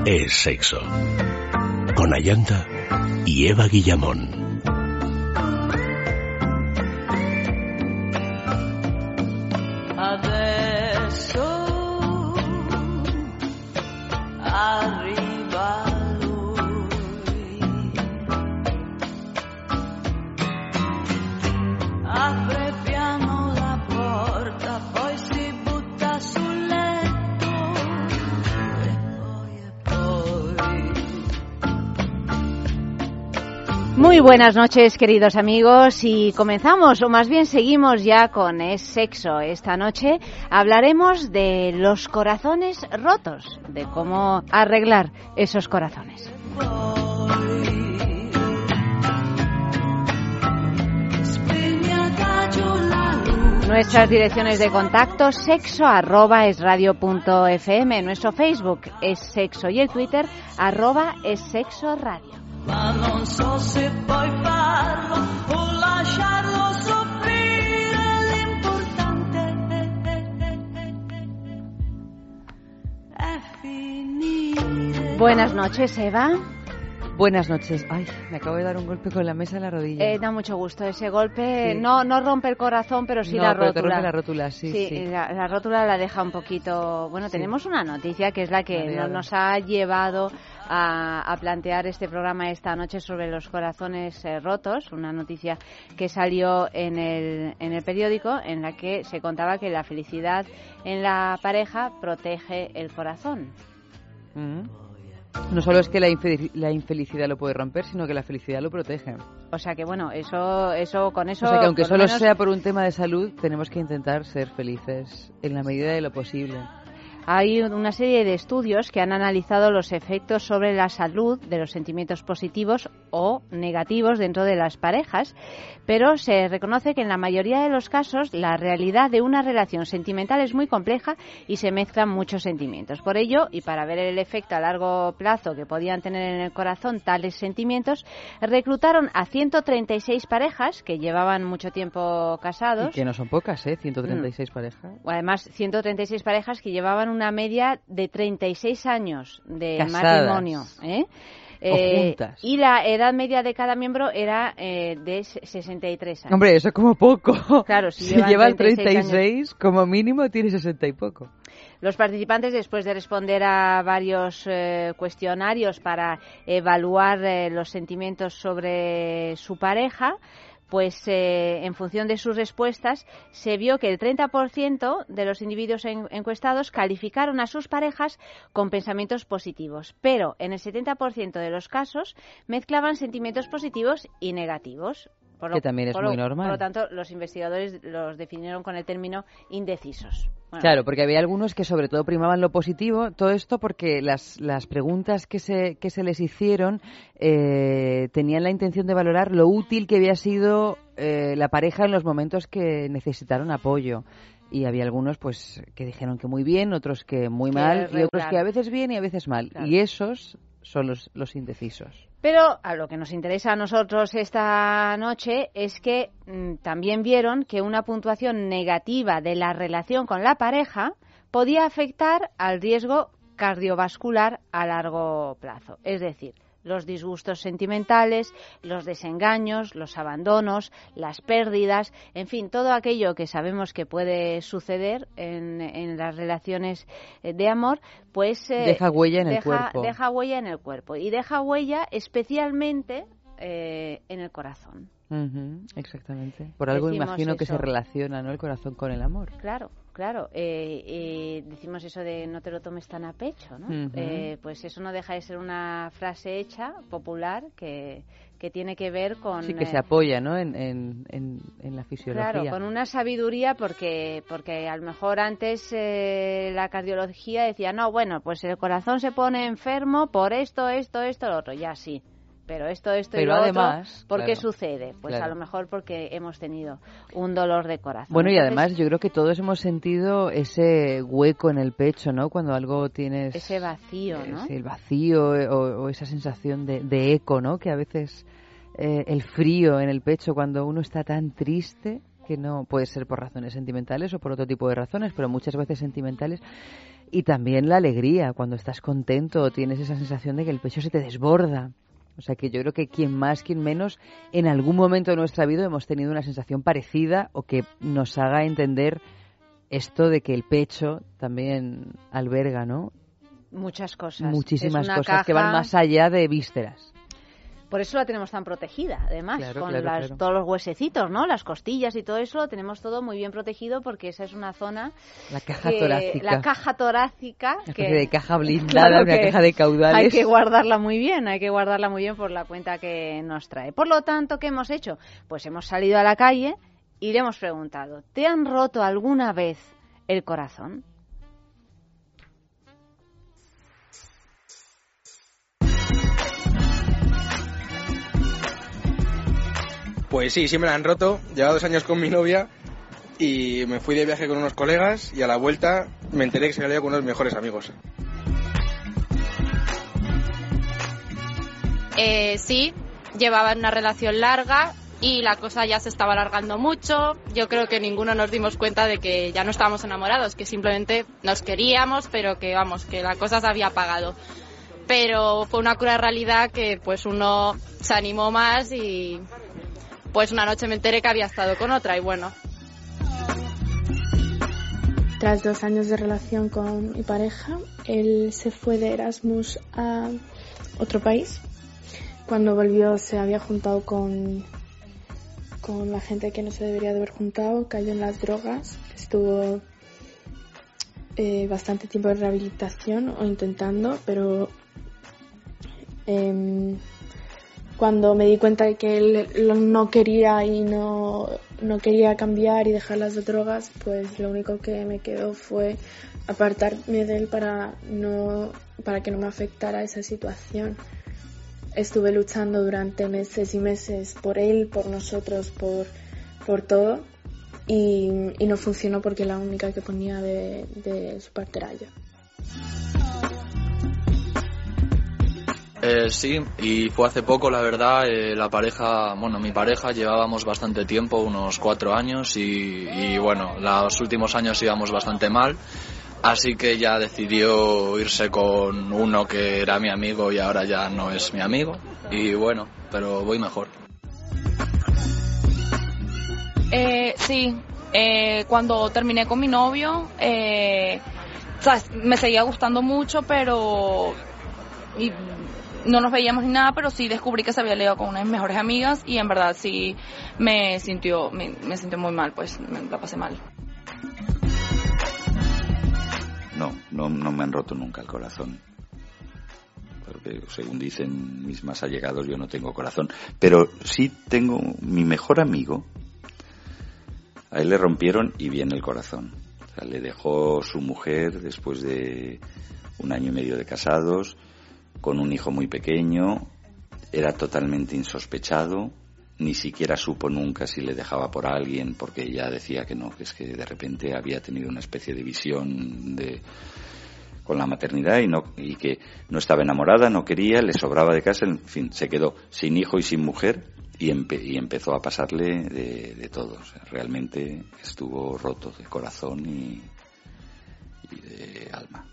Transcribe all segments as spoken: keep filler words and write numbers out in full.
es sexo. Con Ayanta y Eva Guillamón. Muy buenas noches, queridos amigos, y comenzamos, o más bien seguimos ya con Es Sexo. Esta noche hablaremos de los corazones rotos, de cómo arreglar esos corazones. Nuestras direcciones de contacto: sexo arroba es radio punto f m, nuestro Facebook Es Sexo y el Twitter arroba es sexo radio. Ma non so se puoi farlo o lasciarlo soffrire, l'importante è finire. Buenas noches, Eva. Buenas noches. Ay, me acabo de dar un golpe con la mesa en la rodilla. Eh, da mucho gusto ese golpe. Sí. No no rompe el corazón, pero sí no, la rótula. No, pero te rompe la rótula, sí, sí. sí. La, la rótula la deja un poquito... Bueno, sí. Tenemos una noticia que es la que no, nos ha llevado a, a plantear este programa esta noche sobre los corazones eh, rotos. Una noticia que salió en el, en el periódico, en la que se contaba que la felicidad en la pareja protege el corazón. Mm-hmm. No solo es que la, infelic- la infelicidad lo puede romper, sino que la felicidad lo protege. O sea que bueno, eso, eso con eso... O sea que aunque solo menos... sea por un tema de salud, tenemos que intentar ser felices en la medida de lo posible. Hay una serie de estudios que han analizado los efectos sobre la salud de los sentimientos positivos o negativos dentro de las parejas, pero se reconoce que en la mayoría de los casos la realidad de una relación sentimental es muy compleja y se mezclan muchos sentimientos. Por ello, y para ver el efecto a largo plazo que podían tener en el corazón tales sentimientos, reclutaron a ciento treinta y seis parejas que llevaban mucho tiempo casados. Y que no son pocas, ¿eh? ciento treinta y seis mm. parejas. Además, ciento treinta y seis parejas que llevaban una media de treinta y seis años de Casadas. matrimonio, ¿eh? Eh, o juntas. Y la edad media de cada miembro era eh, de sesenta y tres años. Hombre, eso es como poco. Claro, si, si llevan treinta y seis, años, como mínimo tiene sesenta y poco. Los participantes, después de responder a varios eh, cuestionarios para evaluar eh, los sentimientos sobre su pareja, pues eh, en función de sus respuestas se vio que el treinta por ciento de los individuos en, encuestados calificaron a sus parejas con pensamientos positivos, pero en el setenta por ciento de los casos mezclaban sentimientos positivos y negativos. Por lo, que también es por muy lo, normal. Por lo tanto, los investigadores los definieron con el término indecisos. Bueno. Claro, porque había algunos que sobre todo primaban lo positivo, todo esto porque las, las preguntas que se, que se les hicieron eh, tenían la intención de valorar lo útil que había sido eh, la pareja en los momentos que necesitaron apoyo. Y había algunos pues que dijeron que muy bien, otros que muy que mal, y otros que a veces bien y a veces mal. Claro. Y esos son los, los indecisos. Pero a lo que nos interesa a nosotros esta noche es que mmm, también vieron que una puntuación negativa de la relación con la pareja podía afectar al riesgo cardiovascular a largo plazo. Es decir, los disgustos sentimentales, los desengaños, los abandonos, las pérdidas, en fin, todo aquello que sabemos que puede suceder en, en las relaciones de amor, pues eh, deja huella en deja, el cuerpo. Deja huella en el cuerpo y deja huella especialmente eh, en el corazón. Uh-huh, exactamente. Por algo Decimos imagino eso. que se relaciona, ¿no?, el corazón con el amor. Claro. Claro, eh, eh, decimos eso de no te lo tomes tan a pecho, ¿no? Uh-huh. Eh, pues eso no deja de ser una frase hecha, popular, que, que tiene que ver con... Sí, que eh, se apoya, ¿no?, en, en, en, en la fisiología. Claro, con una sabiduría, porque porque a lo mejor antes eh, la cardiología decía, no, bueno, pues el corazón se pone enfermo por esto, esto, esto, lo otro, ya sí. Pero esto, esto Pero y lo además, otro, ¿por qué claro, sucede? Pues claro. a lo mejor porque hemos tenido un dolor de corazón. Bueno, Entonces, y además yo creo que todos hemos sentido ese hueco en el pecho, ¿no? Cuando algo tienes... Ese vacío, ¿no? Ese, el vacío o, o esa sensación de, de eco, ¿no? Que a veces eh, el frío en el pecho cuando uno está tan triste, que no puede ser por razones sentimentales o por otro tipo de razones, pero muchas veces sentimentales. y también la alegría, cuando estás contento, tienes esa sensación de que el pecho se te desborda. O sea que yo creo que quien más, quien menos, en algún momento de nuestra vida hemos tenido una sensación parecida o que nos haga entender esto de que el pecho también alberga, ¿no? Muchas cosas. Muchísimas cosas caja... que van más allá de vísceras. Por eso la tenemos tan protegida, además, claro, con claro, las, claro. todos los huesecitos, ¿no? Las costillas y todo eso lo tenemos todo muy bien protegido porque esa es una zona... La caja que, torácica. La caja torácica. Una que, de caja blindada, claro, una caja de caudales. Hay que guardarla muy bien, hay que guardarla muy bien por la cuenta que nos trae. Por lo tanto, ¿qué hemos hecho? Pues hemos salido a la calle y le hemos preguntado, ¿te han roto alguna vez el corazón? Pues sí, sí me la han roto. Llevaba dos años con mi novia y me fui de viaje con unos colegas y a la vuelta me enteré que se había ido con unos mejores amigos. Eh, sí, llevaban una relación larga y la cosa ya se estaba alargando mucho. Yo creo que ninguno nos dimos cuenta de que ya no estábamos enamorados, que simplemente nos queríamos, pero que vamos, que la cosa se había apagado. Pero fue una cruda realidad que pues uno se animó más y pues una noche me enteré que había estado con otra y bueno. Tras dos años de relación con mi pareja, él se fue de Erasmus a otro país. Cuando volvió se había juntado con, con la gente que no se debería de haber juntado, cayó en las drogas, estuvo eh, bastante tiempo de rehabilitación o intentando, pero eh, cuando me di cuenta de que él no quería y no, no quería cambiar y dejar las drogas, pues lo único que me quedó fue apartarme de él para, no, para que no me afectara esa situación. Estuve luchando durante meses y meses por él, por nosotros, por, por todo y, y no funcionó porque la única que ponía de, de su parte era yo. Eh, sí, y fue hace poco, la verdad, eh, la pareja, bueno, mi pareja, llevábamos bastante tiempo, unos cuatro años, y, y bueno, los últimos años íbamos bastante mal, así que ya decidió irse con uno que era mi amigo y ahora ya no es mi amigo, y bueno, pero voy mejor. Eh, sí, eh, cuando terminé con mi novio, eh, o sea, me seguía gustando mucho, pero... Y, no nos veíamos ni nada, pero sí descubrí que se había liado con unas de mis mejores amigas y en verdad sí me sintió, me, me sintió muy mal, pues me la pasé mal. No, no, no me han roto nunca el corazón. Porque según dicen mis más allegados, yo no tengo corazón. Pero sí tengo mi mejor amigo. A él le rompieron y bien el corazón. O sea, le dejó su mujer después de un año y medio de casados, con un hijo muy pequeño, era totalmente insospechado, ni siquiera supo nunca si le dejaba por alguien, porque ella decía que no, que es que de repente había tenido una especie de visión de con la maternidad y no y que no estaba enamorada, no quería, le sobraba de casa, en fin, se quedó sin hijo y sin mujer y, empe- y empezó a pasarle de, de todo. O sea, realmente estuvo roto de corazón y, y de alma.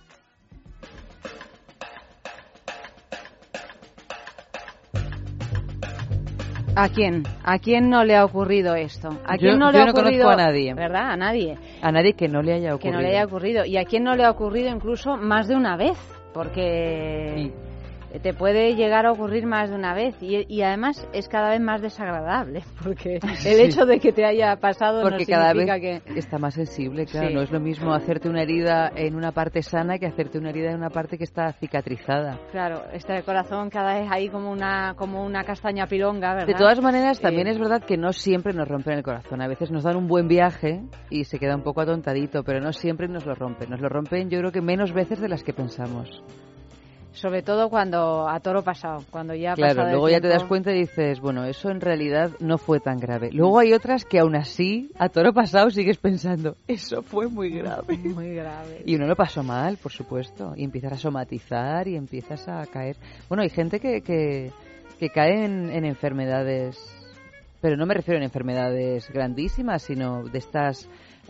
¿A quién? ¿A quién no le ha ocurrido esto? ¿A quién yo, no le yo ha no ocurrido? conozco a nadie. ¿Verdad? A nadie. A nadie que no le haya ocurrido. Que no le haya ocurrido. ¿Y a quién no le ha ocurrido incluso más de una vez? Porque sí. Te puede llegar a ocurrir más de una vez y, y además es cada vez más desagradable porque el sí. hecho de que te haya pasado porque no cada significa vez que... está más sensible, claro. Sí. No es lo mismo hacerte una herida en una parte sana que hacerte una herida en una parte que está cicatrizada. Claro, está el corazón cada vez ahí como una como una castaña pilonga, ¿verdad? De todas maneras, también eh... es verdad que no siempre nos rompen el corazón. A veces nos dan un buen viaje y se queda un poco atontadito, pero no siempre nos lo rompen. Nos lo rompen yo creo que menos veces de las que pensamos. Sobre todo cuando a toro pasado, cuando ya ha claro, pasado el luego tiempo. Ya te das cuenta y dices, bueno, eso en realidad no fue tan grave. Luego hay otras que aún así, a toro pasado sigues pensando, eso fue muy grave. Muy grave. Y uno lo pasó mal, por supuesto, y empiezas a somatizar y empiezas a caer. Bueno, hay gente que, que, que cae en, en enfermedades, pero no me refiero a enfermedades grandísimas, sino de estas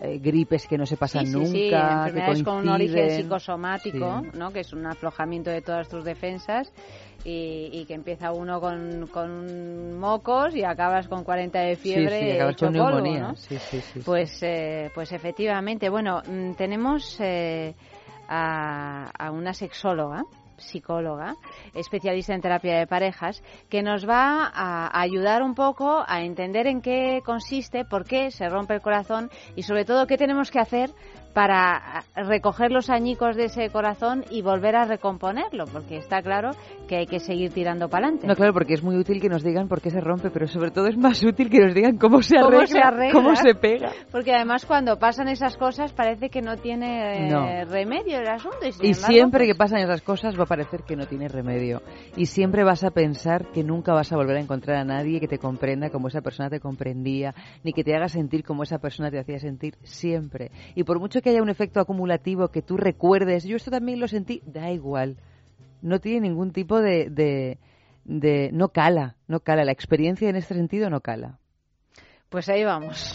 eh, gripes que no se pasan sí, sí, nunca, sí, enfermedades que con un origen coinciden. psicosomático, Sí. ¿no? Que es un aflojamiento de todas tus defensas y, y que empieza uno con, con mocos y acabas con cuarenta de fiebre, sí, sí, acabas hecho con polvo, neumonía. ¿no? Sí, sí, sí, pues, sí. eh, pues efectivamente, bueno, mm, tenemos eh, a, a una sexóloga, psicóloga, especialista en terapia de parejas, que nos va a ayudar un poco a entender en qué consiste, por qué se rompe el corazón y sobre todo qué tenemos que hacer para recoger los añicos de ese corazón y volver a recomponerlo, porque está claro que hay que seguir tirando para adelante. No, claro, porque es muy útil que nos digan por qué se rompe, pero sobre todo es más útil que nos digan cómo se arregla, ¿Cómo se, arregla? cómo se pega. Porque además cuando pasan esas cosas parece que no tiene eh, No. remedio el asunto. Y, sin Y embargo, siempre pues, que pasan esas cosas va a parecer que no tiene remedio. Y siempre vas a pensar que nunca vas a volver a encontrar a nadie que te comprenda como esa persona te comprendía, ni que te haga sentir como esa persona te hacía sentir siempre. Y por mucho que haya un efecto acumulativo que tú recuerdes, yo esto también lo sentí, da igual. No tiene ningún tipo de, de, de... No cala, no cala. La experiencia en este sentido no cala. Pues ahí vamos.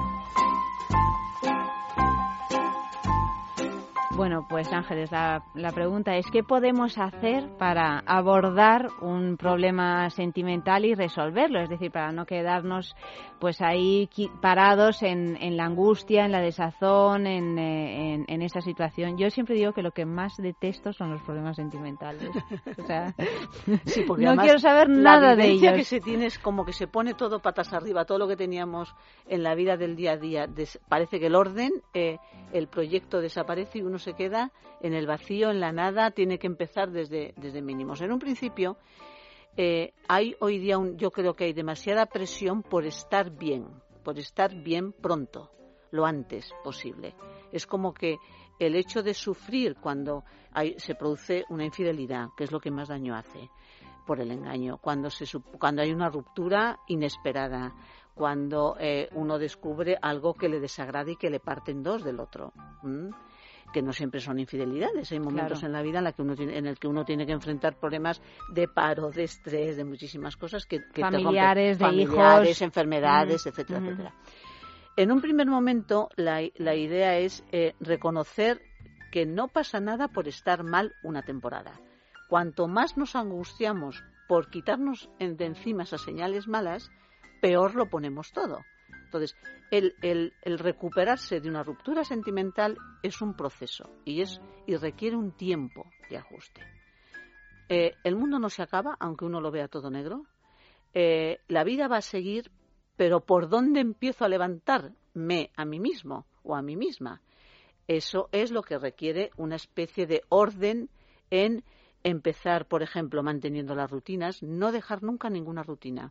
Bueno, pues Ángeles, la, la pregunta es ¿qué podemos hacer para abordar un problema sentimental y resolverlo? Es decir, para no quedarnos pues ahí parados en, en la angustia, en la desazón, en, en, en esa situación. Yo siempre digo que lo que más detesto son los problemas sentimentales. O sea, sí, porque no además quiero saber nada de ellos. La vivencia que se tiene es como que se pone todo patas arriba, todo lo que teníamos en la vida del día a día. Des- parece que el orden, eh, el proyecto desaparece y uno se queda en el vacío, en la nada, tiene que empezar desde, desde mínimos. En un principio, eh, hay hoy día, un, yo creo que hay demasiada presión por estar bien, por estar bien pronto, lo antes posible. Es como que el hecho de sufrir cuando hay, se produce una infidelidad, que es lo que más daño hace, por el engaño, cuando, se, cuando hay una ruptura inesperada, cuando eh, uno descubre algo que le desagrada y que le parte en dos del otro, ¿m? Que no siempre son infidelidades. Hay momentos Claro. en la vida en, la que uno tiene, en el que uno tiene que enfrentar problemas de paro, de estrés, de muchísimas cosas que, que familiares, te rompen, de familiares, hijos, enfermedades, mm, etcétera, mm. etcétera. En un primer momento, la, la idea es eh, reconocer que no pasa nada por estar mal una temporada. Cuanto más nos angustiamos por quitarnos de encima esas señales malas, peor lo ponemos todo. Entonces, el, el, el recuperarse de una ruptura sentimental es un proceso y, es, y requiere un tiempo de ajuste. Eh, el mundo no se acaba, aunque uno lo vea todo negro. Eh, la vida va a seguir, pero ¿por dónde empiezo a levantarme a mí mismo o a mí misma? Eso es lo que requiere una especie de orden en empezar, por ejemplo, manteniendo las rutinas, no dejar nunca ninguna rutina.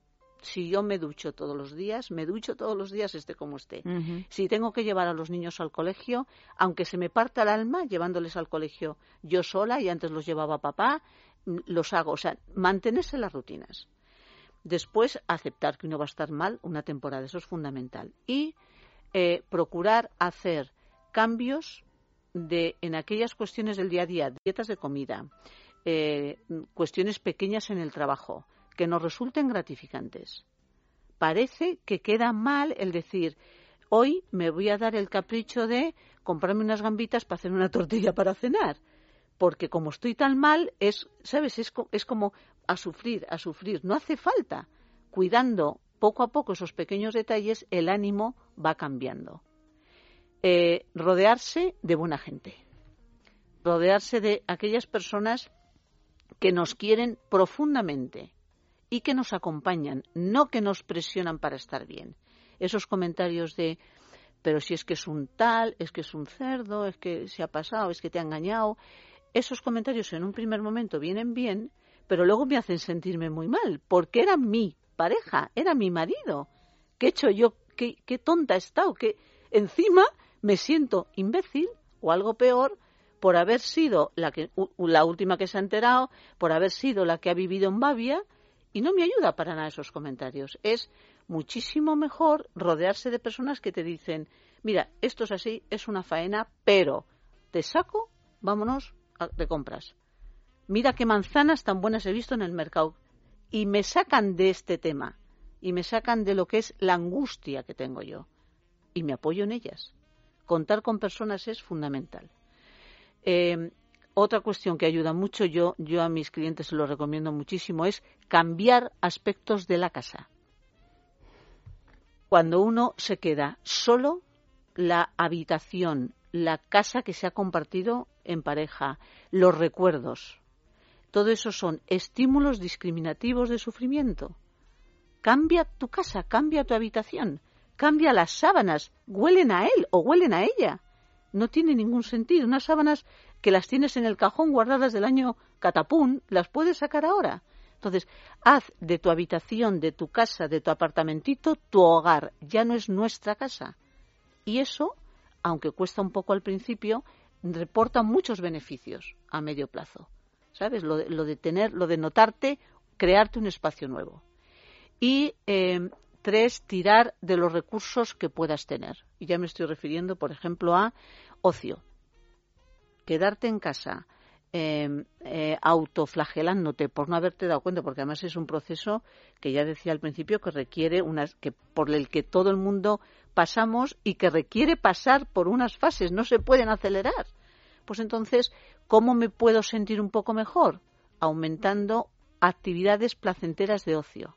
Si yo me ducho todos los días, me ducho todos los días esté como esté. Uh-huh. Si tengo que llevar a los niños al colegio, aunque se me parta el alma llevándoles al colegio yo sola y antes los llevaba papá, los hago. O sea, mantenerse las rutinas. Después, aceptar que uno va a estar mal una temporada, eso es fundamental. Y eh, procurar hacer cambios de, en aquellas cuestiones del día a día, dietas de comida, eh, cuestiones pequeñas en el trabajo, que nos resulten gratificantes. Parece que queda mal el decir, hoy me voy a dar el capricho de comprarme unas gambitas para hacer una tortilla para cenar, porque como estoy tan mal, es, ¿sabes? Es, es como a sufrir, a sufrir. No hace falta. Cuidando poco a poco esos pequeños detalles, el ánimo va cambiando. Eh, rodearse de buena gente. Rodearse de aquellas personas que nos quieren profundamente y que nos acompañan, no que nos presionan para estar bien. Esos comentarios de, pero si es que es un tal, es que es un cerdo, es que se ha pasado, es que te ha engañado. Esos comentarios en un primer momento vienen bien, pero luego me hacen sentirme muy mal, porque era mi pareja, era mi marido. ¿Qué he hecho yo? ¿Qué, qué tonta he estado? Que encima me siento imbécil o algo peor por haber sido la, que, la última que se ha enterado, por haber sido la que ha vivido en Babia. Y no me ayuda para nada esos comentarios. Es muchísimo mejor rodearse de personas que te dicen, mira, esto es así, es una faena, pero te saco, vámonos de compras. Mira qué manzanas tan buenas he visto en el mercado. Y me sacan de este tema. Y me sacan de lo que es la angustia que tengo yo. y me apoyo en ellas. Contar con personas es fundamental. Eh, otra cuestión que ayuda mucho, yo, yo a mis clientes se lo recomiendo muchísimo, es cambiar aspectos de la casa. Cuando uno se queda solo, la habitación, la casa que se ha compartido en pareja, los recuerdos, todo eso son estímulos discriminativos de sufrimiento. Cambia tu casa, cambia tu habitación, cambia las sábanas, huelen a él o huelen a ella. No tiene ningún sentido. Unas sábanas que las tienes en el cajón guardadas del año catapún, las puedes sacar ahora. Entonces, haz de tu habitación, de tu casa, de tu apartamentito, tu hogar. Ya no es nuestra casa. Y eso, aunque cuesta un poco al principio, reporta muchos beneficios a medio plazo. ¿Sabes? Lo de, lo de tener, lo de notarte, crearte un espacio nuevo. Y eh, tres, tirar de los recursos que puedas tener. Y ya me estoy refiriendo, por ejemplo, a ocio. Quedarte en casa, eh, eh, autoflagelándote por no haberte dado cuenta, porque además es un proceso que ya decía al principio que requiere unas, que por el que todo el mundo pasamos y que requiere pasar por unas fases, no se pueden acelerar. Pues entonces, ¿cómo me puedo sentir un poco mejor? Aumentando actividades placenteras de ocio.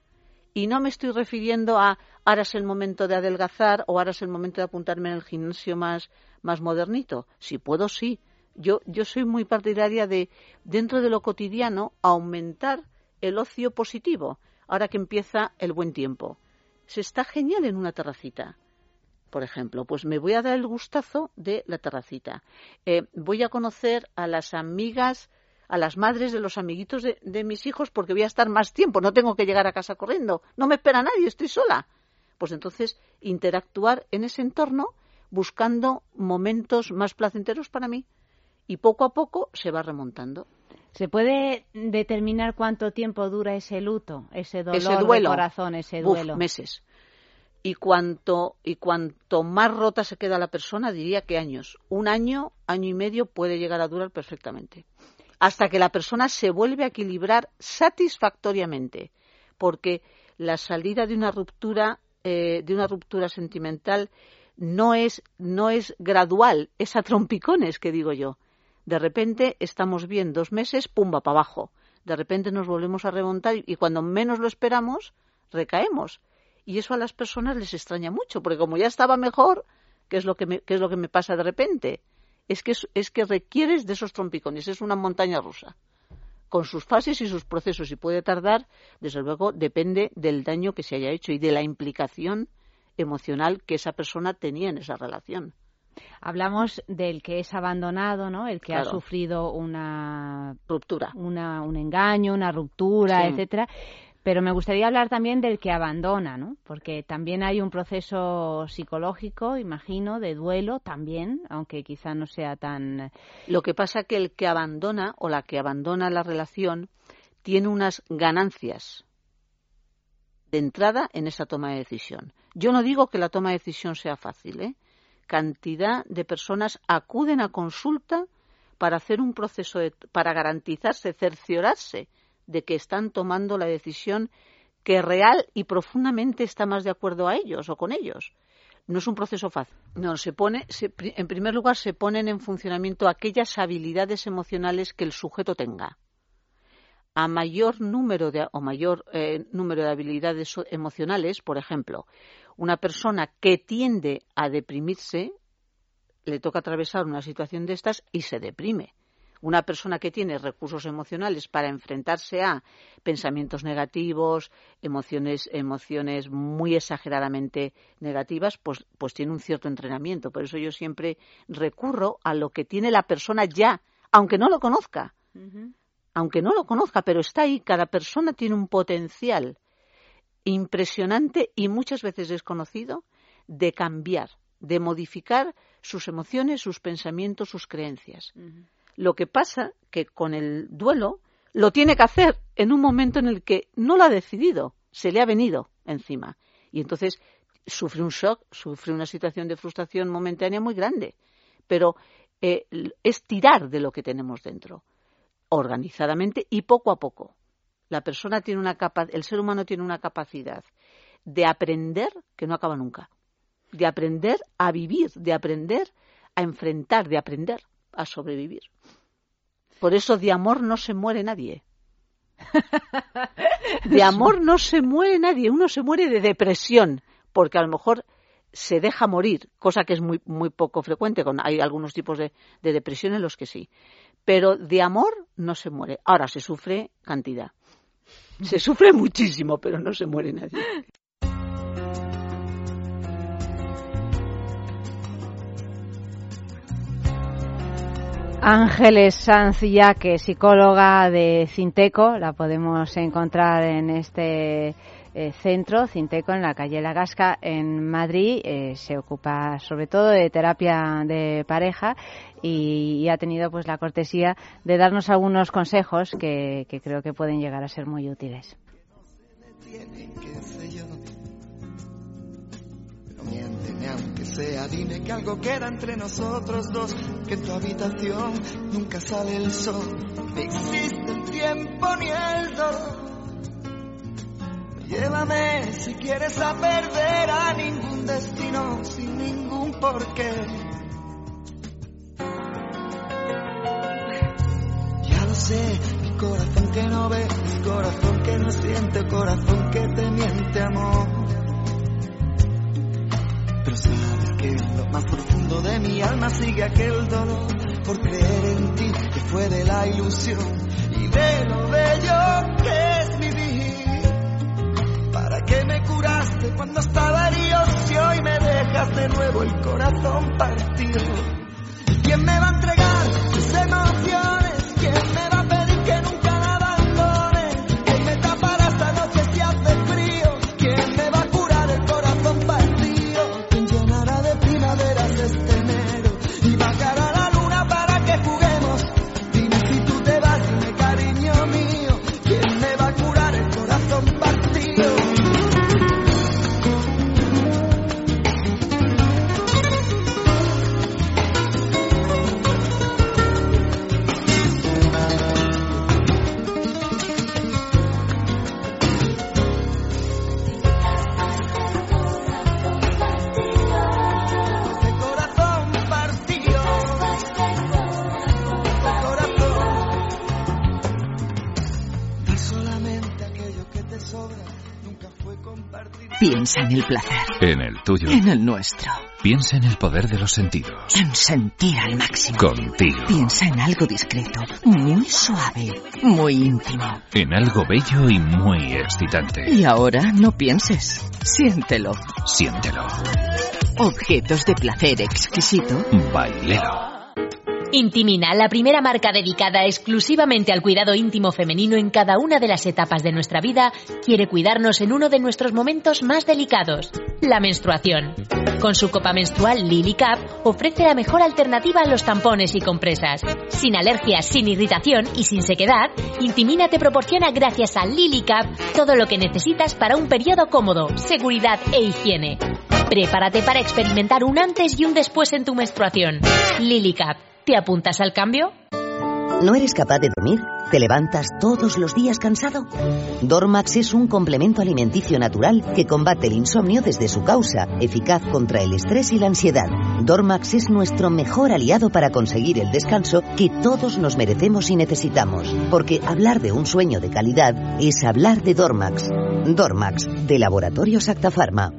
Y no me estoy refiriendo a ahora es el momento de adelgazar o ahora es el momento de apuntarme en el gimnasio más, más modernito. Si puedo, sí. Yo, yo soy muy partidaria de, dentro de lo cotidiano, aumentar el ocio positivo. Ahora que empieza el buen tiempo. Se está genial en una terracita. Por ejemplo, pues me voy a dar el gustazo de la terracita. Eh, voy a conocer a las amigas, a las madres de los amiguitos de, de mis hijos porque voy a estar más tiempo, no tengo que llegar a casa corriendo, no me espera nadie, estoy sola. Pues entonces interactuar en ese entorno buscando momentos más placenteros para mí y poco a poco se va remontando. ¿Se puede determinar cuánto tiempo dura ese luto, ese dolor ese duelo, de corazón, ese duelo? Uf, meses. Y cuanto, y cuanto más rota se queda la persona, diría que años. Un año, año y medio puede llegar a durar perfectamente. Hasta que la persona se vuelve a equilibrar satisfactoriamente. Porque la salida de una ruptura, eh, de una ruptura sentimental no es, no es gradual, es a trompicones, que digo yo. De repente estamos bien dos meses, pumba, para abajo. De repente nos volvemos a remontar y cuando menos lo esperamos, recaemos. Y eso a las personas les extraña mucho, porque como ya estaba mejor, ¿qué es lo que me, qué es lo que me pasa de repente? Es que, es, es que requieres de esos trompicones, es una montaña rusa, con sus fases y sus procesos, y puede tardar, desde luego, depende del daño que se haya hecho y de la implicación emocional que esa persona tenía en esa relación. Hablamos del que es abandonado, ¿no? El que Claro. ha sufrido una ruptura, una, un engaño, una ruptura, Sí. etcétera. Pero me gustaría hablar también del que abandona, ¿no? Porque también hay un proceso psicológico, imagino, de duelo también, aunque quizá no sea tan... Lo que pasa que el que abandona o la que abandona la relación tiene unas ganancias de entrada en esa toma de decisión. Yo no digo que la toma de decisión sea fácil, ¿eh? Cantidad de personas acuden a consulta para hacer un proceso, de, para garantizarse, cerciorarse de que están tomando la decisión que real y profundamente está más de acuerdo a ellos o con ellos. No es un proceso fácil. No, se pone, se, en primer lugar, se ponen en funcionamiento aquellas habilidades emocionales que el sujeto tenga. A mayor número de, o mayor eh, número de habilidades emocionales, por ejemplo, una persona que tiende a deprimirse, le toca atravesar una situación de estas y se deprime. Una persona que tiene recursos emocionales para enfrentarse a pensamientos negativos, emociones, emociones muy exageradamente negativas, pues, pues tiene un cierto entrenamiento. Por eso yo siempre recurro a lo que tiene la persona ya, aunque no lo conozca. Uh-huh. Aunque no lo conozca, pero está ahí. Cada persona tiene un potencial impresionante y muchas veces desconocido de cambiar, de modificar sus emociones, sus pensamientos, sus creencias. Uh-huh. Lo que pasa que con el duelo lo tiene que hacer en un momento en el que no lo ha decidido, se le ha venido encima. Y entonces sufre un shock, sufre una situación de frustración momentánea muy grande. Pero eh, es tirar de lo que tenemos dentro, organizadamente y poco a poco. La persona tiene una capa- el ser humano tiene una capacidad de aprender que no acaba nunca. de aprender a vivir, de aprender a enfrentar, de aprender a sobrevivir. Por eso de amor no se muere nadie. De amor no se muere nadie, uno se muere de depresión, porque a lo mejor se deja morir, cosa que es muy muy poco frecuente, con, hay algunos tipos de, de depresión en los que sí. Pero de amor no se muere. Ahora se sufre cantidad. Se sufre muchísimo, pero no se muere nadie. Ángeles Sanz Yaque, psicóloga de Cinteco, la podemos encontrar en este eh, centro, Cinteco, en la calle La Gasca, en Madrid. Eh, se ocupa sobre todo de terapia de pareja y, y ha tenido pues la cortesía de darnos algunos consejos que, que creo que pueden llegar a ser muy útiles. Miénteme aunque sea, dime que algo queda entre nosotros dos, que en tu habitación nunca sale el sol, no existe el tiempo ni el dolor. Llévame si quieres a perder a ningún destino, sin ningún porqué. Ya lo sé, mi corazón que no ve, mi corazón que no siente, corazón que te miente, amor. Pero sabes que en lo más profundo de mi alma sigue aquel dolor por creer en ti, que fue de la ilusión y de lo bello que es vivir. ¿Para qué me curaste cuando estaba herido si hoy me dejas de nuevo el corazón partido? ¿Quién me va a entregar sus emociones? ¿Quién me va a pedir que nunca la abandone? ¿Quién me tapará esta noche si hace frío? ¿Quién me va a curar el corazón partido? Este enero y bajar a la luna para que juguemos. Dime si tú te vas, dime cariño mío, ¿quién me va a curar el corazón partido? Piensa en el placer. En el tuyo. En el nuestro. Piensa en el poder de los sentidos. En sentir al máximo. Contigo. Piensa en algo discreto, muy suave, muy íntimo. En algo bello y muy excitante. Y ahora no pienses. Siéntelo. Siéntelo. Objetos de placer exquisito. Bailelo. Intimina, la primera marca dedicada exclusivamente al cuidado íntimo femenino en cada una de las etapas de nuestra vida, quiere cuidarnos en uno de nuestros momentos más delicados, la menstruación. Con su copa menstrual Lily Cap ofrece la mejor alternativa a los tampones y compresas. Sin alergias, sin irritación y sin sequedad, Intimina te proporciona gracias a Lily Cap todo lo que necesitas para un periodo cómodo, seguridad e higiene. Prepárate para experimentar un antes y un después en tu menstruación. Lily Cap. ¿Te apuntas al cambio? ¿No eres capaz de dormir? ¿Te levantas todos los días cansado? Dormax es un complemento alimenticio natural que combate el insomnio desde su causa, eficaz contra el estrés y la ansiedad. Dormax es nuestro mejor aliado para conseguir el descanso que todos nos merecemos y necesitamos, porque hablar de un sueño de calidad es hablar de Dormax. Dormax, de Laboratorios Acta Pharma.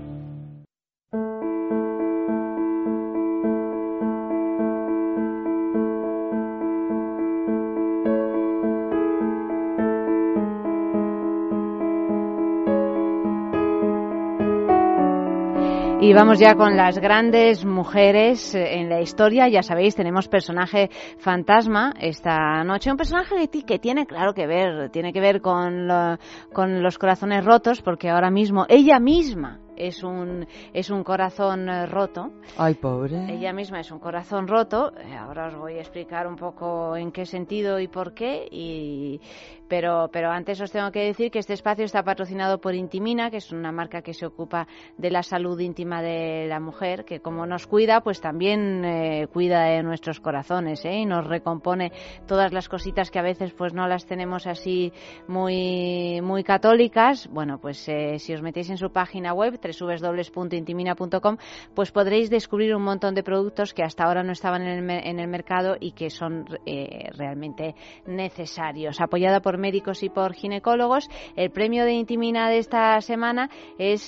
Y vamos ya con las grandes mujeres en la historia. Ya sabéis, tenemos personaje fantasma esta noche. Un personaje que tiene, claro que ver, tiene que ver con, lo, con los corazones rotos, porque ahora mismo ella misma es un es un corazón roto. Ay, pobre. Ella misma es un corazón roto. Ahora os voy a explicar un poco en qué sentido y por qué. Y pero pero antes os tengo que decir que este espacio está patrocinado por Intimina, que es una marca que se ocupa de la salud íntima de la mujer, que como nos cuida, pues también eh, cuida de nuestros corazones, ¿eh? Y nos recompone todas las cositas que a veces pues no las tenemos así muy muy católicas. Bueno, pues eh, si os metéis en su página web doble u doble u doble u punto intimina punto com, pues podréis descubrir un montón de productos que hasta ahora no estaban en el, en el mercado y que son eh, realmente necesarios. Apoyada por médicos y por ginecólogos, el premio de Intimina de esta semana es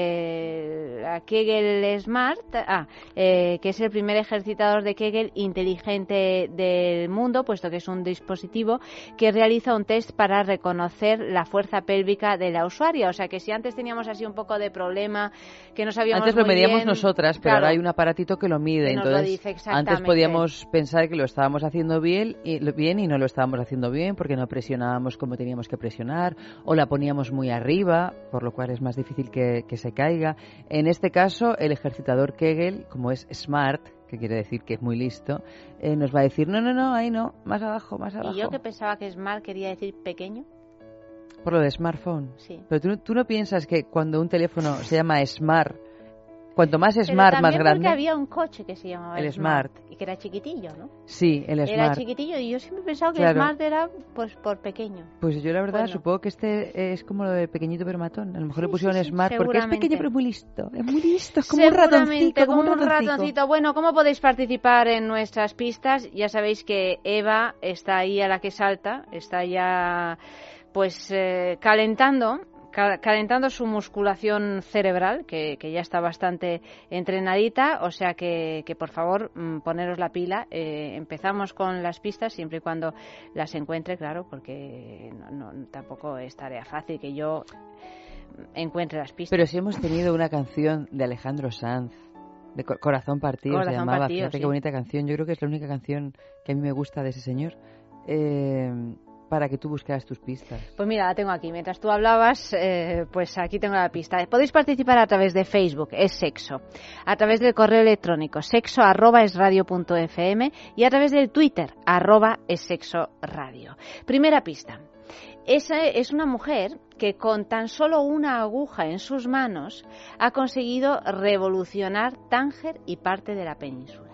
eh, a Kegel Smart, ah, eh, que es el primer ejercitador de Kegel inteligente del mundo, puesto que es un dispositivo que realiza un test para reconocer la fuerza pélvica de la usuaria. O sea que si antes teníamos así un poco de problema, que no sabíamos antes lo muy medíamos bien, nosotras, pero claro, ahora hay un aparatito que lo mide. que nos Entonces, lo dice exactamente. Antes podíamos pensar que lo estábamos haciendo bien y, bien y no lo estábamos haciendo bien porque no presionábamos como teníamos que presionar o la poníamos muy arriba, por lo cual es más difícil que, que se caiga. En este caso, el ejercitador Kegel, como es Smart, que quiere decir que es muy listo, eh, nos va a decir, no, no, no, ahí no, más abajo, más abajo. Y yo que pensaba que Smart quería decir pequeño. Por lo de smartphone. Sí. Pero tú, tú no piensas que cuando un teléfono se llama Smart, cuanto más Pero Smart, más grande. Porque había un coche que se llamaba el Smart, Smart y que era chiquitillo, ¿no? Sí, el Smart. Era chiquitillo y yo siempre he pensado que claro. Smart era pues por pequeño. Pues yo la verdad bueno. supongo que este es como lo de pequeñito pero matón. A lo mejor sí, le pusieron sí, sí, Smart porque es pequeño pero muy listo. Es muy listo, es como un ratoncito. Como un ratoncito. ratoncito. Bueno, ¿cómo podéis participar en nuestras pistas? Ya sabéis que Eva está ahí a la que salta, está ya pues eh, calentando. calentando su musculación cerebral, que, que ya está bastante entrenadita, o sea que, que por favor poneros la pila. Eh, empezamos con las pistas, siempre y cuando las encuentre, claro, porque no, no, tampoco es tarea fácil que yo encuentre las pistas. Pero si hemos tenido una canción de Alejandro Sanz, de Corazón Partido, Corazón se llamaba, partido, fíjate sí. Qué bonita canción, yo creo que es la única canción que a mí me gusta de ese señor. Eh... para que tú buscaras tus pistas. Pues mira, la tengo aquí. Mientras tú hablabas, eh, pues aquí tengo la pista. Podéis participar a través de Facebook, es Sexo, a través del correo electrónico sexo arroba es radio punto fm y a través del Twitter, arroba es sexo radio. Primera pista. Esa es una mujer que con tan solo una aguja en sus manos ha conseguido revolucionar Tánger y parte de la península.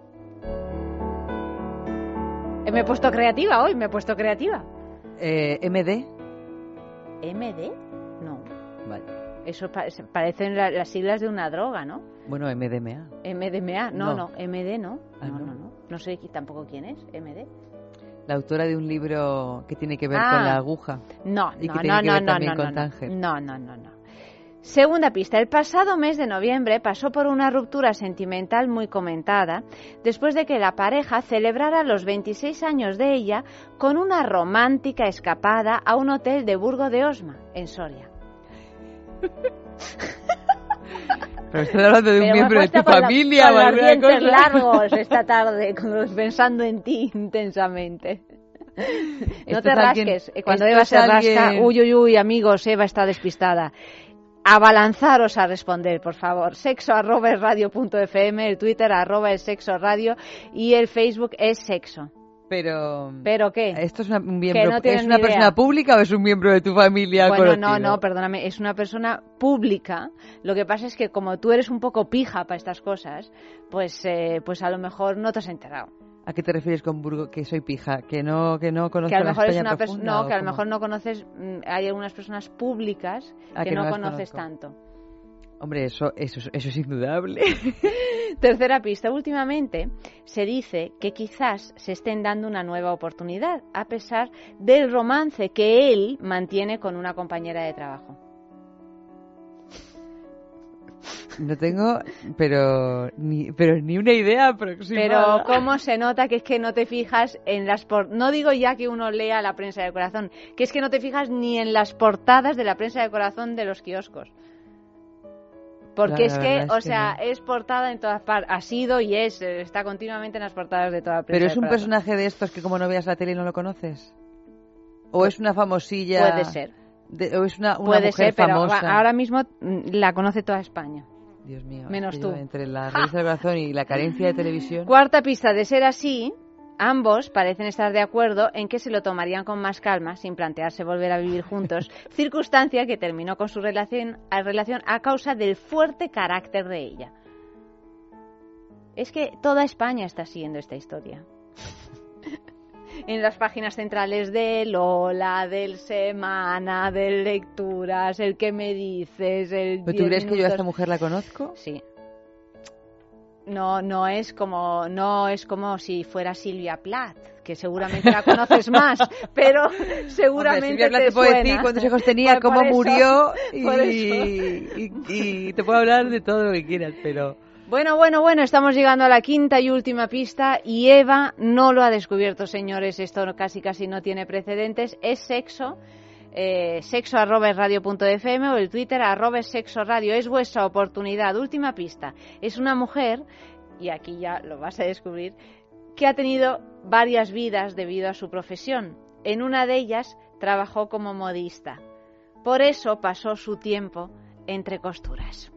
Me he puesto creativa hoy, me he puesto creativa. Eh, ¿M D? ¿M D? No. Vale. Eso pa- parecen la, las siglas de una droga, ¿no? Bueno, M D M A. M D M A, no, no, no. M D no. Ah, no, no, no, no. No sé tampoco quién es, M D. La autora de un libro que tiene que ver ah, con la aguja. No, y no, que tiene no, que ver no, también no, con no, Tánger. no, no, no, no. Segunda pista. El pasado mes de noviembre pasó por una ruptura sentimental muy comentada después de que la pareja celebrara los veintiséis años de ella con una romántica escapada a un hotel de Burgo de Osma, en Soria. Pero estoy hablando de un Pero miembro de tu con familia. La, con los dientes cosa. largos esta tarde, pensando en ti intensamente. No te rasques. Alguien, Cuando Eva se alguien... rasca, uy, uy, uy, amigos, Eva está despistada. Abalanzaros a responder, por favor. Sexo arroba es radio punto fm, el Twitter arroba es sexo radio y el Facebook es sexo. Pero... ¿Pero qué? ¿Esto es una, un miembro, no ¿es una persona pública o es un miembro de tu familia Bueno, conocido? no, no, perdóname, es una persona pública. Lo que pasa es que como tú eres un poco pija para estas cosas, pues, eh, pues a lo mejor no te has enterado. ¿A qué te refieres con Burgo? Que soy pija, que no que no conozco que a lo mejor la España es una profunda. No, que a lo ¿cómo? mejor no conoces. Hay algunas personas públicas ah, que, que no, no conoces conozco. tanto. Hombre, eso, eso, eso es indudable. Tercera pista. Últimamente se dice que quizás se estén dando una nueva oportunidad, a pesar del romance que él mantiene con una compañera de trabajo. No tengo, pero ni, pero ni una idea aproximada. Pero cómo se nota que es que no te fijas en las... Por... No digo ya que uno lea la prensa de corazón, que es que no te fijas ni en las portadas de la prensa de corazón de los kioscos. Porque la, es que, es o que sea, no. es portada en todas partes. Ha sido y es, está continuamente en las portadas de toda la prensa. ¿Pero es de un corazón. personaje de estos que como no veas la tele no lo conoces? ¿O pues, es una famosilla? Puede ser. De, ¿O es una, una Puede mujer ser, pero famosa? ahora mismo la conoce toda España. Dios mío. Menos tú. Entre la revista del corazón y la carencia de televisión. Cuarta pista. De ser así, ambos parecen estar de acuerdo en que se lo tomarían con más calma, sin plantearse volver a vivir juntos, circunstancia que terminó con su relación a, relación a causa del fuerte carácter de ella. Es que toda España está siguiendo esta historia. en las páginas centrales de Lola, del Semana, del Lecturas, el que me dices, el ¿Pero tú crees que yo a esta mujer la conozco? Sí. No, no es como, no es como si fuera Silvia Plath, que seguramente la conoces más, pero seguramente Hombre, Silvia Plath te, te puedo suena. decir cuántos hijos tenía, Pues cómo por eso, murió por y, y, y te puedo hablar de todo lo que quieras, pero... Bueno, bueno, bueno, estamos llegando a la quinta y última pista y Eva no lo ha descubierto, señores, esto casi casi no tiene precedentes, es sexo. Eh, sexo arroba radio punto f m o el Twitter arroba sexo radio. Es vuestra oportunidad. Última pista. Es una mujer, y aquí ya lo vas a descubrir, que ha tenido varias vidas debido a su profesión. En una de ellas trabajó como modista. Por eso pasó su tiempo entre costuras.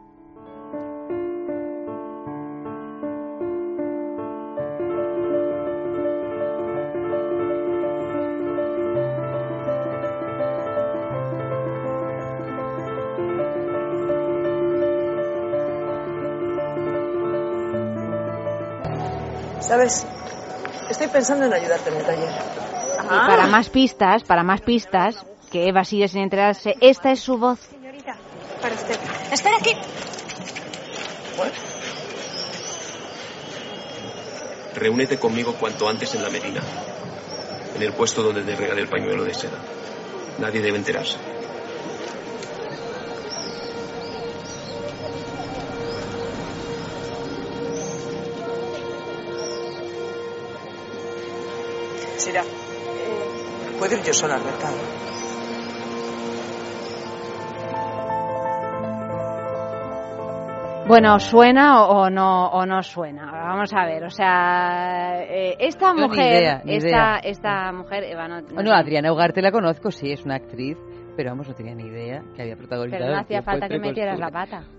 ¿Sabes? Estoy pensando en ayudarte en el taller. Y para más pistas, para más pistas, que Eva sigue sin enterarse, esta es su voz. Señorita, para usted. Espera aquí. Bueno. Reúnete conmigo cuanto antes en la Medina, en el puesto donde te regalé el pañuelo de seda. Nadie debe enterarse. Sira, eh, puedo ir yo sola al mercado. Bueno, ¿suena o, o no o no suena? Vamos a ver, o sea, eh, esta no, mujer, ni idea, ni esta idea. esta mujer, Eva, no, no, Bueno, Adriana Ugarte la conozco, sí, es una actriz, pero vamos, no tenía ni idea que había protagonizado. Pero no hacía falta que Entre metieras la Costuras. pata.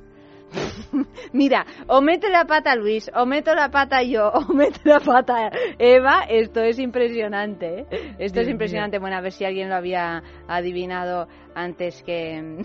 Mira, o mete la pata Luis, o meto la pata yo, o mete la pata Eva. Esto es impresionante, ¿eh? Esto Dios es impresionante. Bueno, a ver si alguien lo había adivinado antes que,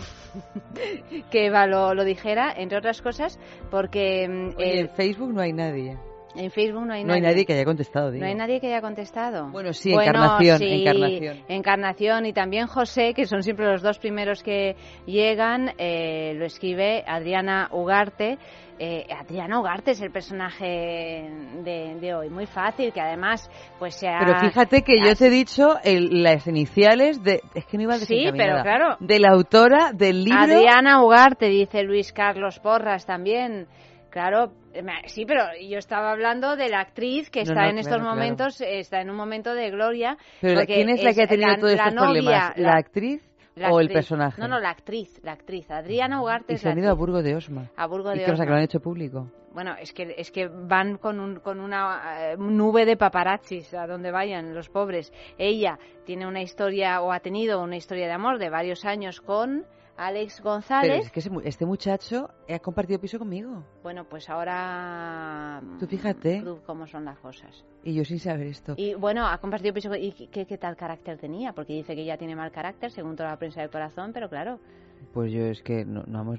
que Eva lo, lo dijera, entre otras cosas, porque... Oye, el, en Facebook no hay nadie. En Facebook no hay no nadie. No hay nadie que haya contestado, digo. No hay nadie que haya contestado. Bueno, sí, bueno, Encarnación, sí, Encarnación. Encarnación y también José, que son siempre los dos primeros que llegan. Eh, lo escribe Adriana Ugarte. Eh, Adriana Ugarte es el personaje de, de hoy. Muy fácil, que además pues se ha... Pero fíjate que yo te he dicho el, las iniciales de... Es que no iba a decir Sí, pero claro. De la autora del libro... Adriana Ugarte, dice Luis Carlos Porras también. Claro, sí, pero yo estaba hablando de la actriz que no, está no, en estos claro, momentos, claro. está en un momento de gloria. Pero ¿quién es la que ha tenido la, todos estos la novia, problemas? ¿La, la actriz la o actriz. el personaje? No, no, la actriz, la actriz. Adriana Ugarte y es se la han ido a actriz. Burgo de Osma. A Burgo de ¿Y qué pasa, Osma. que lo han hecho público? Bueno, es que es que van con un, con una eh, nube de paparazzis a donde vayan los pobres. Ella tiene una historia o ha tenido una historia de amor de varios años con Alex González. Pero es que ese, este muchacho ha compartido piso conmigo. Bueno, pues ahora... Tú fíjate. Tú, cómo son las cosas. Y yo sin saber esto. Y bueno, ha compartido piso... ¿Y qué, qué tal carácter tenía? Porque dice que ella tiene mal carácter, según toda la prensa del corazón, pero claro... Pues yo es que no, no vamos...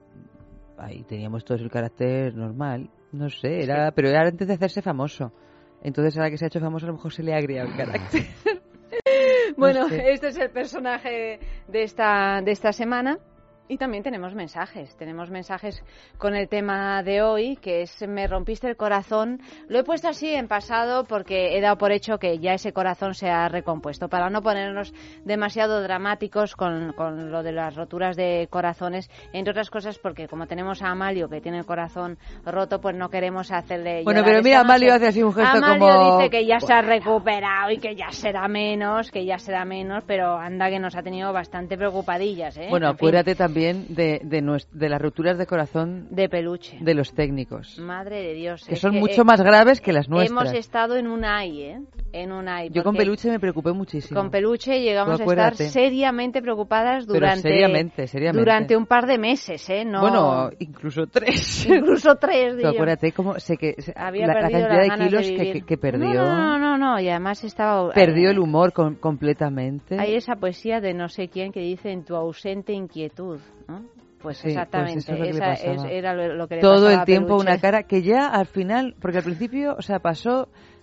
Ahí teníamos todos el carácter normal. No sé, era... Sí. Pero era antes de hacerse famoso. Entonces, ahora que se ha hecho famoso, a lo mejor se le ha agriado el carácter. Bueno, no sé. Este es el personaje de esta, de esta semana. Y también tenemos mensajes, tenemos mensajes con el tema de hoy, que es Me rompiste el corazón. Lo he puesto así en pasado porque he dado por hecho que ya ese corazón se ha recompuesto, para no ponernos demasiado dramáticos con, con lo de las roturas de corazones, entre otras cosas porque como tenemos a Amalio que tiene el corazón roto, pues no queremos hacerle... Bueno, pero mira, Amalio hace así un gesto Amalio como... Amalio dice que ya se ha recuperado y que ya será menos, que ya será menos, pero anda que nos ha tenido bastante preocupadillas, ¿eh? Bueno, en acuérdate fin. también de, de, nues- de las roturas de corazón de peluche de los técnicos. Madre de Dios. Que es son que, mucho eh, más graves que las nuestras. Hemos estado en un ay, ¿eh? En un ay. Yo con peluche me preocupé muchísimo. Con peluche llegamos Tú a estar acuérdate. seriamente preocupadas durante... Pero seriamente, seriamente. Durante un par de meses, ¿eh? No... Bueno, incluso tres. Incluso tres, Tú digo. acuérdate cómo se que se- Había la, la perdido cantidad las de ganas kilos de que, vivir. que, que perdió. No, no, no, no, y además estaba... Perdió el humor con- completamente. Hay esa poesía de no sé quién que dice en tu ausente inquietud, ¿no? Pues Sí, exactamente, pues eso es lo que le esa es, pasaba. era lo, lo que le todo pasaba el a tiempo Peluche. una cara que ya al final, porque al principio, o sea, pasó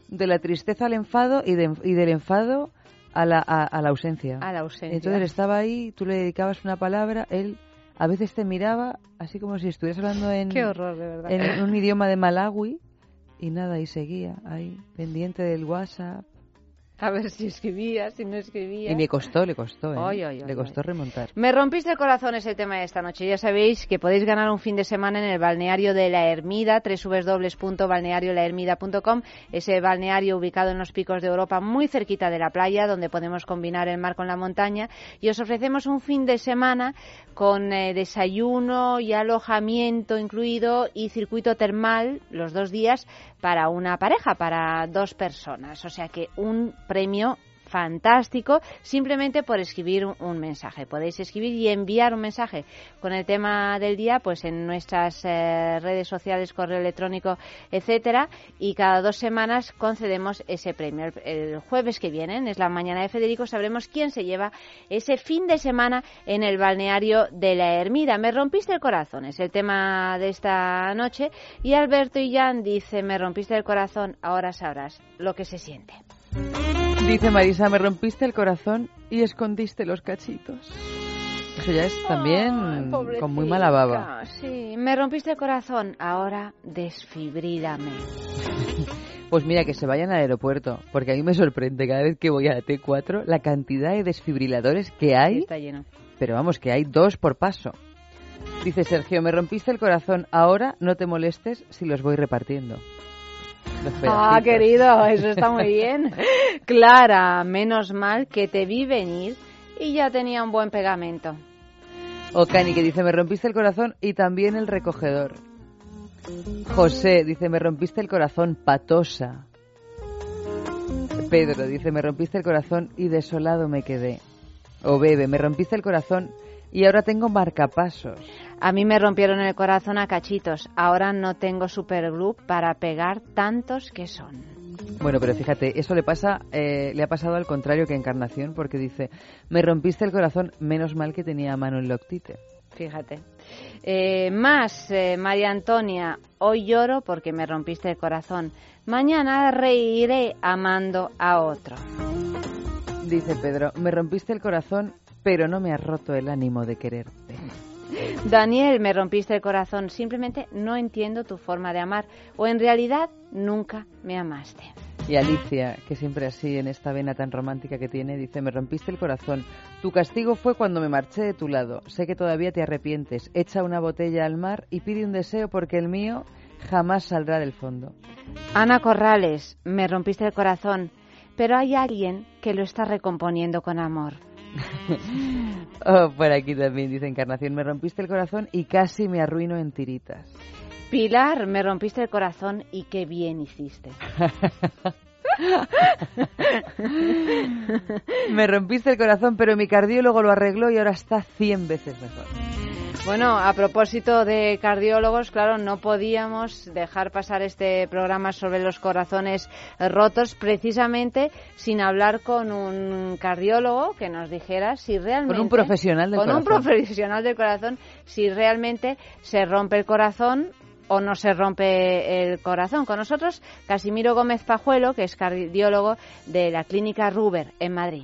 de la tristeza al enfado y, de, y del enfado a la, a, a la ausencia. A la ausencia. Entonces él estaba ahí, tú le dedicabas una palabra, él a veces te miraba así como si estuvieras hablando en, Qué horror, de verdad. en un idioma de Malawi y nada, y seguía ahí, pendiente del WhatsApp. A ver si escribía, si no escribía. Y me costó, le costó, ¿eh? Oy, oy, oy, le costó oy. remontar. Me rompiste el corazón, es el tema de esta noche. Ya sabéis que podéis ganar un fin de semana en el balneario de La Ermida, doble u doble u doble u punto balneario la ermida punto com, ese balneario ubicado en los picos de Europa, muy cerquita de la playa, donde podemos combinar el mar con la montaña. Y os ofrecemos un fin de semana con eh, desayuno y alojamiento incluido y circuito termal los dos días para una pareja, para dos personas. O sea que un premio fantástico, simplemente por escribir un, un mensaje. Podéis escribir y enviar un mensaje con el tema del día, pues en nuestras eh, redes sociales, correo electrónico, etcétera, y cada dos semanas concedemos ese premio. El, el jueves que viene, es la mañana de Federico, sabremos quién se lleva ese fin de semana en el balneario de La Ermida. Me rompiste el corazón, es el tema de esta noche, y Alberto Illán dice: me rompiste el corazón, ahora sabrás lo que se siente. Dice Marisa: me rompiste el corazón y escondiste los cachitos. Eso ya es también Ay, con muy mala baba. Sí, me rompiste el corazón, ahora desfibrílame. Pues mira, que se vayan al aeropuerto, porque a mí me sorprende cada vez que voy a la T cuatro la cantidad de desfibriladores que hay. Está lleno. Pero vamos, que hay dos por paso. Dice Sergio: me rompiste el corazón, ahora no te molestes si los voy repartiendo. Ah, querido, eso está muy bien. Clara, menos mal que te vi venir y ya tenía un buen pegamento. O Cani, que dice: me rompiste el corazón y también el recogedor. José dice: me rompiste el corazón, patosa. Pedro dice: me rompiste el corazón y desolado me quedé. O Bebe: me rompiste el corazón y ahora tengo marcapasos. A mí me rompieron el corazón a cachitos. Ahora no tengo superglue para pegar tantos que son. Bueno, pero fíjate, eso le pasa, eh, le ha pasado al contrario que Encarnación, porque dice: me rompiste el corazón, menos mal que tenía a mano el Loctite. Fíjate. Eh, más, eh, María Antonia: hoy lloro porque me rompiste el corazón. Mañana reiré amando a otro. Dice Pedro: me rompiste el corazón, pero no me has roto el ánimo de quererte. Daniel: me rompiste el corazón, simplemente no entiendo tu forma de amar, o en realidad nunca me amaste. Y Alicia, que siempre así, en esta vena tan romántica que tiene, dice: me rompiste el corazón, tu castigo fue cuando me marché de tu lado, sé que todavía te arrepientes, echa una botella al mar y pide un deseo porque el mío jamás saldrá del fondo. Ana Corrales: me rompiste el corazón, pero hay alguien que lo está recomponiendo con amor. Oh, por aquí también dice Encarnación: me rompiste el corazón y casi me arruino en tiritas. Pilar: me rompiste el corazón y qué bien hiciste. Me rompiste el corazón, pero mi cardiólogo lo arregló y ahora está cien veces mejor. Bueno, a propósito de cardiólogos, claro, no podíamos dejar pasar este programa sobre los corazones rotos precisamente sin hablar con un cardiólogo que nos dijera si realmente... Con un profesional del con corazón. Con un profesional del corazón, si realmente se rompe el corazón o no se rompe el corazón. Con nosotros, Casimiro Gómez Pajuelo, que es cardiólogo de la Clínica Ruber en Madrid.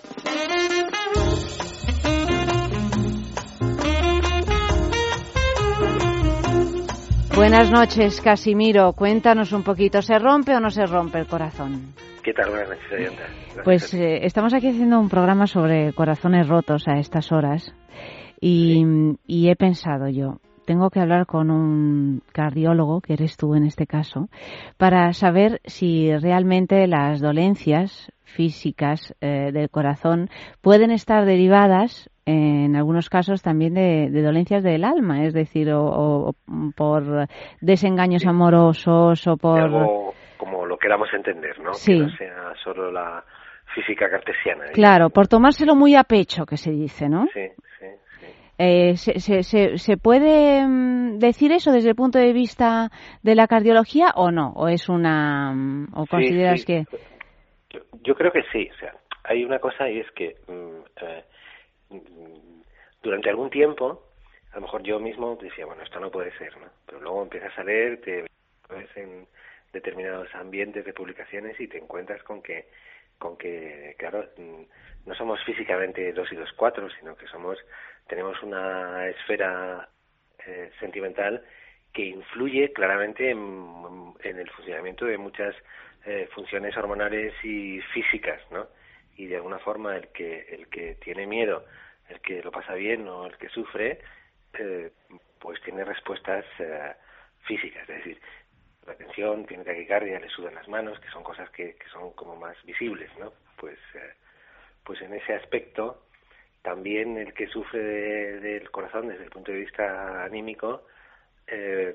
Buenas noches, Casimiro. Cuéntanos un poquito, ¿se rompe o no se rompe el corazón? ¿Qué tal? Buenas noches, Ayanta. Pues eh, estamos aquí haciendo un programa sobre corazones rotos a estas horas y, sí. y he pensado yo, tengo que hablar con un cardiólogo, que eres tú en este caso, para saber si realmente las dolencias físicas eh, del corazón pueden estar derivadas en algunos casos también de, de dolencias del alma, es decir, o, o, o por desengaños sí. amorosos o por... Algo como lo queramos entender, ¿no? Sí. Que no sea solo la física cartesiana. Claro, digamos. Por tomárselo muy a pecho, que se dice, ¿no? Sí, sí, sí. Eh, ¿se, se, se, ¿Se puede decir eso desde el punto de vista de la cardiología o no? ¿O es una... o consideras sí, sí. que...? Yo, yo creo que sí, o sea, hay una cosa y es que... Eh, durante algún tiempo, a lo mejor yo mismo decía, bueno, esto no puede ser, ¿no? Pero luego empiezas a leer, te ves en, determinados ambientes de publicaciones y te encuentras con que, con que, claro, no somos físicamente dos y dos cuatro, sino que somos, tenemos una esfera eh, sentimental que influye claramente en, en el funcionamiento de muchas eh, funciones hormonales y físicas, ¿no? Y de alguna forma el que el que tiene miedo, el que lo pasa bien o el que sufre, eh, pues tiene respuestas eh, físicas, es decir, la tensión, tiene taquicardia, le sudan las manos, que son cosas que, que son como más visibles, ¿no? Pues, eh, pues en ese aspecto también el que sufre de, del corazón desde el punto de vista anímico eh,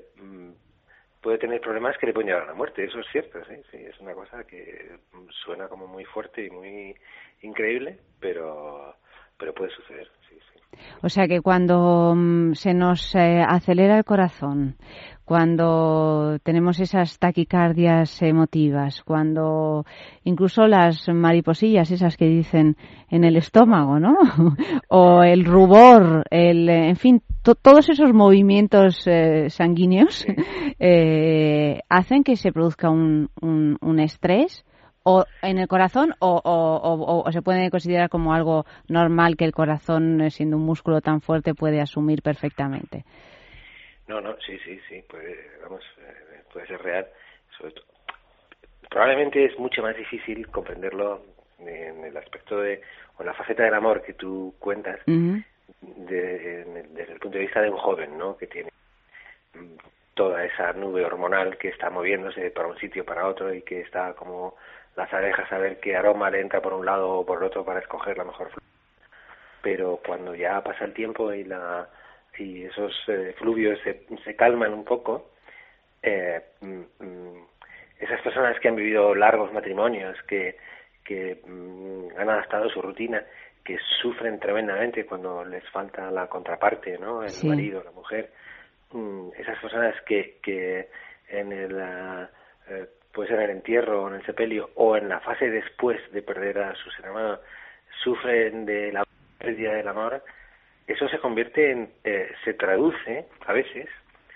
puede tener problemas que le pueden llevar a la muerte, eso es cierto, sí, sí, es una cosa que suena como muy fuerte y muy increíble, pero pero puede suceder, sí, sí. O sea que cuando um, se nos eh, acelera el corazón, cuando tenemos esas taquicardias emotivas, cuando incluso las mariposillas esas que dicen en el estómago, ¿no? O el rubor, el, en fin, to- todos esos movimientos eh, sanguíneos sí. eh, hacen que se produzca un, un, un estrés o en el corazón o, o, o, o se puede considerar como algo normal que el corazón, siendo un músculo tan fuerte, puede asumir perfectamente. No, no, sí, sí, sí, puede, vamos, eh, puede ser real. Sobre todo, probablemente es mucho más difícil comprenderlo en el aspecto de, o en la faceta del amor que tú cuentas, uh-huh. de, en el, desde el punto de vista de un joven, ¿no? Que tiene toda esa nube hormonal que está moviéndose para un sitio para otro y que está como las abejas a ver qué aroma le entra por un lado o por el otro para escoger la mejor flor. Pero cuando ya pasa el tiempo y la y esos eh, fluvios se, se calman un poco, eh, mm, esas personas que han vivido largos matrimonios, que, que mm, han adaptado su rutina, que sufren tremendamente cuando les falta la contraparte, ¿no? El sí. marido, la mujer, mm, esas personas que, que en el uh, eh, puede ser en el entierro o en el sepelio o en la fase después de perder a su ser amado, sufren de la pérdida del amor, eso se convierte en, eh, se traduce a veces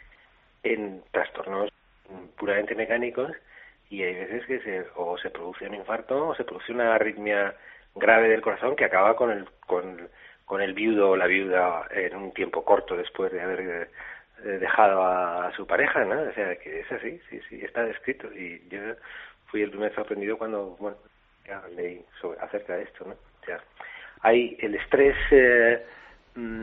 en trastornos puramente mecánicos y hay veces que se, o se produce un infarto o se produce una arritmia grave del corazón que acaba con el, con, con el viudo o la viuda en un tiempo corto después de haber eh, dejado a, a su pareja, ¿no? O sea, que es así, sí, sí, está descrito y yo fui el primer sorprendido cuando, bueno, ya leí sobre, acerca de esto, ¿no? O sea, hay el estrés eh, mm,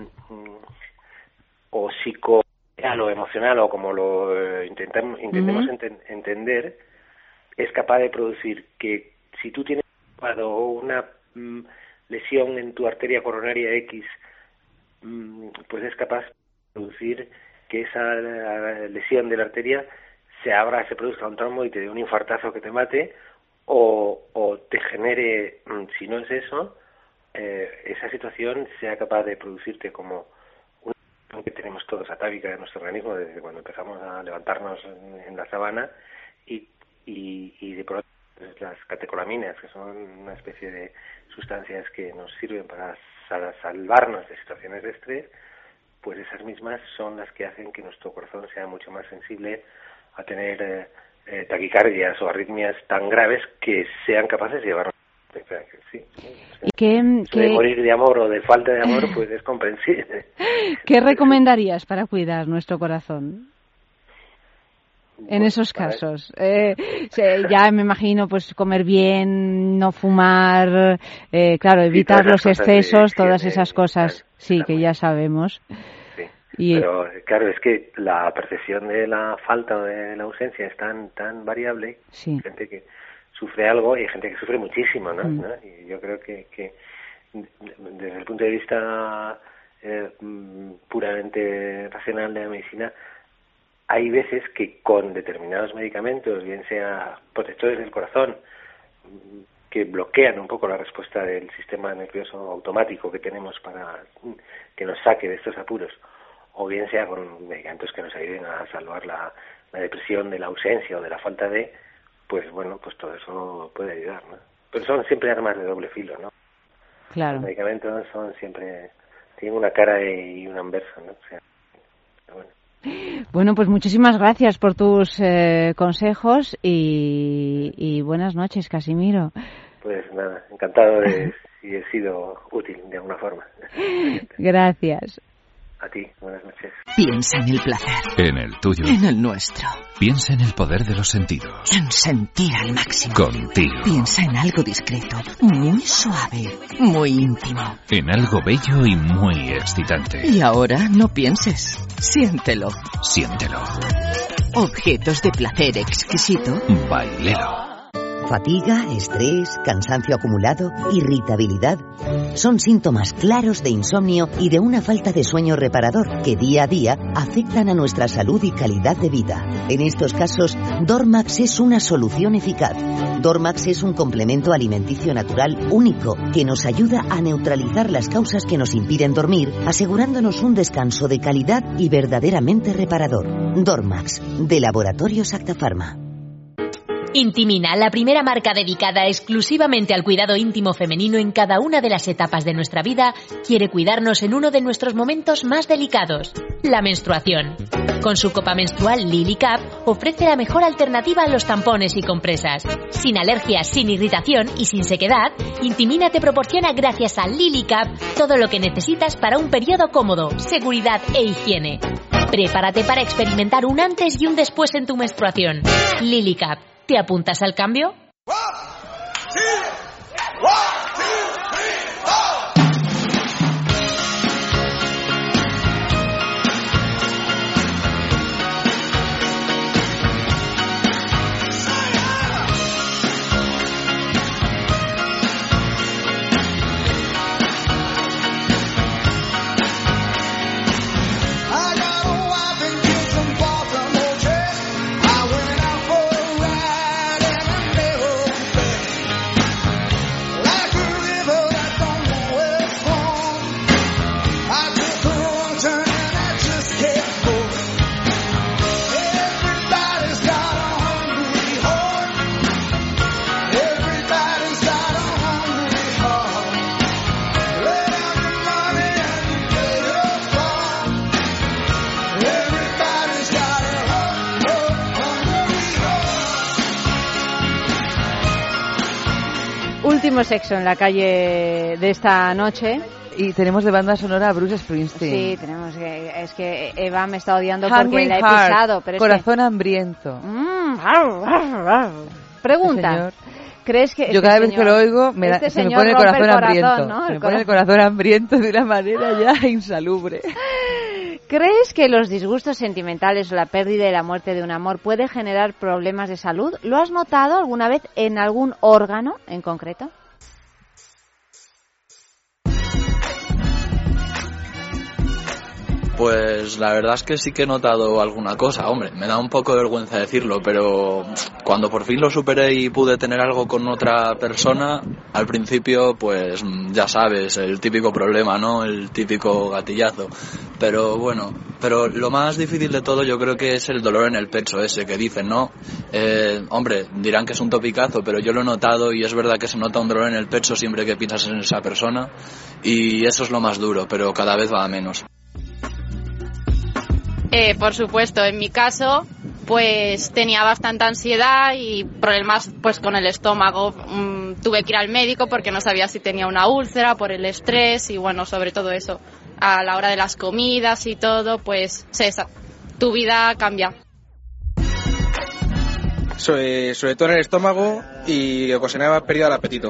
o psicosocial o emocional o como lo eh, intentamos, intentemos uh-huh. enten, entender, es capaz de producir que si tú tienes una mm, lesión en tu arteria coronaria X, mm, pues es capaz de producir que esa lesión de la arteria se abra, se produzca un trombo y te dé un infartazo que te mate o, o te genere, mm, si no es eso, eh, esa situación sea capaz de producirte como una que tenemos todos atávica de nuestro organismo desde cuando empezamos a levantarnos en, en la sabana y, y, y de pronto las catecolaminas, que son una especie de sustancias que nos sirven para salvarnos de situaciones de estrés, pues esas mismas son las que hacen que nuestro corazón sea mucho más sensible a tener eh, eh, taquicardias o arritmias tan graves que sean capaces de llevarnos. Sí, sí. ¿Y qué, qué... de morir de amor o de falta de amor, pues es comprensible. ¿Qué recomendarías para cuidar nuestro corazón? En pues, esos casos, eh, ya me imagino, pues comer bien, no fumar, eh, claro, evitar sí, los excesos, de, todas esas cosas, claro, sí, que ya sabemos. Sí, y, pero claro, es que la percepción de la falta o de la ausencia es tan tan variable. Sí. Hay gente que sufre algo y hay gente que sufre muchísimo, ¿no? Mm. ¿no? Y yo creo que, que desde el punto de vista eh, puramente racional de la medicina, hay veces que con determinados medicamentos, bien sea protectores del corazón, que bloquean un poco la respuesta del sistema nervioso automático que tenemos para que nos saque de estos apuros, o bien sea con medicamentos que nos ayuden a salvar la, la depresión de la ausencia o de la falta de, pues bueno, pues todo eso puede ayudar, ¿no? Pero son siempre armas de doble filo, ¿no? Claro. Los medicamentos son siempre, tienen una cara y un anverso, ¿no? O sea, bueno. Bueno, pues muchísimas gracias por tus eh, consejos y, y buenas noches, Casimiro. Pues nada, encantado de si he sido útil de alguna forma. Gracias. A ti, buenas noches. Piensa en el placer. En el tuyo. En el nuestro. Piensa en el poder de los sentidos. En sentir al máximo. Contigo. Piensa en algo discreto, muy suave, muy íntimo. En algo bello y muy excitante. Y ahora no pienses. Siéntelo. Siéntelo. Objetos de placer exquisito. Bailelo. Fatiga, estrés, cansancio acumulado, irritabilidad. Son síntomas claros de insomnio y de una falta de sueño reparador que día a día afectan a nuestra salud y calidad de vida. En estos casos, Dormax es una solución eficaz. Dormax es un complemento alimenticio natural único que nos ayuda a neutralizar las causas que nos impiden dormir, asegurándonos un descanso de calidad y verdaderamente reparador. Dormax, de Laboratorios Acta Pharma. Intimina, la primera marca dedicada exclusivamente al cuidado íntimo femenino en cada una de las etapas de nuestra vida, quiere cuidarnos en uno de nuestros momentos más delicados, la menstruación. Con su copa menstrual LiliCap ofrece la mejor alternativa a los tampones y compresas. Sin alergias, sin irritación y sin sequedad, Intimina te proporciona gracias a LiliCap todo lo que necesitas para un periodo cómodo, seguridad e higiene. Prepárate para experimentar un antes y un después en tu menstruación. LiliCap. ¿Te apuntas al cambio? Último sexo en la calle de esta noche. Y tenemos de banda sonora a Bruce Springsteen. Sí, tenemos que, es que Eva me está odiando Hungry porque la he Heart, pisado. Pero corazón es que... hambriento. Mm, ar, ar, ar. Pregunta. ¿Crees que yo este cada vez señor, que lo oigo me, da, este se me pone el corazón, el corazón hambriento. ¿no? Se el me cora... pone el corazón hambriento de una manera ya insalubre. ¿Crees que los disgustos sentimentales o la pérdida y la muerte de un amor puede generar problemas de salud? ¿Lo has notado alguna vez en algún órgano en concreto? Pues la verdad es que sí que he notado alguna cosa, hombre, me da un poco de vergüenza decirlo, pero cuando por fin lo superé y pude tener algo con otra persona, al principio pues ya sabes, el típico problema, ¿no? El típico gatillazo, pero bueno, pero lo más difícil de todo yo creo que es el dolor en el pecho ese que dicen, ¿no? Eh, hombre, dirán que es un topicazo, pero yo lo he notado y es verdad que se nota un dolor en el pecho siempre que piensas en esa persona y eso es lo más duro, pero cada vez va a menos. Eh, por supuesto, en mi caso, pues tenía bastante ansiedad y problemas pues con el estómago. Mm, tuve que ir al médico porque no sabía si tenía una úlcera por el estrés y bueno, sobre todo eso. A la hora de las comidas y todo, pues César, tu vida cambia. Sobre, sobre todo en el estómago y ocasionaba pérdida del apetito.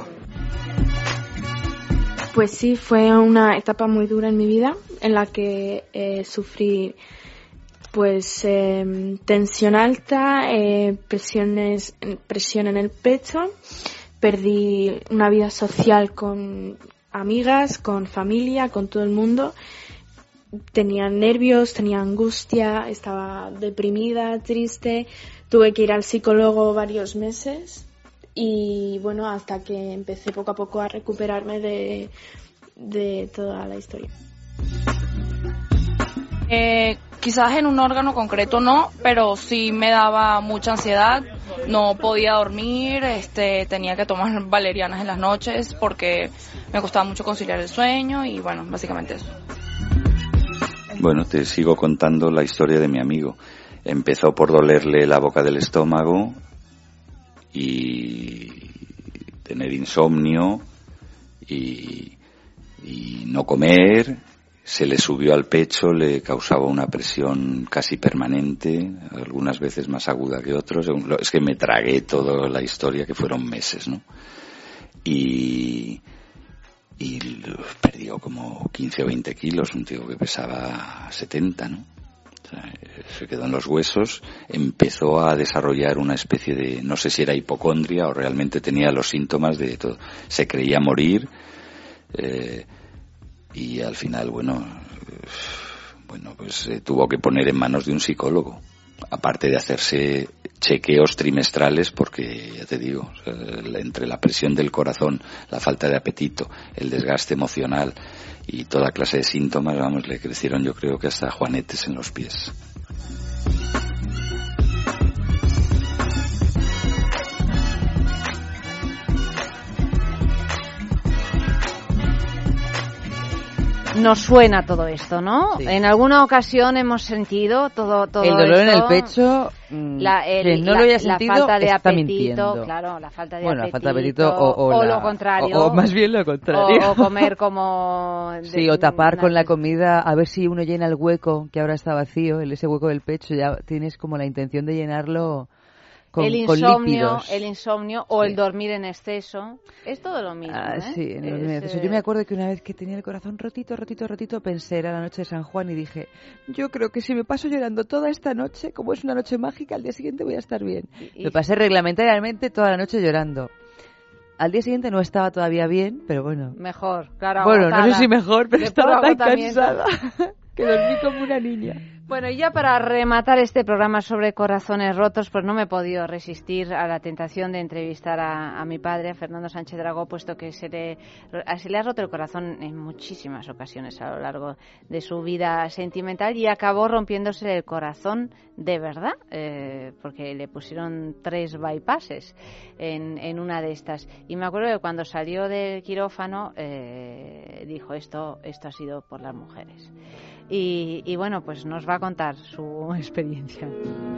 Pues sí, fue una etapa muy dura en mi vida en la que eh, sufrí pues eh, tensión alta, eh, presiones, presión en el pecho, perdí una vida social con amigas, con familia, con todo el mundo, tenía nervios, tenía angustia, estaba deprimida, triste, tuve que ir al psicólogo varios meses y bueno, hasta que empecé poco a poco a recuperarme de, de toda la historia. Eh, quizás en un órgano concreto no, pero sí me daba mucha ansiedad, no podía dormir, este, tenía que tomar valerianas en las noches porque me costaba mucho conciliar el sueño y bueno, básicamente eso. Bueno, te sigo contando la historia de mi amigo. Empezó por dolerle la boca del estómago y tener insomnio y, y no comer. Se le subió al pecho, le causaba una presión casi permanente, algunas veces más aguda que otros. Es que me tragué toda la historia, que fueron meses, ¿no? Y, y perdió como quince o veinte kilos, un tío que pesaba setenta, ¿no? O sea, se quedó en los huesos, empezó a desarrollar una especie de, no sé si era hipocondria o realmente tenía los síntomas de todo. Se creía morir, eh, y al final, bueno, bueno, pues eh, tuvo que poner en manos de un psicólogo, aparte de hacerse chequeos trimestrales, porque ya te digo, o sea, entre la presión del corazón, la falta de apetito, el desgaste emocional y toda clase de síntomas, vamos, le crecieron yo creo que hasta juanetes en los pies. Nos suena todo esto, ¿no? Sí. En alguna ocasión hemos sentido todo, todo el dolor esto, en el pecho. la, el, quien no la, lo haya sentido la falta de está apetito, mintiendo. claro, la falta de bueno, apetito, la falta de apetito o, o, o la, lo contrario, o, o más bien lo contrario, o, o comer como de, sí, o tapar una... con la comida, a ver si uno llena el hueco que ahora está vacío, el ese hueco del pecho, ya tienes como la intención de llenarlo. Con, el insomnio, con lípidos. el insomnio o sí. el dormir en exceso, es todo lo mismo. Ah, ¿eh? sí, en el dormir en es, exceso. Yo me acuerdo que una vez que tenía el corazón rotito, rotito, rotito, pensé, era la noche de San Juan y dije, yo creo que si me paso llorando toda esta noche, como es una noche mágica, al día siguiente voy a estar bien. Y, me pasé reglamentariamente toda la noche llorando. Al día siguiente no estaba todavía bien, pero bueno. Mejor, claro. Bueno, agotada, no sé si mejor, pero estaba tan cansada que dormí como una niña. Bueno, y ya para rematar este programa sobre corazones rotos, pues no me he podido resistir a la tentación de entrevistar a, a mi padre, a Fernando Sánchez Dragó, puesto que se le, se le ha roto el corazón en muchísimas ocasiones a lo largo de su vida sentimental y acabó rompiéndose el corazón de verdad, eh, porque le pusieron tres bypasses en, en una de estas. Y me acuerdo que cuando salió del quirófano eh, dijo, esto, esto ha sido por las mujeres. Y, y bueno, pues nos va a contar su experiencia.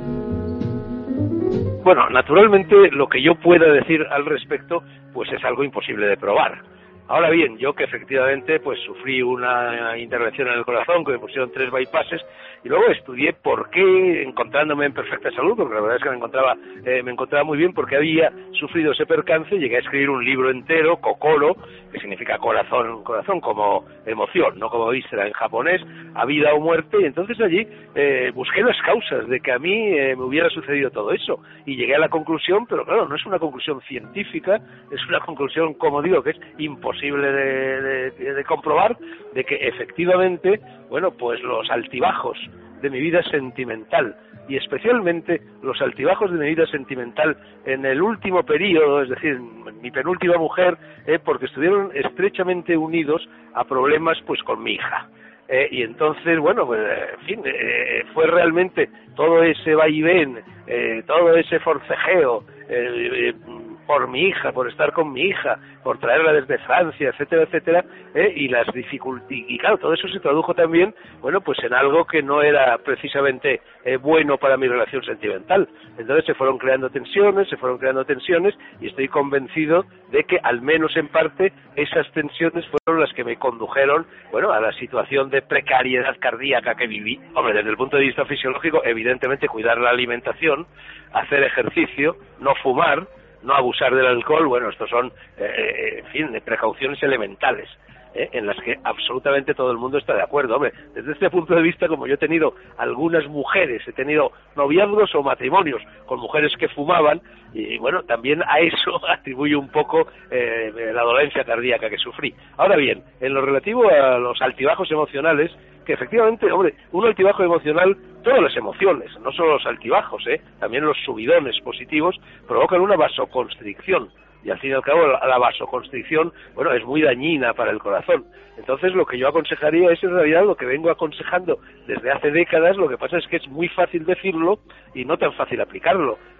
Bueno, naturalmente lo que yo pueda decir al respecto pues es algo imposible de probar. Ahora bien, yo que efectivamente pues sufrí una intervención en el corazón, que me pusieron tres bypasses, y luego estudié por qué, encontrándome en perfecta salud, porque la verdad es que me encontraba eh, me encontraba muy bien, porque había sufrido ese percance. Llegué a escribir un libro entero, Kokoro, que significa corazón, corazón como emoción, no como víscera en japonés, a vida o muerte, y entonces allí eh, busqué las causas de que a mí eh, me hubiera sucedido todo eso, y llegué a la conclusión, pero claro, no es una conclusión científica, es una conclusión, como digo, que es imposible de, de, de comprobar, de que efectivamente, bueno, pues los altibajos de mi vida sentimental, y especialmente los altibajos de mi vida sentimental en el último periodo, es decir, mi penúltima mujer, eh, porque estuvieron estrechamente unidos a problemas pues con mi hija. Eh, y entonces, bueno, pues, en fin, eh, fue realmente todo ese vaivén, eh, todo ese forcejeo, eh, eh, por mi hija, por estar con mi hija, por traerla desde Francia, etcétera, etcétera, ¿eh? y las dificultades, y claro, todo eso se tradujo también, bueno, pues en algo que no era precisamente eh, bueno para mi relación sentimental. Entonces se fueron creando tensiones, se fueron creando tensiones, y estoy convencido de que, al menos en parte, esas tensiones fueron las que me condujeron, bueno, a la situación de precariedad cardíaca que viví. Hombre, desde el punto de vista fisiológico, evidentemente, cuidar la alimentación, hacer ejercicio, no fumar, no abusar del alcohol, bueno, estos son, eh, en fin, precauciones elementales, ¿eh? en las que absolutamente todo el mundo está de acuerdo. Hombre, desde este punto de vista, como yo he tenido algunas mujeres, he tenido noviazgos o matrimonios con mujeres que fumaban, y bueno, también a eso atribuyo un poco eh, la dolencia cardíaca que sufrí. Ahora bien, en lo relativo a los altibajos emocionales, que efectivamente, hombre, un altibajo emocional, todas las emociones, no solo los altibajos, ¿eh? también los subidones positivos, provocan una vasoconstricción. Y al fin y al cabo la, la vasoconstricción, bueno, es muy dañina para el corazón. Entonces lo que yo aconsejaría es en realidad lo que vengo aconsejando desde hace décadas. Lo que pasa es que es muy fácil decirlo y no tan fácil aplicarlo.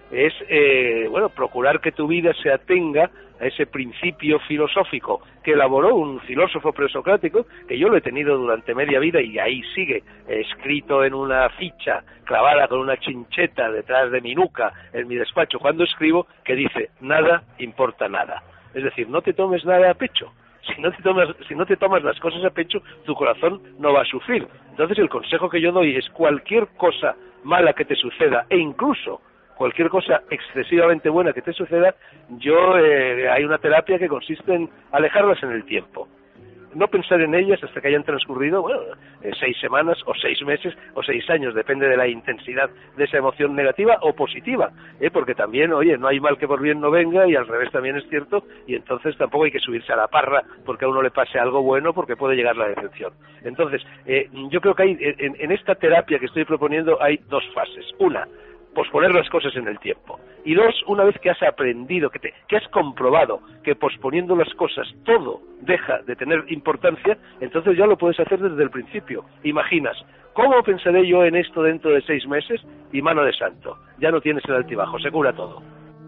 es, eh, bueno, procurar que tu vida se atenga a ese principio filosófico que elaboró un filósofo presocrático, que yo lo he tenido durante media vida y ahí sigue, escrito en una ficha, clavada con una chincheta detrás de mi nuca, en mi despacho, cuando escribo, que dice, nada importa nada. Es decir, no te tomes nada a pecho. Si no te tomas, si no te tomas las cosas a pecho, tu corazón no va a sufrir. Entonces el consejo que yo doy es cualquier cosa mala que te suceda, e incluso cualquier cosa excesivamente buena que te suceda, yo eh, hay una terapia que consiste en alejarlas en el tiempo. No pensar en ellas hasta que hayan transcurrido, bueno, eh, seis semanas o seis meses o seis años, depende de la intensidad de esa emoción negativa o positiva, ¿eh? Porque también, oye, no hay mal que por bien no venga, y al revés también es cierto, y entonces tampoco hay que subirse a la parra porque a uno le pase algo bueno, porque puede llegar la decepción. Entonces, eh, yo creo que hay, en, en esta terapia que estoy proponiendo hay dos fases. Una, posponer las cosas en el tiempo. Y dos, una vez que has aprendido, que, te, que has comprobado que posponiendo las cosas todo deja de tener importancia, entonces ya lo puedes hacer desde el principio. Imaginas, ¿cómo pensaré yo en esto dentro de seis meses? Y mano de santo, ya no tienes el altibajo, se cura todo.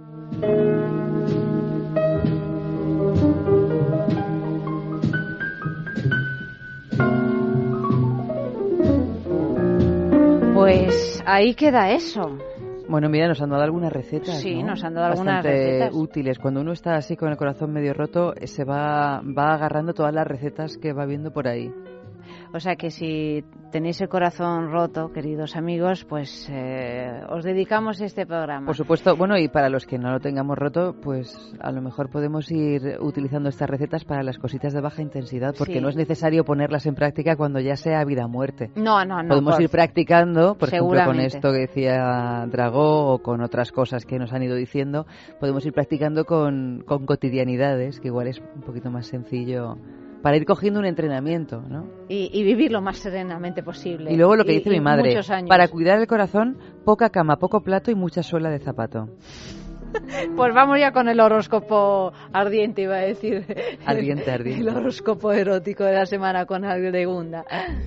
Pues ahí queda eso. Bueno, mira, nos han dado algunas recetas, Sí, ¿no? nos han dado algunas Bastante recetas útiles. Cuando uno está así con el corazón medio roto, se va, va agarrando todas las recetas que va viendo por ahí. O sea que si tenéis el corazón roto, queridos amigos, pues eh, os dedicamos este programa. Por supuesto, bueno, y para los que no lo tengamos roto, pues a lo mejor podemos ir utilizando estas recetas para las cositas de baja intensidad, porque Sí. no es necesario ponerlas en práctica cuando ya sea vida o muerte. No, no, no. Podemos por- ir practicando, por ejemplo, con Seguramente. esto que decía Dragó o con otras cosas que nos han ido diciendo, podemos ir practicando con, con cotidianidades, que igual es un poquito más sencillo para ir cogiendo un entrenamiento, ¿no? Y, y vivir lo más serenamente posible. Y luego lo que dice Y- mi y madre, muchos años. para cuidar el corazón, poca cama, poco plato y mucha suela de zapato. Pues vamos ya con el horóscopo ardiente, iba a decir. Ardiente, ardiente. El horóscopo erótico de la semana con Aldegunda.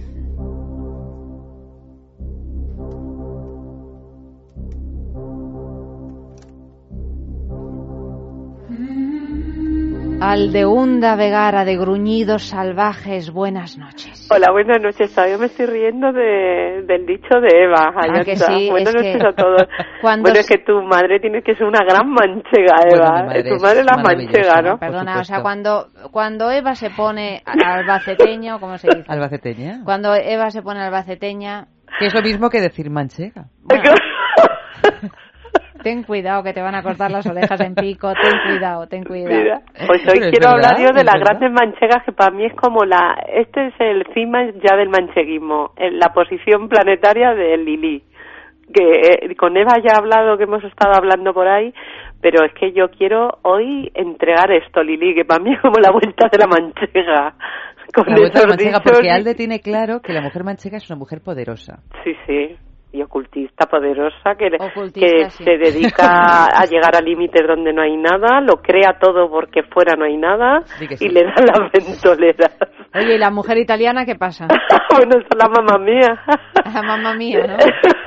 Aldeunda Vegara de Gruñidos Salvajes, buenas noches. Hola, buenas noches. Todavía me estoy riendo de, del dicho de Eva. Allá Ah, que está. sí, Buenas es noches que a todos. cuando Bueno, s- es que tu madre tiene que ser una gran manchega, Bueno, Eva. mi madre tu es madre es la maravillosa, manchega, ¿no? Perdona, o sea, cuando, cuando Eva se pone albaceteño, ¿cómo se dice? ¿Albaceteña? Cuando Eva se pone albaceteña... Que es lo mismo que decir manchega. Ten cuidado que te van a cortar las orejas en pico, ten cuidado, ten cuidado. Mira, pues hoy Pero es quiero verdad, hablar yo de es las verdad. grandes manchegas, que para mí es como la... Este es el cima ya del mancheguismo, en la posición planetaria de Lili. Que eh, con Eva ya he hablado, que hemos estado hablando por ahí, pero es que yo quiero hoy entregar esto, Lili, que para mí es como la vuelta de la manchega. Con La vuelta de la esos manchega, dichos porque y- Alde tiene claro que la mujer manchega es una mujer poderosa. Sí, sí, y ocultista poderosa que, Ocultista, que sí. se dedica a llegar a límites donde no hay nada, lo crea todo porque fuera no hay nada Di que sí. y le da las ventoleras. Oye, ¿y la mujer italiana qué pasa? Bueno, esa es la mamá mía. La mamá mía, ¿no?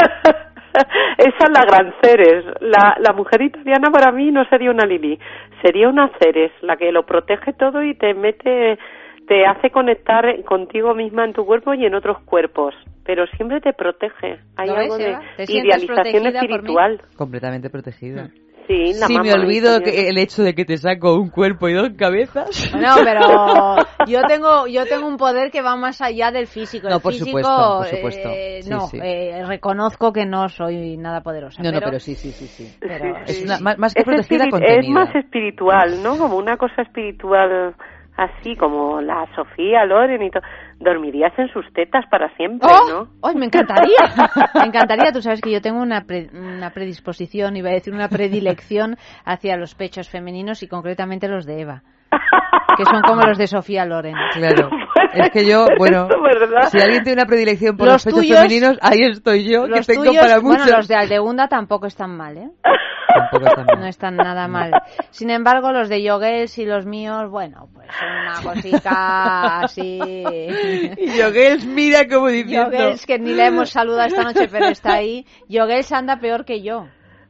Esa es la gran Ceres. La, la mujer italiana para mí no sería una Lili, sería una Ceres, la que lo protege todo y te mete, te hace conectar contigo misma en tu cuerpo y en otros cuerpos, pero siempre te protege. Hay ¿Lo algo ves, de Eva? ¿Te sientes idealización protegida por mí? espiritual. Completamente protegida. Sí, la Si mamá me olvido italiana. que el hecho de que te saco un cuerpo y dos cabezas. No, pero yo tengo yo tengo un poder que va más allá del físico. El No, por físico, supuesto, por supuesto. eh, Sí, no, sí. eh, reconozco que no soy nada poderosa. No, no, pero, pero sí, sí, sí, sí. pero- Es una, más, más que Es protegida, espiri- contenida. Es más espiritual, ¿no? Como una cosa espiritual así, como la Sofía Loren y todo. Dormirías en sus tetas para siempre, ¡Oh! ¿no? ¡Ay, me encantaría! Me encantaría. Tú sabes que yo tengo una, pre- una predisposición, iba a decir una predilección hacia los pechos femeninos y concretamente los de Eva, que son como los de Sofía Loren. Claro. Es que yo, bueno, si alguien tiene una predilección por los, Los pechos tuyos- femeninos, ahí estoy yo, que Los tengo tuyos, para mucho. bueno, los de Aldegunda tampoco están mal, ¿eh? Tampoco están mal. No están nada mal. Sin embargo, los de Yoguels y los míos, bueno, pues son una cosita así. Y Yoguels mira como diciendo... Yoguels, que ni le hemos saludado esta noche, pero está ahí. Yoguels anda peor que yo.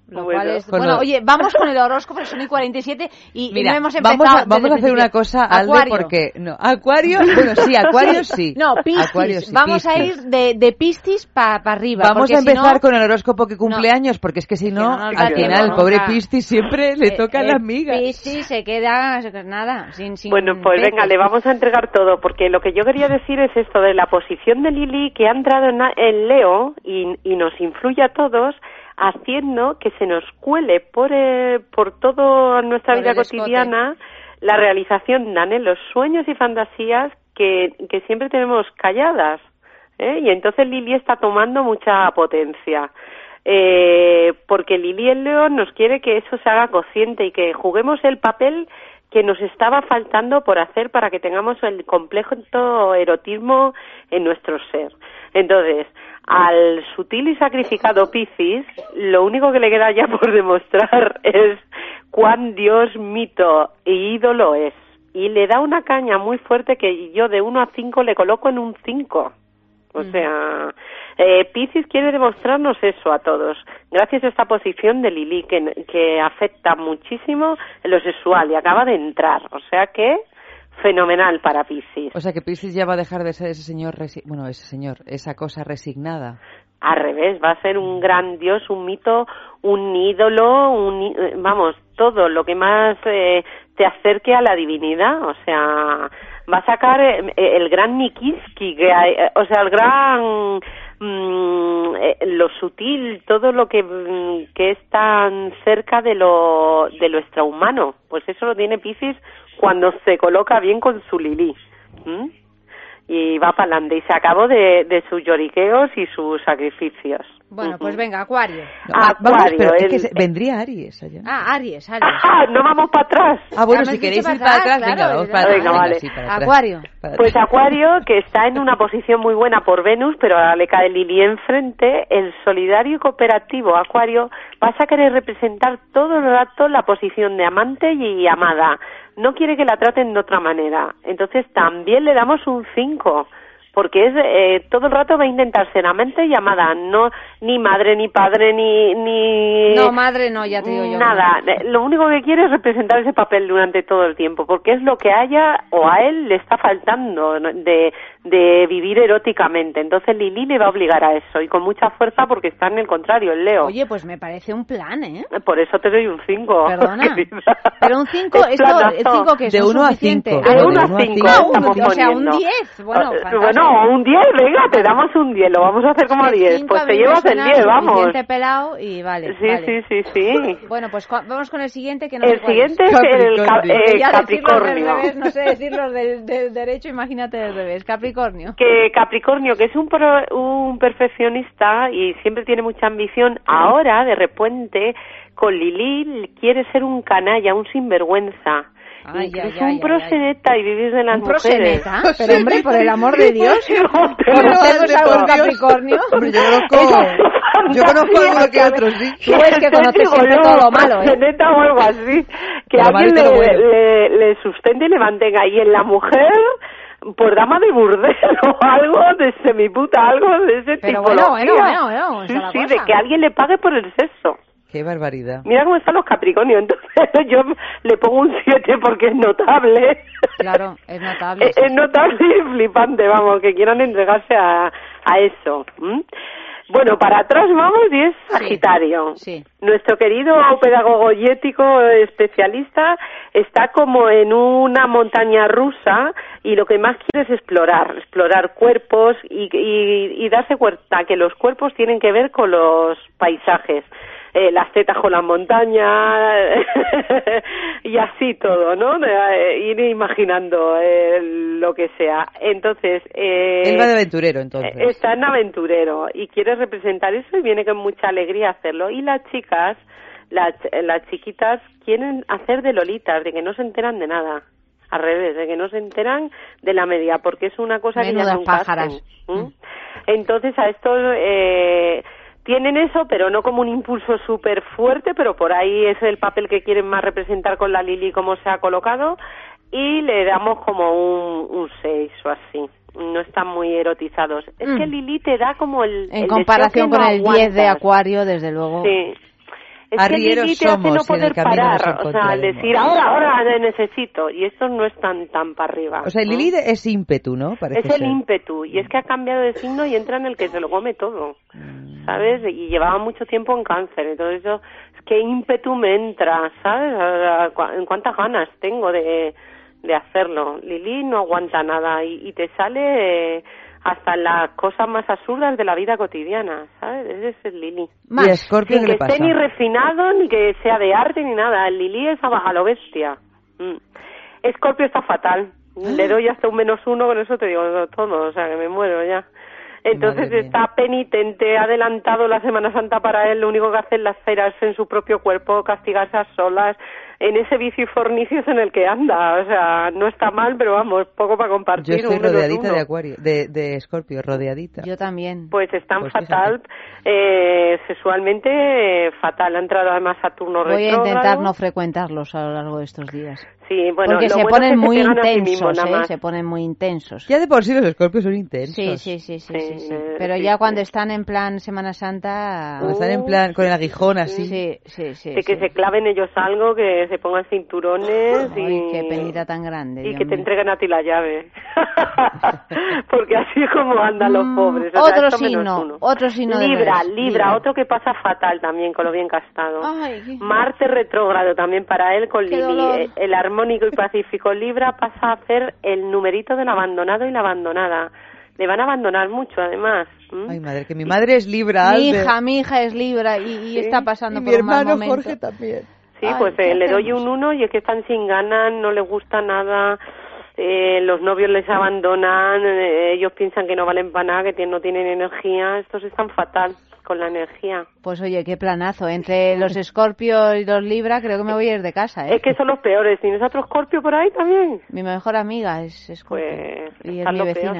Lo Bueno. cual es... Con Bueno, lo- oye, vamos con el horóscopo, son y cuarenta y siete y, y Mira, no hemos empezado vamos a, desde vamos el a hacer principio. una cosa, Alde, Acuario. porque... No, Acuario, bueno, sí, Acuario sí. No, Piscis. Acuario sí, Vamos Piscis. a ir de, de Piscis para pa arriba. Vamos porque a empezar si no, con el horóscopo que cumple años, porque es que si no, no nos da al tiempo final, el pobre nunca. Piscis siempre le eh, toca eh, las migas. Piscis se queda nada, sin, sin Bueno, pues peces. venga, le vamos a entregar todo, porque lo que yo quería decir es esto de la posición de Lili que ha entrado en, en Leo y, y nos influye a todos, haciendo que se nos cuele por, eh, por toda nuestra Por vida el escote. cotidiana la realización de anhelos, sueños y fantasías que, que siempre tenemos calladas, ¿eh? Y entonces Lili está tomando mucha potencia. Eh, porque Lili el León nos quiere que eso se haga consciente y que juguemos el papel que nos estaba faltando por hacer para que tengamos el complejo erotismo en nuestro ser. Entonces, al sutil y sacrificado Piscis, lo único que le queda ya por demostrar es cuán Dios, mito e ídolo es. Y le da una caña muy fuerte que yo de uno a cinco le coloco en un cinco. O sea, eh, Piscis quiere demostrarnos eso a todos, gracias a esta posición de Lili que, que afecta muchísimo en lo sexual y acaba de entrar. O sea que, fenomenal para Piscis. O sea que Piscis ya va a dejar de ser ese señor, resi- bueno, ese señor, esa cosa resignada. Al revés, va a ser un gran dios, un mito, un ídolo, un, í- eh, vamos, todo lo que más eh, te acerque a la divinidad. O sea, va a sacar eh, el gran Nikiski, que hay, eh, o sea, el gran, mm, eh, lo sutil, todo lo que, mm, que es tan cerca de lo, de lo extrahumano. Pues eso lo tiene Piscis cuando se coloca bien con su Lili. ¿Mm? Y va para adelante y se acabó de, de sus lloriqueos y sus sacrificios. Bueno, pues venga, Acuario. No, ah, vamos, Acuario, pero es el- que se- vendría Aries allá. Ah, Aries, Aries. ¡Ah! No vamos para atrás. Ah, bueno, Ya me si has queréis dicho ir para atrás, claro, venga, vamos es para verdad. atrás. Venga, vale. sí, para atrás. Acuario. Para atrás. Pues Acuario, que está en una posición muy buena por Venus, pero ahora le cae Lili enfrente, el solidario y cooperativo Acuario vas a querer representar todo el rato la posición de amante y amada. No quiere que la traten de otra manera. Entonces también le damos un cinco. Porque es eh, todo el rato va a intentar ser amante y amada, no ni madre, ni padre, ni... ni No, madre no, ya te digo yo. nada. Eh, Lo único que quiere es representar ese papel durante todo el tiempo, porque es lo que a ella o a él le está faltando, ¿no? de, de vivir eróticamente. Entonces Lili le va a obligar a eso, y con mucha fuerza porque está en el contrario, el Leo. Oye, pues me parece un plan, ¿eh? Por eso te doy un cinco. Perdona. querida. Pero un cinco, Es esto, el planazo. cinco que es De no uno a suficiente. cinco. De Ah, uno de a uno a cinco cinco. Ah, estamos un- o sea, un poniendo. diez. Bueno, Eh, fantástico. bueno, un diez, venga, te damos un diez, lo vamos a hacer como diez. Cinco Pues a te mí me llevas el suena diez, vamos. suficiente pelado y vale. Sí, vale. sí, sí, sí. Bueno, pues cu- vamos con el siguiente que no sé El cuál siguiente es. es el ca- Capricornio. eh, Ya decirlos del Capricornio. revés, no sé decirlos del, del derecho, imagínate del revés. Capricornio. Que Capricornio, que es un, pro- un perfeccionista y siempre tiene mucha ambición, ahora, de repente, con Lili quiere ser un canalla, un sinvergüenza. Ay, Incluso ay, ay, un proseneta y vivir de las ¿Un mujeres. proseneta? Pero hombre, por el amor de Dios. No, te ¿Conocemos lo algún juro. Capricornio? Hombre, yo conozco, yo conozco alguno que otro, sí. Tú es que conoces siempre todo lo malo, ¿eh? Proseneta o algo así. Que Lo malo y alguien todo le, bueno. le, le sustente y le mantenga. Y en la mujer, por dama de burdel o algo de semiputa, algo de ese Pero tipo. bueno, bueno, bueno, bueno, Sí, está la sí, cosa. de que alguien le pague por el sexo. Qué barbaridad. Mira cómo están los Capricornios. Entonces yo le pongo un siete porque es notable. Claro, es notable. Es, es notable y flipante, vamos, que quieran entregarse a, a eso. ¿m? Bueno, para atrás vamos y es Sagitario. Sí. Nuestro querido pedagogo y ético especialista está como en una montaña rusa y lo que más quiere es explorar, explorar cuerpos y, y, y darse cuenta que los cuerpos tienen que ver con los paisajes. Eh, las tetas con las montañas y así todo, ¿no? Eh, ir imaginando eh, lo que sea. Entonces, eh, Él va de aventurero, entonces. está en aventurero y quiere representar eso y viene con mucha alegría a hacerlo. Y las chicas, las, las chiquitas, quieren hacer de lolitas, de que no se enteran de nada. Al revés, de que no se enteran de la media, porque es una cosa Menudas que ya son pájaras. ¿Mm? Entonces, a esto... Eh, tienen eso, pero no como un impulso súper fuerte, pero por ahí es el papel que quieren más representar con la Lili, como se ha colocado, y le damos como un, un seis o así. No están muy erotizados. Es Mm. que Lili te da como el... En el comparación deseo que con no el diez de aguantas. Acuario, desde luego. Sí. Es Arrieros que Lili te hace no somos y en el poder camino nos parar, o sea, al encontraremos. decir, ahora, ahora necesito, y estos no están tan para arriba. O sea, ¿no? Lili es ímpetu, ¿no? Parece Es el ser. ímpetu, y es que ha cambiado de signo y entra en el que se lo come todo, ¿sabes? Y llevaba mucho tiempo en cáncer, entonces yo, es que ímpetu me entra, ¿sabes? A- a- En cuántas ganas tengo de, de hacerlo. Lili no aguanta nada y, y te sale... eh, hasta las cosas más absurdas de la vida cotidiana, ¿sabes? Ese es el Lili. ¿Y a Escorpio Sin qué que le esté pasa? ni refinado, ni que sea de arte, ni nada. El Lili es a, a lo bestia. Mm. Escorpio está fatal. Le doy hasta un menos uno, con eso te digo todo, o sea, que me muero ya. Entonces Madre mía. está penitente, ha adelantado la Semana Santa para él, lo único que hace es lacerarse en su propio cuerpo, castigarse a solas, en ese vicio y fornicios en el que anda, o sea, no está mal, pero vamos, poco para compartir. Yo estoy un menos rodeadita uno. de Acuario, de, de Escorpio, rodeadita. Yo también. Pues están Pues fatal, eh, sexualmente eh, fatal, ha entrado además Saturno Voy a retrógrado. intentar no frecuentarlos a lo largo de estos días. Sí, bueno, Porque lo se bueno ponen es que muy se pegan a sí intensos, mismo, nada ¿eh? más. Se ponen muy intensos. Ya de por sí los Escorpios son intensos. Sí, sí, sí, sí, sí, sí. eh, Pero sí, ya sí. cuando están en plan Semana Santa... Cuando están en plan con el aguijón así. Sí, sí, sí. De que sí. se claven ellos algo, que se pongan cinturones Ay, y... qué penita tan grande. Y Dios que te mío. entreguen a ti la llave. Porque así es como andan los pobres. O sea, Otro esto menos signo, uno. otro signo de Libra, mes. Libra, Libra. otro que pasa fatal también con lo bien castado. Ay, qué- Marte retrógrado también para él con Qué Lili. dolor. Eh, El armónico y pacífico Libra pasa a hacer el numerito del abandonado y la abandonada. Le van a abandonar mucho además. ¿m? Ay, madre, que mi madre es Libra. Mi Alde. hija, mi hija es Libra y, y Sí. está pasando Y por mi un mal hermano momento. Jorge también. Sí, Ay, pues ¿qué eh, le doy hacemos? un uno y es que están sin ganas, no les gusta nada, eh, los novios les abandonan, eh, ellos piensan que no valen para nada, que tienen- no tienen energía, estos están fatal con la energía. Pues oye, qué planazo. Entre los Escorpios y los Libra creo que me voy a ir de casa, ¿eh? Es que son los peores, ¿tienes otro Escorpio por ahí también? Mi mejor amiga es Escorpio Pues y es están mi los vecina.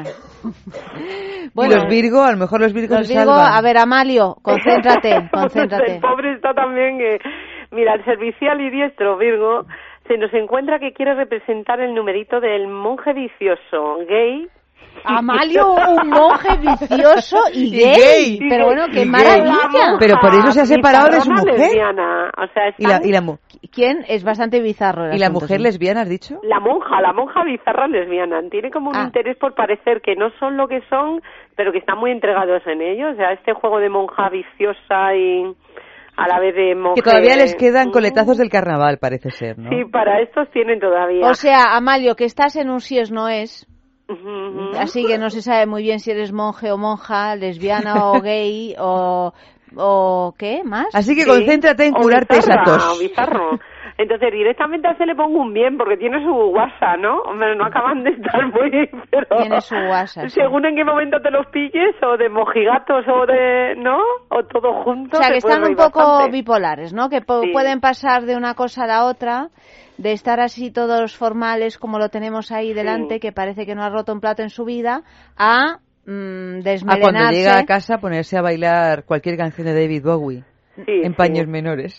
Y los Virgo, a lo mejor los Virgos Los se Virgo, salvan. a ver, Amalio, concéntrate, Pues concéntrate. el pobre está también, que, mira, el servicial y diestro Virgo se nos encuentra que quiere representar el numerito del monje vicioso gay. Amalio, un monje vicioso y Y gay. gay. Pero bueno, qué Y maravilla. gay. Pero por eso se ha separado de su bizarrona mujer. lesbiana, o sea, ¿Y la, están- y la, mu- ¿Quién? Es bastante bizarro el y la asunto, mujer sí. lesbiana, has dicho? La monja, la monja bizarra lesbiana, tiene como un Ah. interés por parecer que no son lo que son, pero que están muy entregados en ello. O sea, este juego de monja viciosa y a la vez de monje... Que todavía les quedan Mm. coletazos del carnaval, parece ser, ¿no? Sí, para estos tienen todavía. O sea, Amalio, que estás en un sí es no es. Ujú, ujú. Así que no se sabe muy bien si eres monje o monja, lesbiana o gay o... ¿O qué más? Así que Sí. concéntrate en O curarte esa bizarra, tos. o bizarro. Entonces directamente a ese le pongo un bien porque tiene su WhatsApp, ¿no? Hombre, no acaban de estar muy... Pero Tiene su WhatsApp, sí. según en qué momento te los pilles, o de mojigatos o de... ¿no? O todo junto. O sea, te que puedes están un reír poco bastante. bipolares, ¿no? Que po- Sí. pueden pasar de una cosa a la otra, de estar así todos formales como lo tenemos ahí delante, que parece que no ha roto un plato en su vida, a mm, A desmelenarse. cuando llega a casa ponerse a bailar cualquier canción de David Bowie. Sí, en sí. paños menores.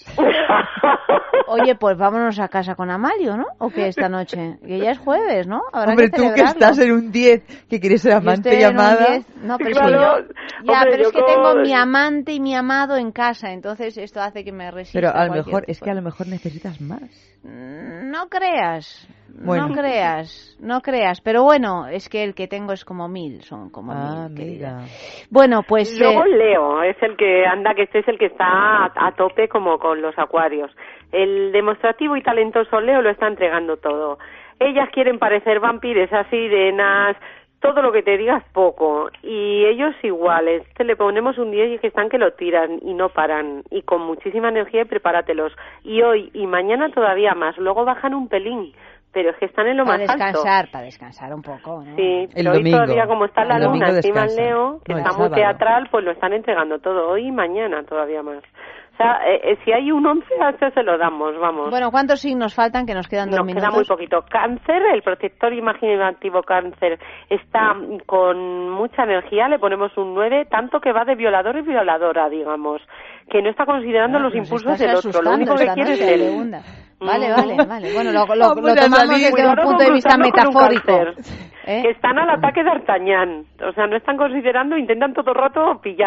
Oye, pues vámonos a casa con Amalio, ¿no? ¿O qué esta noche? Que ya es jueves, ¿no? Habrá Hombre, que tú que celebrarlo. estás en un diez, que quieres ser Yo amante estoy y en un amada. diez. No, pero es Claro. que yo... Ya, Hombre, pero yo es que como- tengo mi amante y mi amado en casa, entonces esto hace que me resista. Pero a lo cualquier mejor, es tipo que a de- lo mejor necesitas más. Mm, No creas, Bueno. no creas, no creas. Pero bueno, es que el que tengo es como mil, son como Ah, mil. querida. amiga. Bueno, pues... Luego eh, Leo es el que anda, que este es el que está a, a tope como con los acuarios. El demostrativo y talentoso Leo lo está entregando todo. Ellas quieren parecer vampiras, sirenas, todo lo que te digas poco. Y ellos iguales. Te le ponemos un diez y es que están que lo tiran y no paran. Y con muchísima energía y prepáratelos. Y hoy y mañana todavía más. Luego bajan un pelín. Pero es que están en lo para más alto. descansar, para descansar un poco, ¿no? Sí, El pero hoy domingo. todavía como está la El domingo luna encima en descansa. Leo, que No, el está muy sábado. teatral, pues lo están entregando todo, hoy y mañana todavía más. O sea, eh, eh, si hay un once, a este se lo damos, vamos. Bueno, ¿cuántos signos faltan? Que nos quedan dos Nos minutos. queda muy poquito. Cáncer, el protector imaginativo Cáncer está con mucha energía, le ponemos un nueve, tanto que va de violador y violadora, digamos, que no está considerando Ah, los nos impulsos estás del otro, lo único asustando que esta quiere es noche, él. Legunda. Vale, Mm. vale, vale. Bueno, lo, lo, Vamos lo a tomamos salir. desde un Cuidado punto con de vista cruzarnos con un metafórico. cáncer, ¿eh? que están al ataque de D'Artagnan, o sea, no están considerando, intentan todo el rato pillar.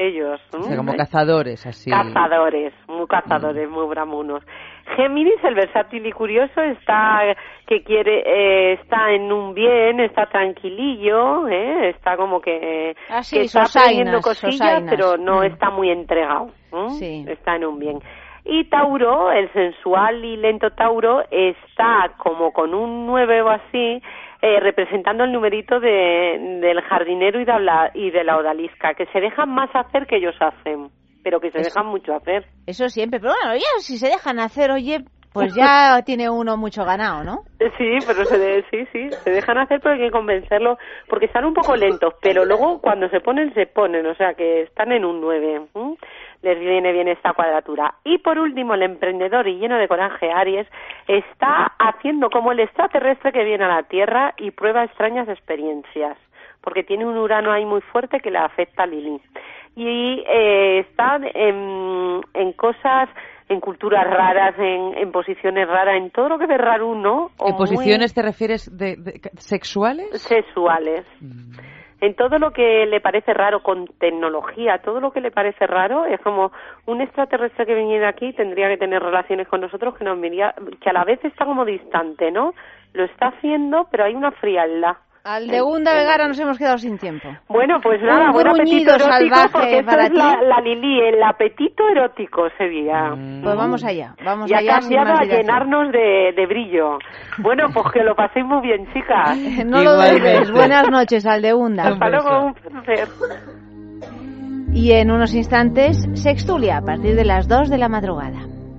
ellos. O sea, como cazadores, así. Cazadores, muy cazadores, muy bramunos. Géminis, el versátil y curioso, está que quiere, eh, está en un bien, está tranquilillo, eh, está como que, ah, sí, que está sosainas, aprendiendo cosillas, sosainas. pero no mm. está muy entregado. ¿eh? Sí. Está en un bien. Y Tauro, el sensual y lento Tauro, está como con un nueve o así, eh, representando el numerito de, del jardinero y de, la, y de la odalisca, que se dejan más hacer que ellos hacen, pero que se Eso. dejan mucho hacer. Eso siempre, pero bueno, ya si se dejan hacer, oye, pues ya tiene uno mucho ganado, ¿no? Sí, pero se de, sí, sí, se dejan hacer, pero hay que convencerlo, porque están un poco lentos, pero luego cuando se ponen, se ponen, o sea que están en un nueve. ¿eh? Les viene bien esta cuadratura. Y por último, el emprendedor y lleno de coraje Aries está haciendo como el extraterrestre que viene a la Tierra y prueba extrañas experiencias, porque tiene un Urano ahí muy fuerte que le afecta a Lili. Y eh, está en, en cosas, en culturas raras, en, en posiciones raras, en todo lo que ve raro uno. ¿En posiciones te refieres de, de sexuales? Sexuales. Mm. En todo lo que le parece raro con tecnología, todo lo que le parece raro es como un extraterrestre que viniera aquí tendría que tener relaciones con nosotros que nos miraría, que a la vez está como distante, ¿no? Lo está haciendo, pero hay una frialdad. Al de Gunda Vegara nos hemos quedado sin tiempo. Bueno, pues nada, un buen apetito erótico, porque eso para es ti. La, la Lili, el apetito erótico sería. Mm. Pues vamos allá, vamos y allá. ha cambiado a llenarnos de, de brillo. Bueno, pues que lo paséis muy bien, chicas. No lo dudes. Buenas noches, Aldegunda. Hasta luego, un placer. Y en unos instantes, Sextulia, a partir de las dos de la madrugada.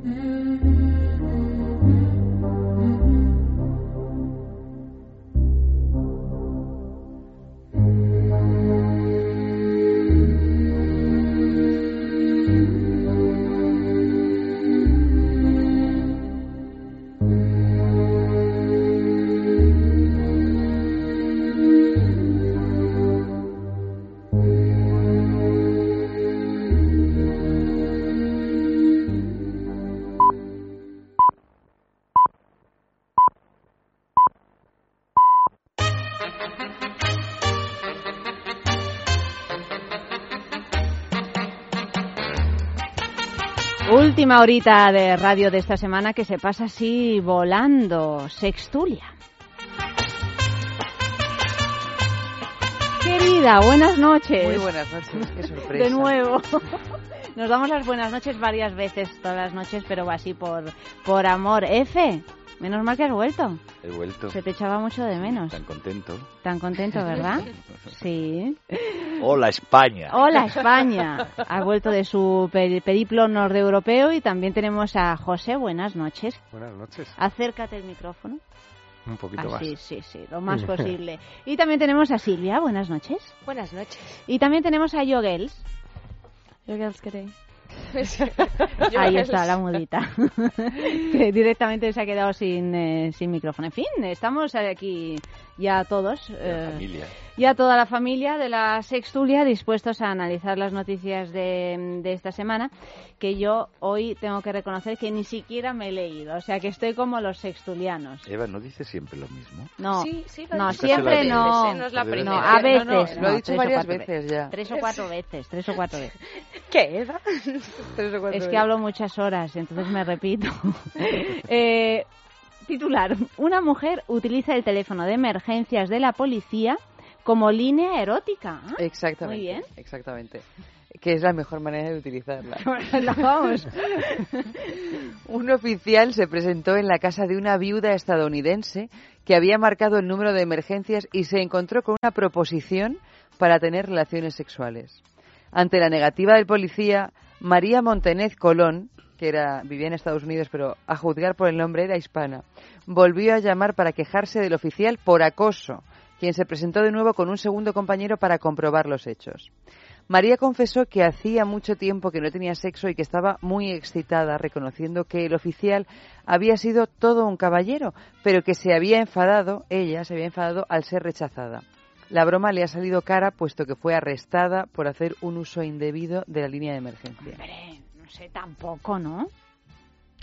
Última horita de radio de esta semana que se pasa así volando. Sextulia. Querida, buenas noches. Muy buenas noches, qué sorpresa. De nuevo. Nos damos las buenas noches varias veces, todas las noches, pero así por, por amor. Efe, menos mal que has vuelto. He vuelto. Se te echaba mucho de menos. Tan contento. Tan contento, ¿verdad? Sí. Hola, España. Hola, España. Ha vuelto de su periplo noreuropeo y también tenemos a José. Buenas noches. Buenas noches. Acércate el micrófono. Un poquito más. Sí, sí, sí, lo más posible. Y también tenemos a Silvia. Buenas noches. Buenas noches. Y también tenemos a Yogels. Yogels, ¿qué Ahí está, la mudita. Que directamente se ha quedado sin, eh, sin micrófono. En fin, estamos aquí ya todos. Eh, familia. Ya toda la familia de la Sextulia dispuestos a analizar las noticias de, de esta semana, que yo hoy tengo que reconocer que ni siquiera me he leído, o sea que estoy como los sextulianos. Eva, ¿no dice siempre lo mismo? No, sí, sí, no dice. siempre no. No es la primera. No, a veces. No, no, lo no, he dicho varias veces, veces ya. Tres o cuatro veces, tres o cuatro veces. ¿Qué, Eva? Tres o cuatro es veces. que hablo muchas horas, entonces me repito. eh, titular. Una mujer utiliza el teléfono de emergencias de la policía como línea erótica. ¿Ah? Exactamente. Muy bien. Exactamente. Que es la mejor manera de utilizarla. No, vamos. Un oficial se presentó en la casa de una viuda estadounidense que había marcado el número de emergencias y se encontró con una proposición para tener relaciones sexuales. Ante la negativa del policía, María Montenez Colón, que era, vivía en Estados Unidos, pero a juzgar por el nombre era hispana, volvió a llamar para quejarse del oficial por acoso, quien se presentó de nuevo con un segundo compañero para comprobar los hechos. María confesó que hacía mucho tiempo que no tenía sexo y que estaba muy excitada, reconociendo que el oficial había sido todo un caballero, pero que se había enfadado, ella se había enfadado al ser rechazada. La broma le ha salido cara, puesto que fue arrestada por hacer un uso indebido de la línea de emergencia. Hombre, no sé, tampoco, ¿no?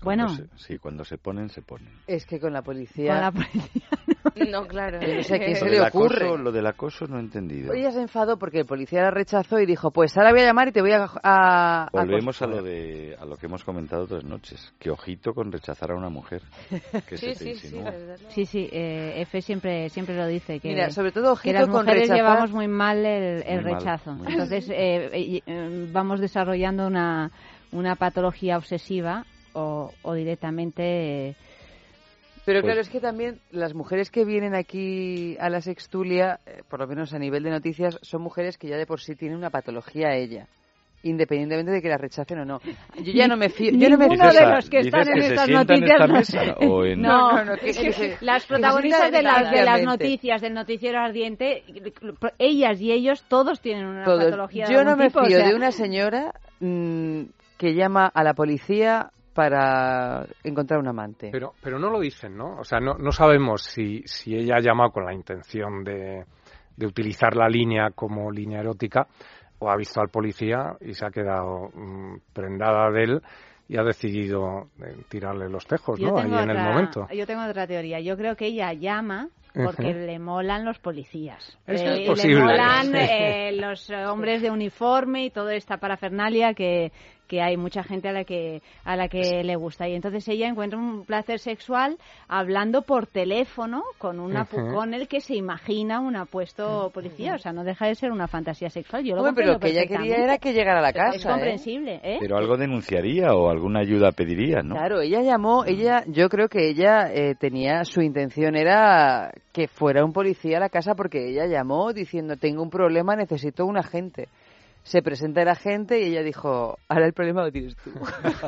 Bueno. Se, sí, cuando se ponen, se ponen. Es que con la policía... Con la policía no, claro. No sé qué lo se del le ocurre. Acoso, lo del acoso no he entendido. Ella se enfadó porque el policía la rechazó y dijo, pues ahora voy a llamar y te voy a... a Volvemos a, a lo de a lo que hemos comentado otras noches. Que ojito con rechazar a una mujer. Que sí, se te sí, insinúa. sí, Sí, sí, eh, Efe siempre siempre lo dice, que, Mira, sobre todo, que las con mujeres rechazar... llevamos muy mal el, el Muy mal, rechazo. muy mal. Entonces eh, eh, vamos desarrollando una, una patología obsesiva o, o directamente... Eh, Pero Pues- claro, es que también las mujeres que vienen aquí a la Sextulia, eh, por lo menos a nivel de noticias, son mujeres que ya de por sí tienen una patología ella, independientemente de que la rechacen o no. Yo ya no me fío... Yo no me Ninguno fío de los que están en ¿Dices que se estas sientan en noticias esta no- mesa o en- No, No, no, que- es que que se- las que se protagonistas sientan de, las de las rápidamente. noticias del noticiero ardiente, ellas y ellos todos tienen una Todos. patología de Yo algún no me tipo, o fío sea, de una señora mm, que llama a la policía para encontrar un amante. Pero, pero no lo dicen, ¿no? O sea, no, no sabemos si, si ella ha llamado con la intención de, de utilizar la línea como línea erótica o ha visto al policía y se ha quedado mm, prendada de él y ha decidido eh, tirarle los tejos, yo ¿no? Ahí tengo en el otra- momento. Yo tengo otra teoría. Yo creo que ella llama porque Ujú. le molan los policías. Eso Eh, es y posible. Le molan eh, los hombres de uniforme y toda esta parafernalia que, que hay mucha gente a la que a la que le gusta. Y entonces ella encuentra un placer sexual hablando por teléfono con una Ujú. con el que se imagina un apuesto policía. O sea, no deja de ser una fantasía sexual. Yo lo Hombre, pero lo comprendo que ella quería perfectamente. era que llegara a la casa. Es ¿eh? comprensible, ¿eh? Pero algo denunciaría o alguna ayuda pediría, ¿no? Claro, ella llamó, ella, yo creo que ella eh, tenía, su intención era que fuera un policía a la casa porque ella llamó diciendo, tengo un problema, necesito un agente. Se presenta el agente y ella dijo, ahora el problema lo tienes tú.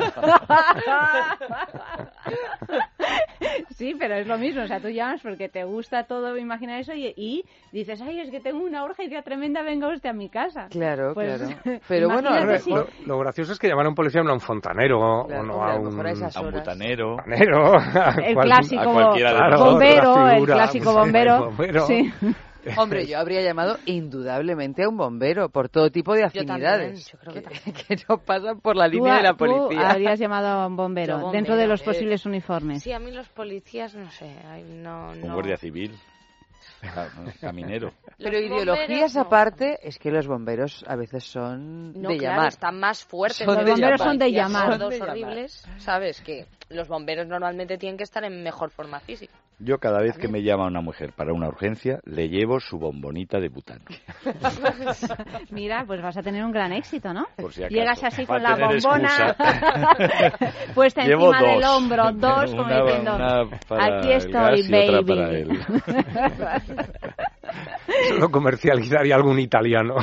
Sí, pero es lo mismo, o sea, tú llamas porque te gusta todo imaginar eso y, y dices, ay, es que tengo una urgencia tremenda, venga usted a mi casa. Claro, Pues, claro. Pero bueno, imagínate a si- Lo, lo gracioso es que llamar a un policía no a un fontanero Claro, o no hombre, a a lo un, mejor a esas A un horas. butanero. fontanero, a El cual- clásico a cualquiera de claro, bombero, otra el figura, clásico pues, bombero. el bombero. Sí. Hombre, yo habría llamado indudablemente a un bombero por todo tipo de Yo también, afinidades yo creo que también. que no pasan por la Tú, línea de la tú policía. habrías llamado a un bombero, Yo, dentro de bombero, los eh. posibles uniformes. Sí, a mí los policías, no sé, ay, no, Un no. guardia civil. Ca- Caminero. Pero Los ideologías bomberos, no. aparte, es que los bomberos a veces son No, de claro, llamar. están más fuertes. Son Los de bomberos llamar. son de Ya, llamar. son Dos de llamar. horribles, ¿sabes? Que los bomberos normalmente tienen que estar en mejor forma física. Yo cada vez que me llama una mujer para una urgencia, le llevo su bombonita de butano. Mira, pues vas a tener un gran éxito, ¿no? Por si acaso. Llegas así Para con la tener bombona excusa. puesta Llevo encima del dos. hombro, dos, como Una- diciendo, una para aquí el estoy, gas y otra baby. para él. Eso lo comercializaría algún italiano.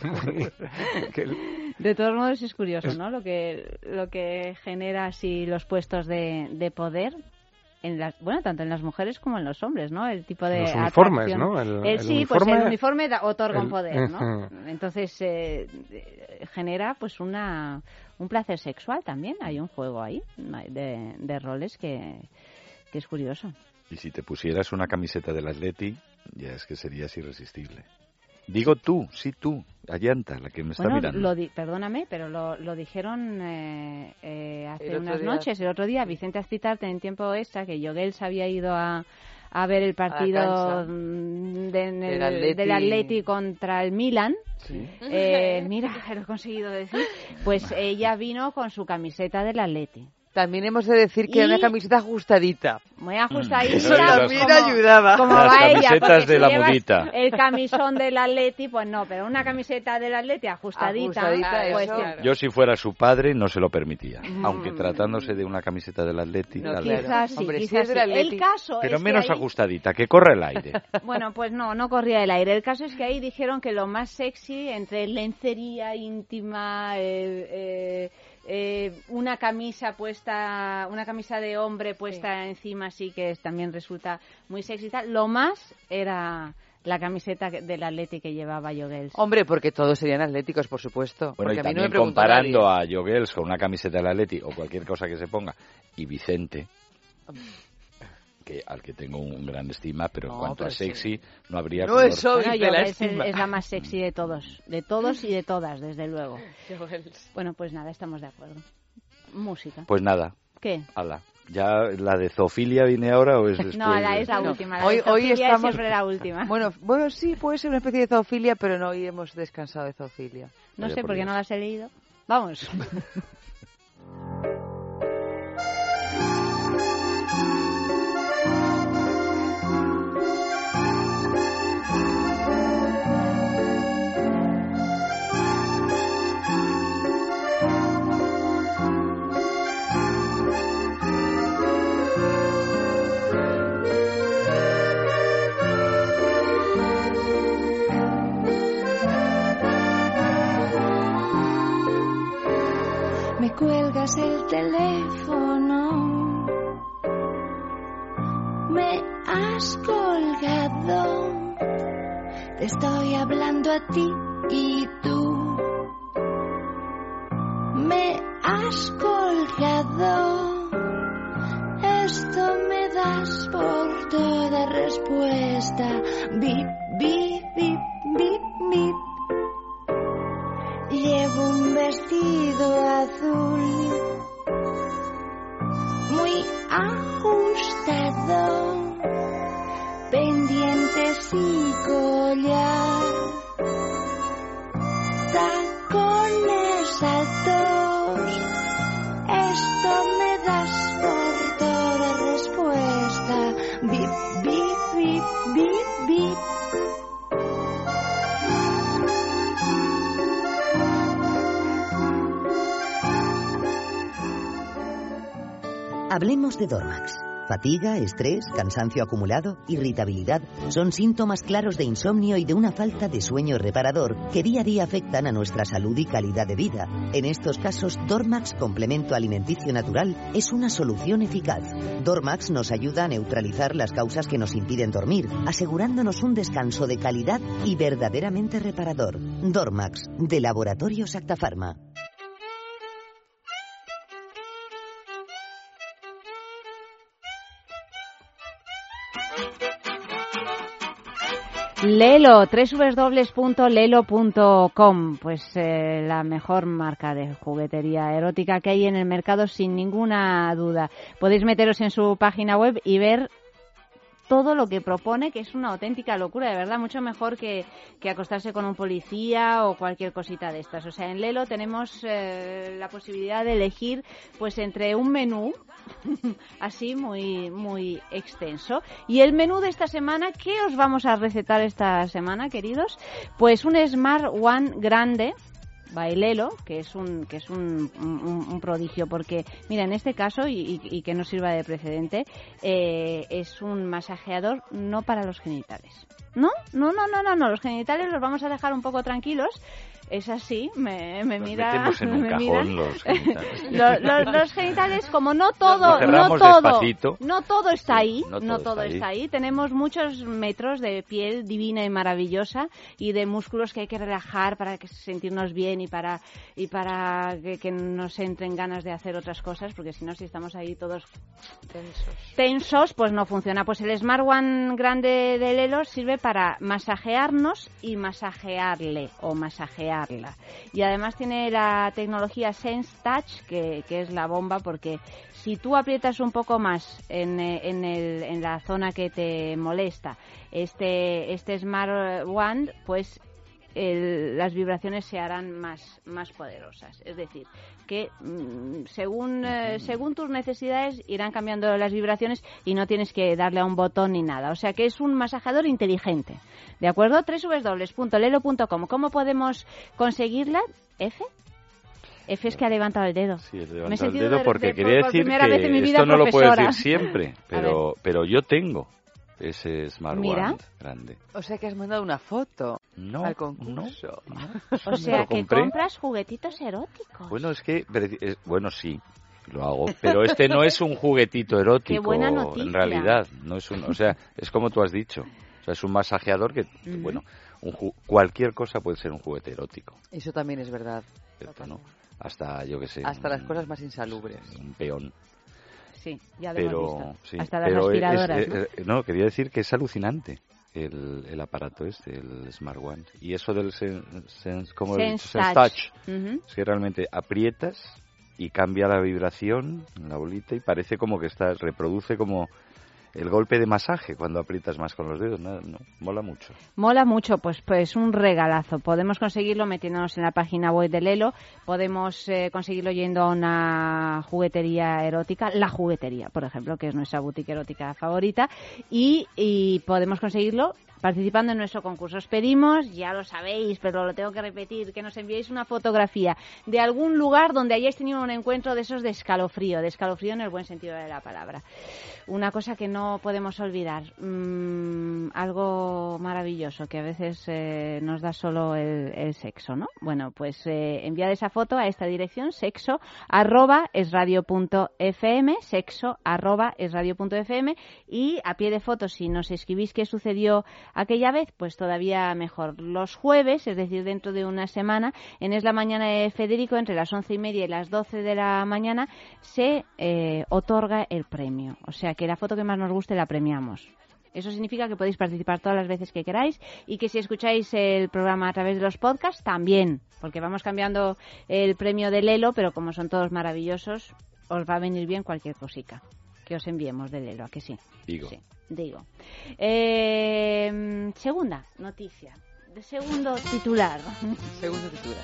Que- De todos modos es curioso, ¿no? Lo que lo que genera así los puestos de, de poder en las, bueno, tanto en las mujeres como en los hombres, ¿no? El tipo de Los uniformes, atracción. ¿no? El- el sí, uniforme- pues el uniforme da- otorga un el- poder, ¿no? Ujú. Entonces eh, eh, genera pues una un placer sexual también. Hay un juego ahí de, de roles que, que es curioso. Y si te pusieras una camiseta del Atleti, ya es que serías irresistible. Digo tú, sí tú, Ayanta, la que me está Bueno, mirando. lo di- perdóname, pero lo, lo dijeron eh, eh, hace El otro unas día. noches, el otro día, Vicente Azpitarte en tiempo extra, que Joguel se había ido a, a ver el partido cancha. mm, de- en el- Del Atleti. del Atleti contra el Milan. Sí. Eh, mira, lo he conseguido decir. Pues ella vino con su camiseta del Atleti. También hemos de decir que Y- era una camiseta ajustadita. Muy ajustadita. Eso también como- ayudaba. como Las va ella, camisetas porque de si la llevas mudita. El camisón del Atleti, pues no, pero una camiseta del Atleti ajustadita, Ajustadita, pues eso. tiene- Yo si fuera su padre no se lo permitía, Mm. aunque tratándose de una camiseta del Atleti. No, tal claro. vez. Quizás sí, Hombre, si quizás es del sí. Atleti. El caso Pero es menos que ahí- ajustadita, que corre el aire. Bueno, pues no, no corría el aire. El caso es que ahí dijeron que lo más sexy, entre lencería íntima, eh, eh, eh, una camisa puesta, una camisa de hombre puesta encima, sí que es, también resulta muy sexy. y tal. Lo más era la camiseta que- del Atleti que llevaba Joguels. Hombre, porque todos serían atléticos, por supuesto. Bueno, porque y a mí no también me preguntó comparando nadie. a Joguels con una camiseta del Atleti o cualquier cosa que se ponga, y Vicente, que al que tengo un gran estima, pero en No, cuanto a pero sí. sexy no habría No color. es obvio. Bueno, de la Joguels es, estima. es la más sexy de todos, de todos y de todas, desde luego. Joguels. Bueno, pues nada, estamos de acuerdo. Música. Pues nada, ¿Qué? Ala. ¿Ya la de zoofilia viene ahora o es después? No, la de... es la última. La hoy, de zoofilia hoy estamos... es siempre la última. Bueno, bueno, sí, puede ser una especie de zoofilia, pero no, hoy hemos descansado de zoofilia. No Vaya sé, por porque Dios. No las he leído. Vamos. Me cuelgas el teléfono, me has colgado, te estoy hablando a ti y tú me has colgado, esto me das por toda respuesta, bip, bip, bip, bip, bip. Llevo un vestido azul muy ajustado, pendientes y collar, tacones altos, esto me das por toda respuesta, bip, bip, bip, bip, bip. Hablemos de Dormax. Fatiga, estrés, cansancio acumulado, irritabilidad son síntomas claros de insomnio y de una falta de sueño reparador que día a día afectan a nuestra salud y calidad de vida. En estos casos, Dormax Complemento Alimenticio Natural es una solución eficaz. Dormax nos ayuda a neutralizar las causas que nos impiden dormir, asegurándonos un descanso de calidad y verdaderamente reparador. Dormax, de Laboratorios Acta Pharma. Lelo, doble u doble u doble u punto lelo punto com, pues eh, la mejor marca de juguetería erótica que hay en el mercado sin ninguna duda. Podéis meteros en su página web y ver todo lo que propone, que es una auténtica locura, de verdad, mucho mejor que, que acostarse con un policía o cualquier cosita de estas. O sea, en Lelo tenemos eh, la posibilidad de elegir pues entre un menú así muy muy extenso. Y el menú de esta semana, ¿qué os vamos a recetar esta semana, queridos? Pues un Smart One grande, Bailelo, que es un que es un, un, un prodigio, porque mira, en este caso, y, y, y que no sirva de precedente, eh, es un masajeador no para los genitales. ¿No? No, no, no, no, no, los genitales los vamos a dejar un poco tranquilos. Es así, me, me mira, en un me cajón miran. Los genitales. los, los, los genitales, como no todo, no todo, despacito. no todo está ahí, no todo, no todo está, está ahí. ahí. Tenemos muchos metros de piel divina y maravillosa y de músculos que hay que relajar para que sentirnos bien y para y para que, que nos entren ganas de hacer otras cosas, porque si no, si estamos ahí todos tensos, tensos, pues no funciona. Pues el Smart One grande de Lelo sirve para masajearnos y masajearle o masajear. Y además tiene la tecnología Sense Touch, que, que es la bomba, porque si tú aprietas un poco más en, en, el, en la zona que te molesta este, este Smart One, pues el, las vibraciones se harán más, más poderosas. Es decir, que mmm, según, eh, según tus necesidades irán cambiando las vibraciones y no tienes que darle a un botón ni nada. O sea que es un masajeador inteligente. ¿De acuerdo? doble u doble u doble u punto lelo punto com. ¿Cómo podemos conseguirla? ¿F? F es que ha levantado el dedo. Sí, he levantado el dedo de, porque de, quería por decir que esto no lo puedo decir siempre, pero, pero yo tengo ese Smart Mira. One grande. O sea que has mandado una foto no, al concurso. No, no. O sea que compras juguetitos eróticos. Bueno, es que, bueno, sí, lo hago, pero este no es un juguetito erótico. Qué buena noticia. En realidad, no es un, o sea, es como tú has dicho. O sea, es un masajeador que, uh-huh. bueno, un ju- cualquier cosa puede ser un juguete erótico. Eso también es verdad. ¿Cierto, no? Hasta, yo qué sé. Hasta un, las cosas más insalubres. Un peón. Sí, ya lo pero, hemos visto. Sí, hasta las pero aspiradoras, es, ¿no? Eh, no, quería decir que es alucinante el, el aparato este, el Smart One. Y eso del sen, sen, como Sense Sense Touch, touch uh-huh. es que realmente aprietas y cambia la vibración en la bolita y parece como que está, reproduce como el golpe de masaje cuando aprietas más con los dedos, no, no, mola mucho. Mola mucho, pues pues un regalazo. Podemos conseguirlo metiéndonos en la página web de Lelo, podemos eh, conseguirlo yendo a una juguetería erótica, La Juguetería, por ejemplo, que es nuestra boutique erótica favorita, y, y podemos conseguirlo participando en nuestro concurso. Os pedimos, ya lo sabéis, pero lo tengo que repetir, que nos enviéis una fotografía de algún lugar donde hayáis tenido un encuentro de esos de escalofrío, de escalofrío en el buen sentido de la palabra. Una cosa que no podemos olvidar, mmm, algo maravilloso que a veces eh, nos da solo el, el sexo, ¿no? Bueno, pues eh, enviad esa foto a esta dirección, sexo arroba esradio punto fm, sexo arroba esradio punto fm, y a pie de foto, si nos escribís qué sucedió aquella vez, pues todavía mejor. Los jueves, es decir, dentro de una semana, en Es la Mañana de Federico, entre las once y media y las doce de la mañana, se eh, otorga el premio. O sea, que la foto que más nos guste la premiamos. Eso significa que podéis participar todas las veces que queráis y que si escucháis el programa a través de los podcasts, también, porque vamos cambiando el premio de Lelo, pero como son todos maravillosos, os va a venir bien cualquier cosica que os enviemos de Lelo, ¿a que sí? Digo. Sí, digo. Eh, segunda noticia, de segundo titular. Segundo titular.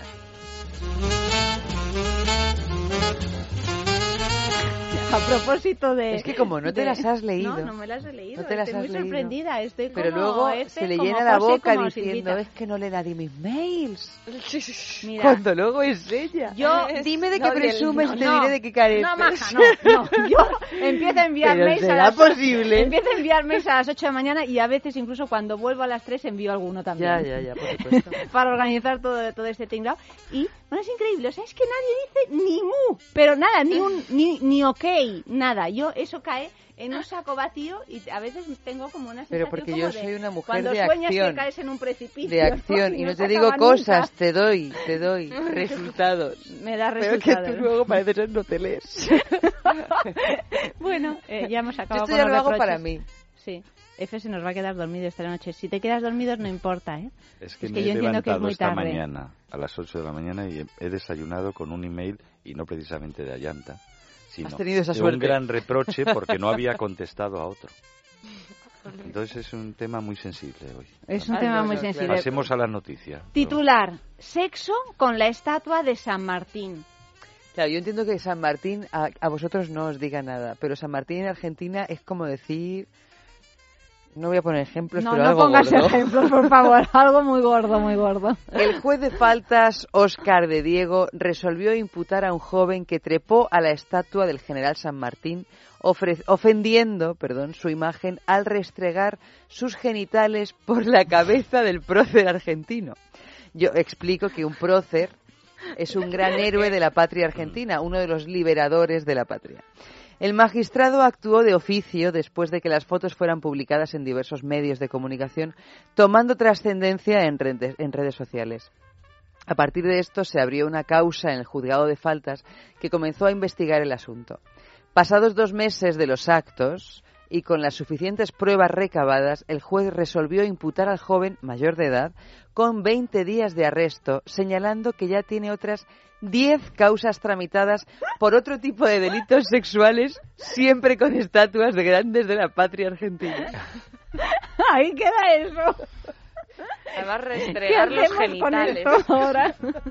A propósito de... Es que como no te de, las has leído... No, no me las he leído. No te las estoy has muy sorprendida. leído. Estoy Pero como luego este, se le como llena la José, boca como diciendo, Silvita. es que no le nadie mis mails. Mira, Cuando luego es ella. Yo, Dime de no, qué presumes, no, te no, diré de qué careces. No, maja, no, no. Yo empiezo a enviar Pero mails a ¿será las posible? Empiezo a enviar mails a las ocho de la mañana y a veces incluso cuando vuelvo a las tres envío alguno también. Ya, ya, ya, por supuesto. Para organizar todo, todo este tinglado. Y, bueno, es increíble. O sea, es que nadie dice ni mu, pero nada, ni un, ni, ni ok, nada. Yo, eso cae en un saco vacío y a veces tengo como una sensación Pero porque como yo de soy una mujer cuando de sueñas acción. que caes en un precipicio. De acción. ¿no? Y no se te digo acaba cosas, nunca. te doy, te doy resultados. Me da Pero resultados. que tú luego parece ser no te lees. Bueno, eh, ya hemos acabado Esto con ya los lo hago reproches. para mí. Sí. F se nos va a quedar dormido esta noche. Si te quedas dormido no importa, ¿eh? Es que es me que yo he entiendo que es levantado muy esta tarde. mañana a las ocho de la mañana y he, he desayunado con un email, y no precisamente de Ayanta, sino Has tenido esa de suerte. un gran reproche porque no había contestado a otro. Entonces es un tema muy sensible hoy. Es un tema muy sensible. Pasemos a la noticia. Titular: sexo con la estatua de San Martín. Claro, yo entiendo que San Martín a, a vosotros no os diga nada, pero San Martín en Argentina es como decir... No voy a poner ejemplos, No, pero no algo pongas gordo. ejemplos, por favor. Algo muy gordo, muy gordo. El juez de faltas, Óscar de Diego, resolvió imputar a un joven que trepó a la estatua del general San Martín, ofre- ofendiendo perdón, su imagen al restregar sus genitales por la cabeza del prócer argentino. Yo explico que un prócer es un gran héroe de la patria argentina, uno de los liberadores de la patria. El magistrado actuó de oficio después de que las fotos fueran publicadas en diversos medios de comunicación, tomando trascendencia en redes, en redes sociales. A partir de esto se abrió una causa en el juzgado de faltas que comenzó a investigar el asunto. Pasados dos meses de los actos y con las suficientes pruebas recabadas, el juez resolvió imputar al joven mayor de edad con veinte días de arresto, señalando que ya tiene otras diez causas tramitadas por otro tipo de delitos sexuales, siempre con estatuas de grandes de la patria argentina. Ahí queda eso. Además, restregar los genitales. Con esto ahora?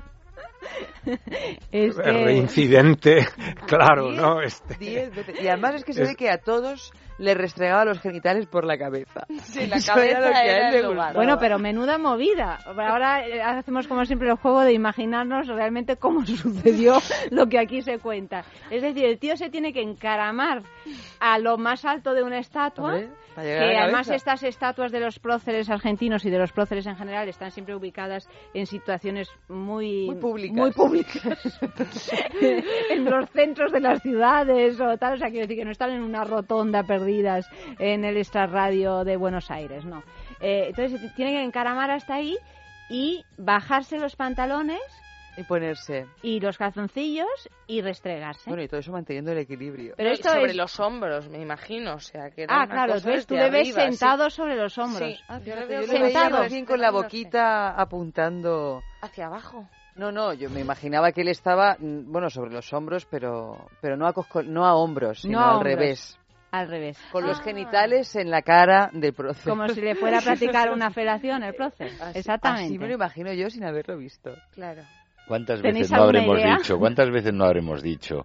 Este... Reincidente, claro, diez, ¿no? Este... diez veces. Y además es que se Es- ve que a todos le restregaba los genitales por la cabeza. Sí, la Eso cabeza era lo que a él era le el lugar. gustaba. Bueno, pero menuda movida. Ahora eh, hacemos como siempre el juego de imaginarnos realmente cómo sucedió lo que aquí se cuenta. Es decir, el tío se tiene que encaramar a lo más alto de una estatua, Hombre, para llegar que a la además cabeza. estas estatuas de los próceres argentinos y de los próceres en general están siempre ubicadas en situaciones muy, Muy públicas. muy públicas. En los centros de las ciudades o tal, o sea, quiero decir que no están en una rotonda perdidas en el extrarradio de Buenos Aires, no. Eh, entonces se tiene que encaramar hasta ahí y bajarse los pantalones Y ponerse. y los calzoncillos y restregarse. Bueno, y todo eso manteniendo el equilibrio. Pero esto sobre es- los hombros, me imagino, o sea, que era Ah, una claro, cosa entonces tú desde le ves arriba, sentado sí. sobre los hombros. Sí, Ah, yo fíjate, le veo yo como le veía sentado. más bien con la boquita apuntando hacia abajo. No, no, yo me imaginaba que él estaba, bueno, sobre los hombros, pero pero no a, cosco, no a hombros, sino no a al hombros. revés. Al revés. Con ah. los genitales en la cara del prócer. Como si le fuera a practicar una felación el prócer. Así, Exactamente. Así me lo imagino yo sin haberlo visto. Claro. ¿Cuántas veces no habremos idea? dicho? ¿Cuántas veces no habremos dicho?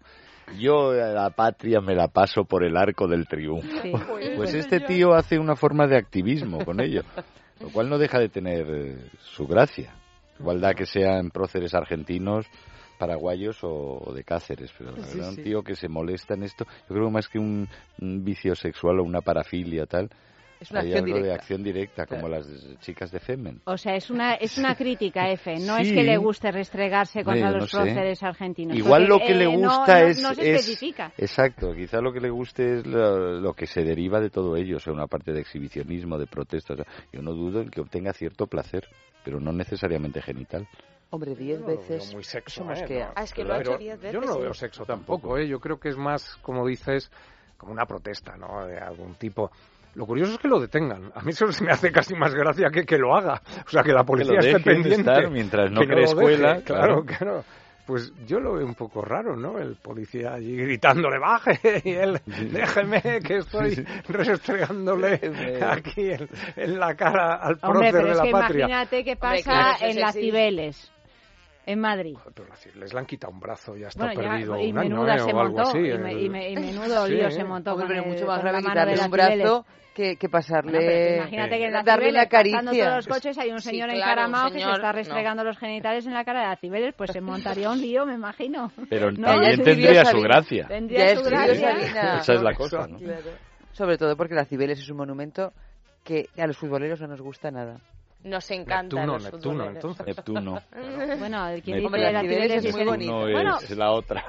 Yo a la patria me la paso por el arco del triunfo. Sí. Pues este tío hace una forma de activismo con ello, lo cual no deja de tener eh, su gracia. Igualdad que sean próceres argentinos, paraguayos o, o de Cáceres, pero la sí, verdad, sí. un tío que se molesta en esto, yo creo más que un, un vicio sexual o una parafilia tal, es una hay acción algo directa. de acción directa, claro. como las chicas de Femen. O sea, es una es una crítica, Efe, no sí. es que le guste restregarse contra no, los no próceres argentinos. Igual porque, lo que eh, le gusta no, es, no, no se es especifica. Exacto, quizá lo que le guste es lo, lo que se deriva de todo ello, o sea, una parte de exhibicionismo, de protesta. O sea, yo no dudo en que obtenga cierto placer, pero no necesariamente genital. Hombre, diez no veces. muy sexo, eso eh, que... no. Ah, es que Pero lo ha hecho diez veces. Yo no lo veo sexo tampoco, ¿eh? Yo creo que es más, como dices, como una protesta, ¿no? De algún tipo. Lo curioso es que lo detengan. A mí eso se me hace casi más gracia que que lo haga. O sea, que la policía que lo esté pendiente. Estar mientras no que cree no escuela. Deje. Claro, claro. Pues yo lo veo un poco raro, ¿no? El policía allí gritándole, baje, y él, déjeme que estoy sí, sí. restregándole aquí en, en la cara al prócer de la que patria. Imagínate qué pasa Hombre, claro, en las Cibeles. En Madrid. Pero les le han quitado un brazo, ya está bueno, perdido ya, y un año, menuda ¿eh? se o algo montó, así. Y, me, y, me, y menudo lío sí, se montó. Hombre, con pero el, mucho más con grave la quitarle un brazo que, que pasarle... Bueno, imagínate que en la darle Cibeles, una caricia. pasando todos los coches, hay un señor sí, claro, encaramado un señor, que se está restregando no. los genitales en la cara de la Cibeles, pues se montaría un lío, me imagino. Pero no, también tendría su gracia. Tendría su gracia. Esa es la cosa, ¿no? Claro. Sobre todo porque la Cibeles es un monumento que a los futboleros no nos gusta nada. Nos encanta Neptuno, los Neptuno, entonces. Neptuno. Bueno, el que Neptuno. dice la Cibeles es muy bonito. No es bueno, la otra.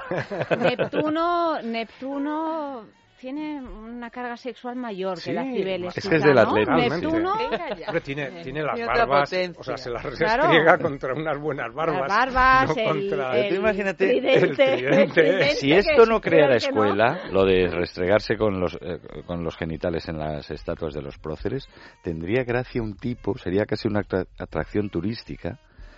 Neptuno, Neptuno tiene una carga sexual mayor sí, que la Cibeles. Es que es del Atlético. Neptuno Hombre, tiene, tiene las tiene barbas, potencia. o sea, se las Claro. restriega contra unas buenas barbas. Las barbas, no el, contra... el, imagínate, tridente, el tridente. el tridente Si esto no que creara es peor que escuela, no. lo de restregarse con los eh, con los genitales en las estatuas de los próceres, tendría gracia un tipo, sería casi una atra- atracción turística.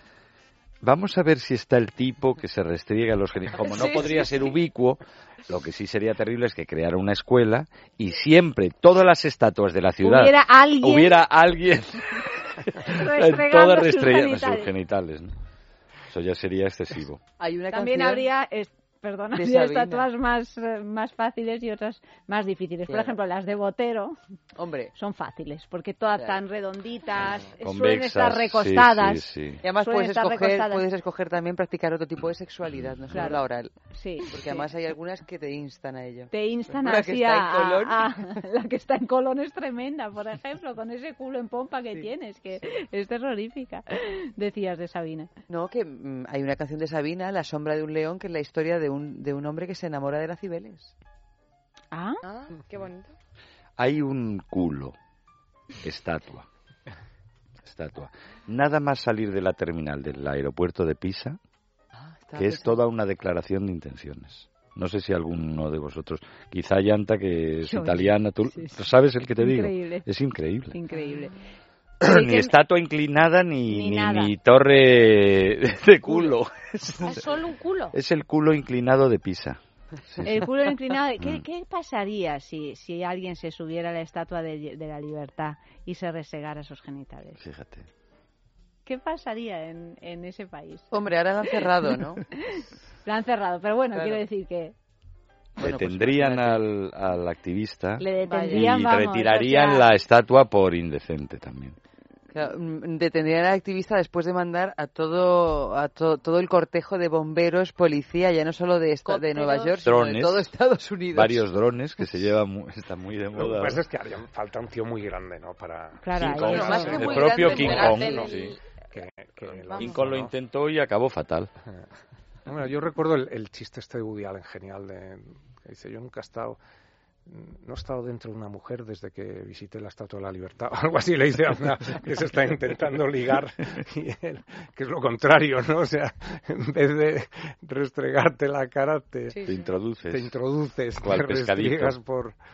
Vamos a ver si está el tipo que se restriega los genitales. Como no Sí, podría sí, ser sí. ubicuo, lo que sí sería terrible es que creara una escuela y siempre todas las estatuas de la ciudad Hubiera alguien, hubiera alguien restregando todas sus restregando genitales. sus genitales, ¿no? Eso ya sería excesivo. Hay una También canción... habría... Es, Perdona, de habría Sabina. estatuas más, eh, más fáciles y otras más difíciles. Por Claro. ejemplo, las de Botero Hombre. son fáciles, porque todas Claro. están redonditas, Convexas, suelen estar sí, recostadas. sí, sí. Y además Suelen puedes estar escoger, recostadas. puedes escoger también practicar otro tipo de sexualidad, no solo Claro. la oral. Sí, Porque sí. además hay algunas que te instan a ello. Te instan La que así está a, en Colón. a- a- la que está en Colón es tremenda, por ejemplo, con ese culo en pompa que Sí, tienes, que es terrorífica, decías de Sabina. No, que mm, hay una canción de Sabina, La sombra de un león, que es la historia de un, de un hombre que se enamora de la Cibeles. Ah, Ah, qué bonito. Hay un culo, estatua, estatua. Nada más salir de la terminal del aeropuerto de Pisa, Ah, estaba que es pensando- toda una declaración de intenciones. No sé si alguno de vosotros, quizá Yanta, que es Yo, italiana, ¿tú sí, sí. sabes el que te Increíble. digo? Es increíble. increíble. Ni estatua inclinada ni, Ni ni, nada. ni torre de culo. Es, Es solo un culo. es el culo inclinado de Pisa. Sí, sí. El culo inclinado. ¿Qué, Mm. qué pasaría si, si alguien se subiera a la estatua de, de la libertad y se resegara sus genitales? Fíjate. ¿Qué pasaría en, en ese país? Hombre, ahora lo han cerrado, ¿no? La han cerrado, pero bueno, Claro. quiero decir que Bueno, pues Detendrían imagínate. al, al activista le y detendrían, vamos, retirarían o sea, la estatua por indecente también. Claro, mm, detendrían al activista después de mandar a todo a to- todo el cortejo de bomberos, policía, ya no solo de esta, de Nueva York, sino de Drones, todo Estados Unidos. varios drones que se llevan, mu- está muy de Lo que moda. pasa es que haría falta un tío muy grande, ¿no? Para... Claro, King ahí- Kong, no, más que el muy propio grande, King muy Kong, grande, ¿no? el- Sí. Que, que lo Vamos. King hizo, Kong lo ¿no? intentó y acabó fatal. Bueno, yo recuerdo el, el chiste este de Woody Allen, genial, de, que dice, yo nunca he estado, no he estado dentro de una mujer desde que visité la Estatua de la Libertad, o algo así le dice a una que se está intentando ligar, y él, que es lo contrario, ¿no? O sea, en vez de restregarte la cara, te, Sí, Te sí. introduces. te introduces, Cual te pescadito. restriegas por,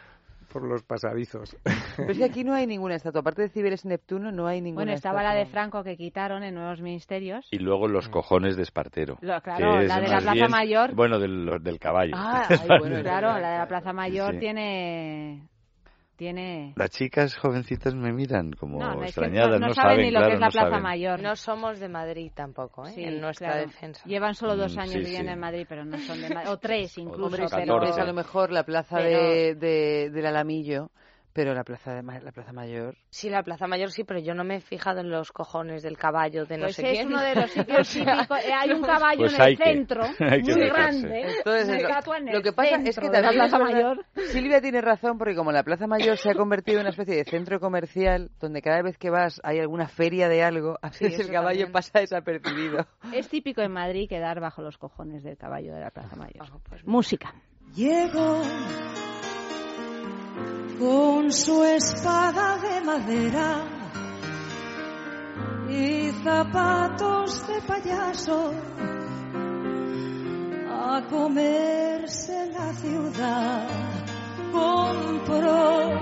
por los pasadizos. Pero es que aquí no hay ninguna estatua. Aparte de Cibeles y Neptuno, no hay ninguna Bueno, estaba estatua. la de Franco que quitaron en Nuevos Ministerios. Y luego los cojones de Espartero. Lo, claro, que es la de la más Plaza bien, Mayor. Bueno, del, del caballo. Ah, ay, bueno, claro, la de la Plaza Mayor Sí. tiene... tiene... Las chicas jovencitas me miran como No, no, es que extrañadas, no, no, no saben ni lo claro, que es la no Plaza saben. Mayor. No somos de Madrid tampoco, ¿eh? Sí, en nuestra claro. defensa. Llevan solo dos Mm, años sí, viviendo sí. en Madrid, pero no son de Madrid. O tres incluso. Hombre, pero... pero es a lo mejor la plaza Pero- de, de, del Alamillo, pero la plaza de Ma- la plaza Mayor. Sí, la Plaza Mayor sí, pero yo no me he fijado en los cojones del caballo de no Pues sé es quién. uno de los sitios típicos. Eh, hay un caballo Pues en hay el que- centro, hay que muy acercarse. grande. Entonces, una lo, estatua en lo el que pasa es que centro de la también Plaza es verdad- Mayor. Silvia tiene razón, porque como la Plaza Mayor se ha convertido en una especie de centro comercial, donde cada vez que vas hay alguna feria de algo, a Sí, veces el eso caballo también. pasa desapercibido. Es típico en Madrid quedar bajo los cojones del caballo de la Plaza Mayor. Ah, pues Música. Llegó con su espada de madera y zapatos de payaso a comerse la ciudad. Compró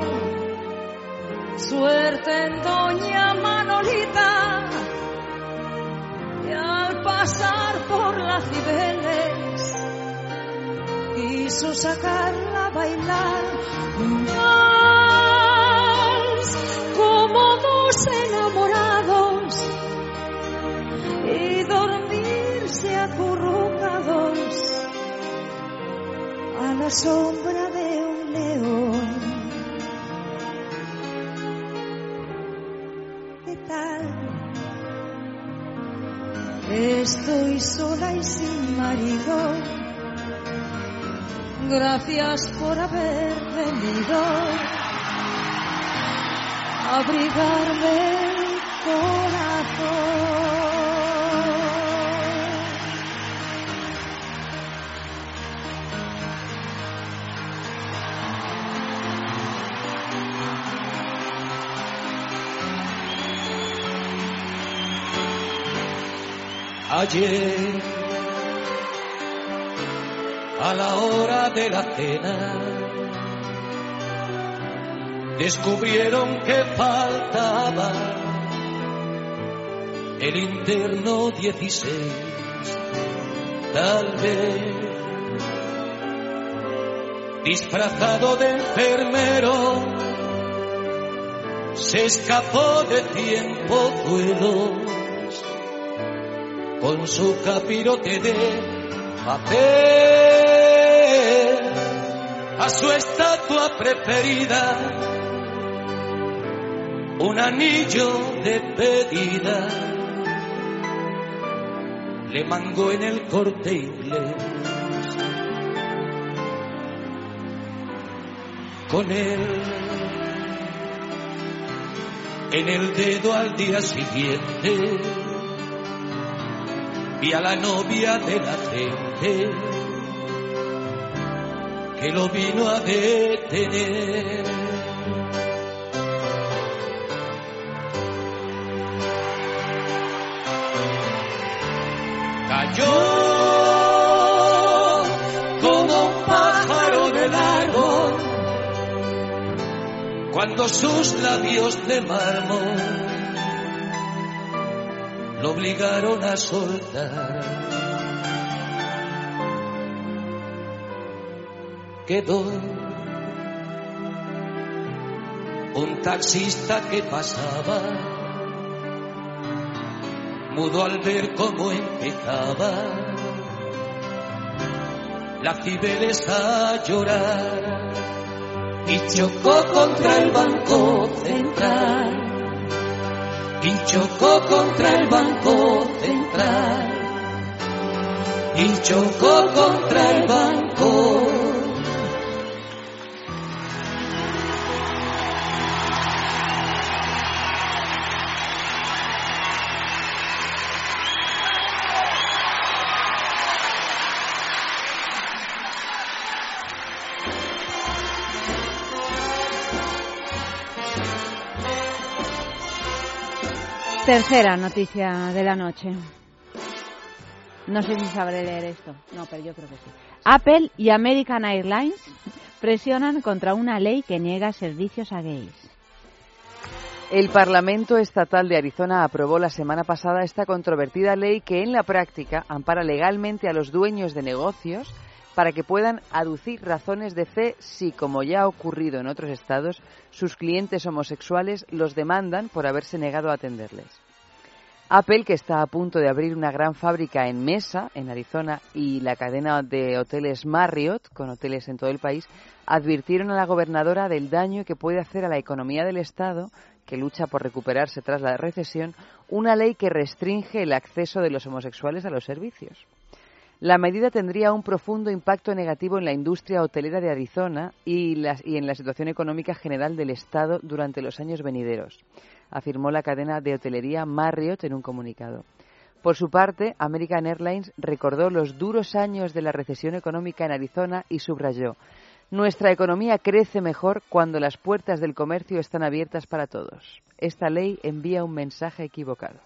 suerte en Doña Manolita y al pasar por la Cibeles quiso sacarla a bailar un vals como dos enamorados y dormirse acurrucados a la sombra de un león. ¿Qué tal? Estoy sola y sin marido. Gracias por haber venido a abrigarme el corazón. Ayer, a la hora de la cena, descubrieron que faltaba el interno dieciséis, tal vez disfrazado de enfermero, se escapó de tiempo duelos con su capirote de papel a su estatua preferida un anillo de pedida le mangó en el Corte Inglés. Con él en el dedo al día siguiente vi a la novia de la gente que lo vino a detener. Cayó como un pájaro del árbol cuando sus labios de mármol lo obligaron a soltar. Quedó un taxista que pasaba, mudo al ver cómo empezaba la Cibeles a llorar y chocó contra el Banco Central. Y chocó contra el Banco Central. Y chocó contra el banco. Tercera noticia de la noche. No sé si sabré leer esto. No, pero yo creo que sí. Apple y American Airlines presionan contra una ley que niega servicios a gays. El Parlamento Estatal de Arizona aprobó la semana pasada esta controvertida ley que en la práctica ampara legalmente a los dueños de negocios para que puedan aducir razones de fe si, como ya ha ocurrido en otros estados, sus clientes homosexuales los demandan por haberse negado a atenderles. Apple, que está a punto de abrir una gran fábrica en Mesa, en Arizona, y la cadena de hoteles Marriott, con hoteles en todo el país, advirtieron a la gobernadora del daño que puede hacer a la economía del estado, que lucha por recuperarse tras la recesión, una ley que restringe el acceso de los homosexuales a los servicios. La medida tendría un profundo impacto negativo en la industria hotelera de Arizona y, las, y en la situación económica general del estado durante los años venideros, afirmó la cadena de hotelería Marriott en un comunicado. Por su parte, American Airlines recordó los duros años de la recesión económica en Arizona y subrayó: nuestra economía crece mejor cuando las puertas del comercio están abiertas para todos. Esta ley envía un mensaje equivocado.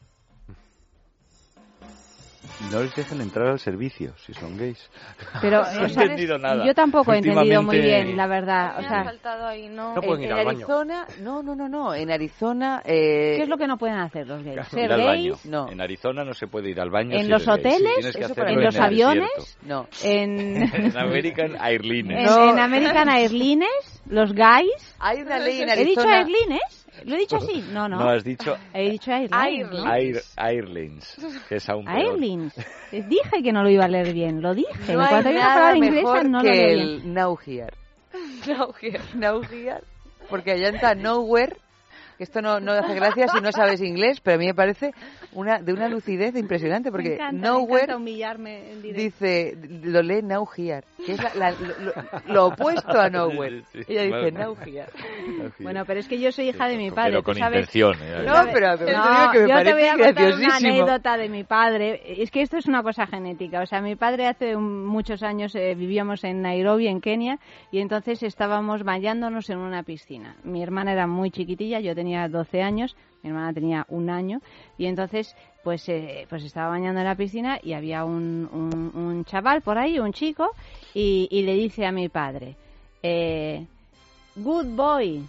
No les dejan entrar al servicio si son gays. Pero no he o sea, entendido nada. Yo tampoco he entendido muy bien, la verdad. O Me sea, ha faltado ahí, ¿no? No pueden en, ir en al baño. Arizona, no, no, no, no. En Arizona, eh, ¿qué es lo que no pueden hacer los gays? Ir ¿Ser al baño. gays? No. En Arizona no se puede ir al baño. ¿En si los eres gay. hoteles? Sí, tienes que Eso hacerlo ¿En los el aviones? desierto. No. En, En American Airlines. en, No. en American Airlines, los gays. Hay una ley en ¿He dicho Arizona. Airlines? ¿Lo he dicho así? No, no. No, has dicho He dicho Airlines. ¿no? Air, Airlines, que es aún peor. Airlines. Dije que no lo iba a leer bien, lo dije. No hay Cuando hay una nada palabra mejor inglesa no lo que leo bien. el now here. No, que- Now here. Porque allá está nowhere, que esto no, no hace gracia si no sabes inglés, pero a mí me parece una de una lucidez impresionante, porque me encanta, me nowhere encanta humillarme en directo. dice, lo lee now here, que es la- la- lo, lo opuesto a nowhere. Sí, sí. Ella dice Bueno. now here. Bueno, pero es que yo soy hija de mi padre, Pero tú con sabes. intención. ¿eh? No, pero, pero No, te digo que me yo te parece voy a contar una graciosísimo. anécdota de mi padre. Es que esto es una cosa genética. O sea, mi padre hace un- muchos años eh, vivíamos en Nairobi, en Kenia, y entonces estábamos bañándonos en una piscina. Mi hermana era muy chiquitilla, yo tenía doce años, mi hermana tenía un año, y entonces pues eh, pues estaba bañando en la piscina y había un, un, un chaval por ahí, un chico, y, y le dice a mi padre, eh, good boy.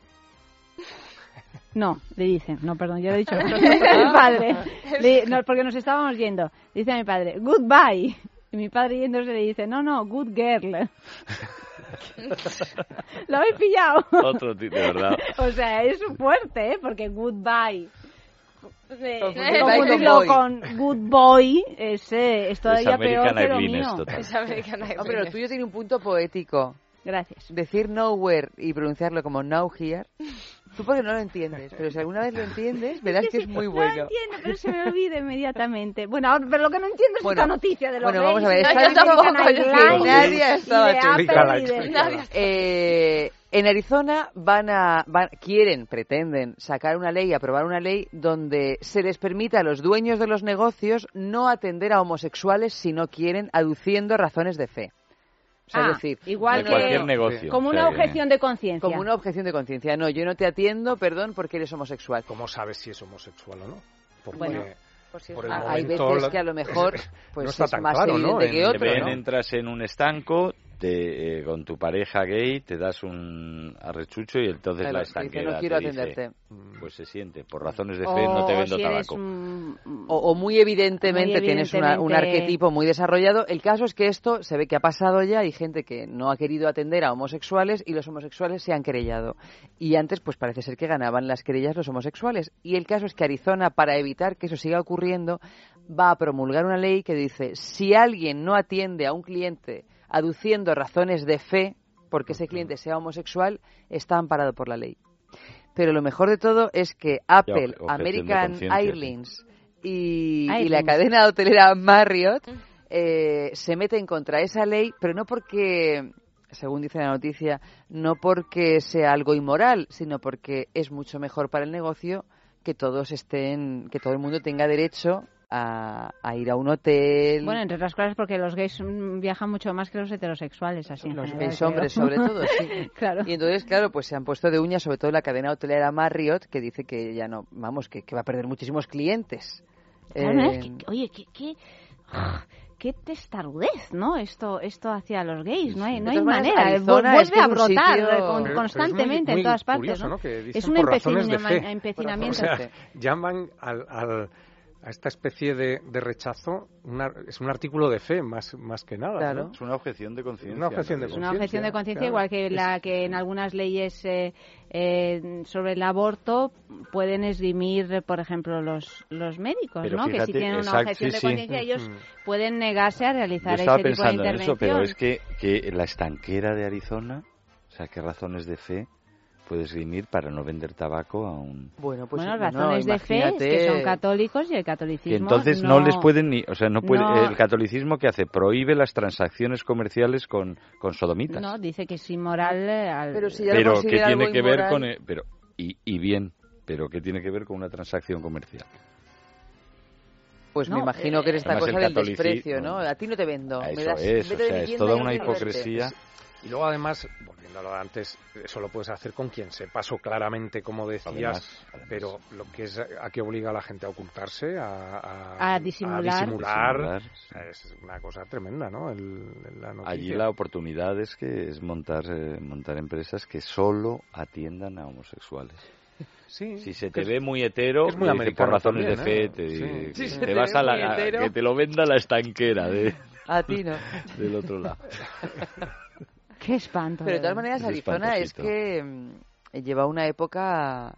No, le dicen, no, perdón, yo lo he dicho, pero no a mi padre, Le- no, porque nos estábamos yendo, dice a mi padre, goodbye, y mi padre yéndose le dice, no, no, good girl. ¿Lo habéis pillado? Otro tipo, de verdad. O sea, es fuerte, ¿eh? Porque goodbye. Eh, Confundirlo confundirlo con boy. con good boy es, eh, es todavía Es peor American que lo Airlines, mío. total. Es American Airlines. Hombre, lo tuyo tiene un punto poético. Gracias. Decir nowhere y pronunciarlo como now here, tú porque no lo entiendes, pero si alguna vez lo entiendes, verás que es muy No bueno. entiendo, pero se me olvida inmediatamente. Bueno, ahora, pero lo que no entiendo es Bueno, esta noticia de los bueno, vamos a ver, gays, está de diciendo American que Airlines nadie y de estaba Apple Explícala, y de- explícala. Eh, en Arizona van a, van- quieren, pretenden sacar una ley, aprobar una ley donde se les permita a los dueños de los negocios no atender a homosexuales si no quieren, aduciendo razones de fe. O sea, Ah, es decir, igual De que cualquier negocio. como o una sea que- objeción de conciencia. como una objeción de conciencia. No, yo no te atiendo, perdón, porque eres homosexual. ¿Cómo sabes si es homosexual o no? Porque Bueno, Por si por es el Ah, una- Hay momento veces la- que a lo mejor pues no está es tan más claro, ¿no? evidente En- que Te otro, ven, ¿no? entras en un estanco te, eh, con tu pareja gay, te das un arrechucho y entonces Claro, la te dice, estanquera no quiero te dice, atenderte. pues se siente, por razones de O- fe no te o vendo si eres tabaco. un- O, o muy evidentemente Muy tienes una- un evidentemente- arquetipo muy desarrollado. El caso es que esto se ve que ha pasado ya. Hay gente que no ha querido atender a homosexuales y los homosexuales se han querellado. Y antes, pues parece ser que ganaban las querellas los homosexuales. Y el caso es que Arizona, para evitar que eso siga ocurriendo, va a promulgar una ley que dice, si alguien no atiende a un cliente aduciendo razones de fe, porque ese cliente sea homosexual, está amparado por la ley. Pero lo mejor de todo es que Apple, objeción de American conciencia, sí. Airlines y, y la Airlines. cadena hotelera Marriott eh, se meten contra esa ley, pero no porque, según dice la noticia, no porque sea algo inmoral, sino porque es mucho mejor para el negocio que todos estén, que todo el mundo tenga derecho a, a ir a un hotel. Bueno, entre otras cosas porque los gays mm, viajan mucho más que los heterosexuales, así en Los general, gays hombres, creo. sobre todo, sí. Claro. Y entonces, claro, pues se han puesto de uñas, sobre todo la cadena hotelera Marriott, que dice que ya no, vamos, que, que va a perder muchísimos clientes. Claro, Eh, es que- oye, qué, qué, qué testarudez, ¿no? Esto esto hacia los gays, no hay, no De hay todas maneras, manera, Arizona vuelve es que a es un brotar sitio- con- Pero- constantemente pero es muy- en todas muy partes, curioso, ¿no? ¿no? Que dicen Es un por razones de empecinamiento. fe. empecinamiento. O sea, llaman al, al- a esta especie de, de rechazo, una- es un artículo de fe más, más que nada. Claro. ¿no? Es una objeción de conciencia. Una objeción de Es una objeción de conciencia, claro. igual que la que en algunas leyes eh, eh, sobre el aborto pueden esgrimir, por ejemplo, los los médicos, Pero ¿no? que si fíjate, tienen una exacto, objeción sí, de sí. conciencia, ellos Ujú. pueden negarse a Yo realizar estaba ese tipo de pensando en intervención. eso, pero es que, que la estanquera de Arizona, o sea, ¿qué razones de fe puede esgrimir para no vender tabaco a un...? Bueno, pues bueno, no, razones de fe es imagínate- que son católicos y el catolicismo Que entonces no, les pueden ni... O sea, no puede... no- El catolicismo que hace, prohíbe las transacciones comerciales con, con sodomitas. No, dice que es inmoral. eh, al- Pero si ya lo Pero ¿qué considera tiene algo que ver inmoral. con... el- pero y, y bien, pero ¿qué tiene que ver con una transacción comercial? Pues No, me imagino que es esta además cosa el del catolici- desprecio, ¿no? no. A ti no te vendo. me Eso das, es, en o vez de sea, es vivienda, toda yo una quiero verte. hipocresía. Y luego además, volviendo a lo de antes, eso lo puedes hacer con quien se pasó claramente, como decías, Además, además. pero lo que es a que obliga a la gente a ocultarse, a, a, A disimular. a disimular, Disimular. o sea, es una cosa tremenda, ¿no? El, la noticia. Allí la oportunidad es que es montar eh, montar empresas que solo atiendan a homosexuales. Sí, Si se que te es- ve muy hetero, que es muy eh, que por americano razones de también, fe, ¿eh? te, Sí. que Si se te te vas ve a la muy a- hetero. que te lo venda la estanquera de, A ti no. del otro lado. Qué espanto. Pero de todas verdad. maneras, Es Arizona es espantosito. que mm, lleva una época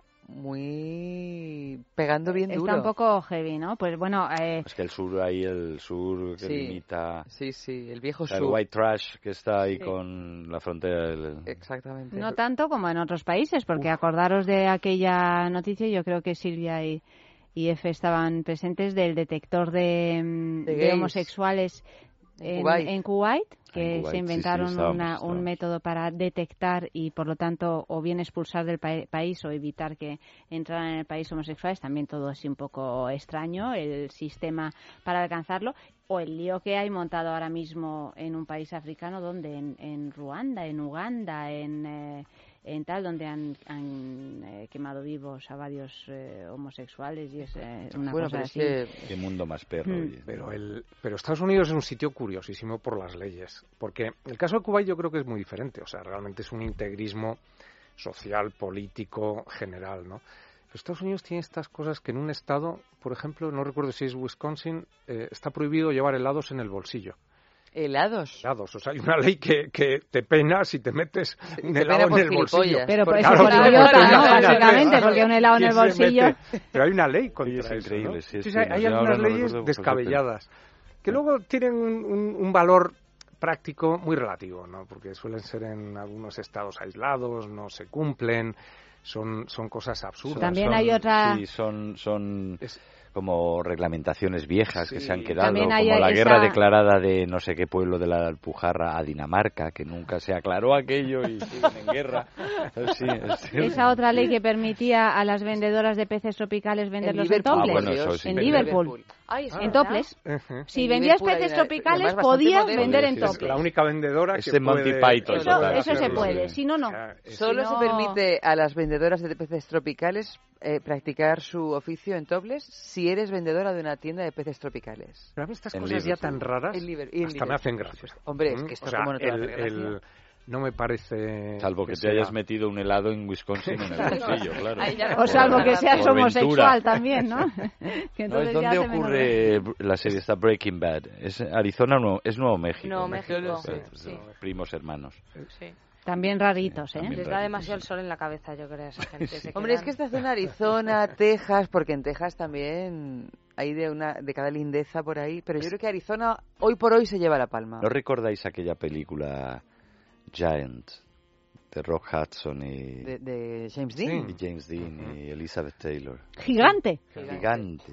muy pegando bien duro. Está un poco heavy, ¿no? Pues bueno, eh, Es que el sur ahí, el sur que Sí. limita Sí, sí, el viejo o sea, el sur. white trash que está ahí Sí. con la frontera del... Exactamente. no tanto como en otros países, porque acordaros de aquella noticia, yo creo que Silvia y, y Efe estaban presentes, del detector de, mm, De de gays. homosexuales En en, Kuwait. en Kuwait, que En Kuwait, se sí, sí, inventaron estábamos, una- estábamos. un método para detectar y, por lo tanto, o bien expulsar del pa- país o evitar que entraran en el país homosexuales. También todo así un poco extraño, el sistema para alcanzarlo. O el lío que hay montado ahora mismo en un país africano, donde en, en Ruanda, en Uganda, en, eh, en tal, donde han, han eh, quemado vivos a varios eh, homosexuales y es eh, una Bueno, cosa pero es así. que Qué mundo más perro. Mm. oye. Pero, el, pero Estados Unidos es un sitio curiosísimo por las leyes, porque el caso de Kuwait yo creo que es muy diferente, o sea, realmente es un integrismo social, político, general, ¿no? Pero Estados Unidos tiene estas cosas que en un estado, por ejemplo, no recuerdo si es Wisconsin, eh, está prohibido llevar helados en el bolsillo. helados. Helados, o sea, hay una ley que, que te pena si te metes un te helado pena en por el bolsillo. gilipollas. Pero por Claro, eso por claro, idiota, claro, ¿no? imagínate, Básicamente, claro, porque un helado en el ¿quién se bolsillo... mete? Pero hay una ley contra Es eso, increíble, ¿no? sí, es Sí, que hay no hay sé, ahora algunas no leyes recuerdo perfectamente. descabelladas que luego tienen un, un- un valor práctico muy relativo, ¿no? Porque suelen ser en algunos estados aislados, no se cumplen, son, son cosas absurdas. También Son- hay otra- Sí, son, son Es- como reglamentaciones viejas que Sí. se han quedado, También como hay la esa- guerra declarada de no sé qué pueblo de la Alpujarra a Dinamarca, que nunca se aclaró aquello y siguen en guerra. Sí, es- Esa otra ley que permitía a las vendedoras de peces tropicales venderlos en, Liverpool. toples. Ah, bueno, eso sí. en En Liverpool. Ay, ¿es En verdad? toples. Ujú. Si En vendías Liverpool hay peces una- tropicales, además bastante podías moderno. vender en Sí, sí, sí. toples. La única vendedora Ese que Monty puede... Python, Eso, total, eso se hacerlo, puede, sí. si no, no. O sea, es- Solo Si se no- permite a las vendedoras de peces tropicales eh, practicar su oficio en toples si eres vendedora de una tienda de peces tropicales. Pero a mí estas En cosas ya Liverpool. tan raras En Liver- y en hasta me hacen Liverpool, gracia. hombre, es ¿Mm? que esto O sea, cómo no te va a el- hacer gracia. el- no me parece... Salvo que te sea- hayas metido un helado en Wisconsin en el bolsillo, claro. Ahí ya no O salvo que seas Por homosexual ventura. también, ¿no? Que No, entonces ¿es ya ¿Dónde hace menos ocurre la serie esta Breaking Bad? ¿Es Arizona o no? Es Nuevo México. Nuevo ¿no? México, Sí, sí, sí, sí. Primos hermanos. Sí. También raritos, ¿eh? También Les da demasiado el sol en la cabeza, yo creo, a esa gente. Se Hombre, es quedan- que esta zona Arizona, Texas, porque en Texas también hay de una de cada lindeza por ahí, pero yo creo que Arizona hoy por hoy se lleva la palma. ¿No recordáis aquella película Giant de Rock Hudson y, De, de James Dean. y James Dean y Elizabeth Taylor? Gigante. Gigante.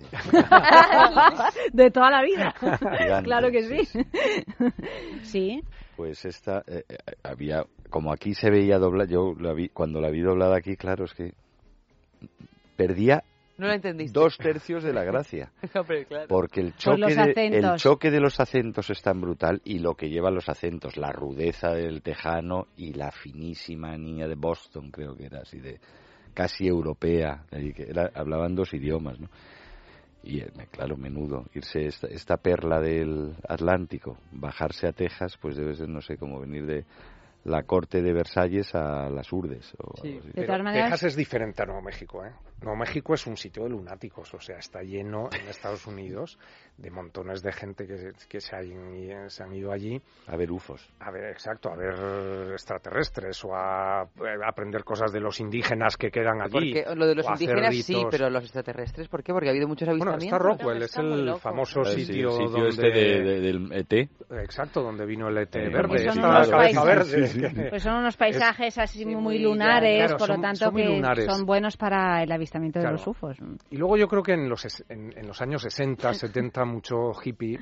De toda la vida. Gigante, Claro que sí, sí. Sí. Pues esta eh, eh, había, como aquí se veía doblada, yo la vi, cuando la vi doblada aquí, claro, es que perdía No lo entendiste. dos tercios de la gracia. Hombre, claro. Porque el Por choque, los de, el acentos. choque de los acentos es tan brutal y lo que llevan los acentos, la rudeza del tejano y la finísima niña de Boston, creo que era así, de casi europea, ahí que era, hablaban dos idiomas, ¿no? Y, claro, menudo, irse esta, esta perla del Atlántico, bajarse a Texas, pues debe ser, no sé, como venir de la corte de Versalles a las Urdes. O sí, algo así. Pero maneras... Texas es diferente a Nuevo México, ¿eh? Nuevo México es un sitio de lunáticos, o sea, está lleno en Estados Unidos de montones de gente que, que se, han, se han ido allí. A ver U F Os. A ver, exacto, a ver extraterrestres o a, a aprender cosas de los indígenas que quedan allí. Porque lo de los indígenas sí, pero los extraterrestres, ¿por qué? Porque ha habido muchos avistamientos. Bueno, está Rockwell, es el famoso sí, sitio, sí, el sitio donde... este de, de, del E T. Exacto, donde vino el E T eh, verde. Pues son, unos paisajes, verde. Sí, sí. Pues son unos paisajes es, así muy, muy claro, lunares, claro, por son, lo tanto son que lunares. son buenos para el avistamiento claro. de los U F Os. Y luego yo creo que en los, en, en los años sesenta, setenta, mucho hippie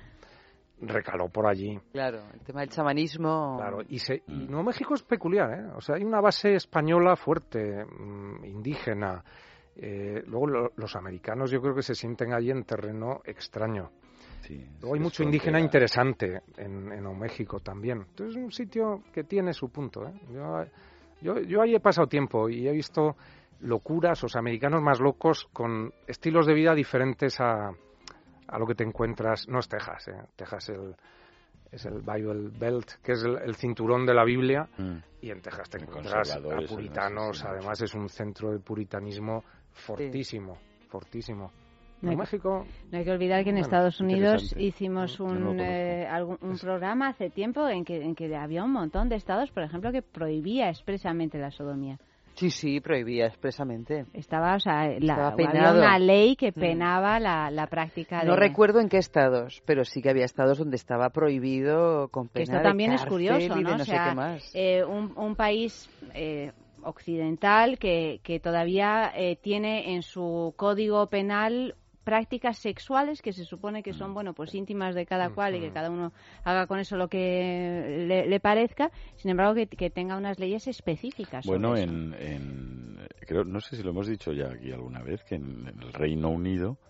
recaló por allí. Claro, el tema del chamanismo. Claro, y, se, y Nuevo México es peculiar, ¿eh? O sea, hay una base española fuerte, mmm, indígena. Eh, luego lo, los americanos yo creo que se sienten allí en terreno extraño. Sí, luego hay mucho indígena interesante en, en Nuevo México también. Entonces es un sitio que tiene su punto, ¿eh? Yo, yo, yo ahí he pasado tiempo y he visto locuras, o sea, americanos más locos con estilos de vida diferentes a, a lo que te encuentras. No es Texas, ¿eh? Texas el, es el Bible Belt, que es el, el cinturón de la Biblia, mm. y en Texas te encuentras a puritanos, además es un centro de puritanismo fortísimo, sí. fortísimo. No hay, en México, no hay que olvidar que en bueno, Estados Unidos hicimos un, no eh, algún, un programa hace tiempo en que, en que había un montón de estados, por ejemplo, que prohibía expresamente la sodomía. Sí, sí, prohibía expresamente. Estaba, o sea, la, había una ley que penaba mm. la, la práctica de... No recuerdo en qué estados, pero sí que había estados donde estaba prohibido con pena Esto también de es curioso, ¿no? no o sea, sé qué más. Eh, un, un país... Eh, occidental que, que todavía eh, tiene en su código penal prácticas sexuales que se supone que son, bueno, pues íntimas de cada cual y que cada uno haga con eso lo que le, le parezca, sin embargo que, que tenga unas leyes específicas. Bueno, sobre en, en creo, no sé si lo hemos dicho ya aquí alguna vez, que en, en el Reino Unido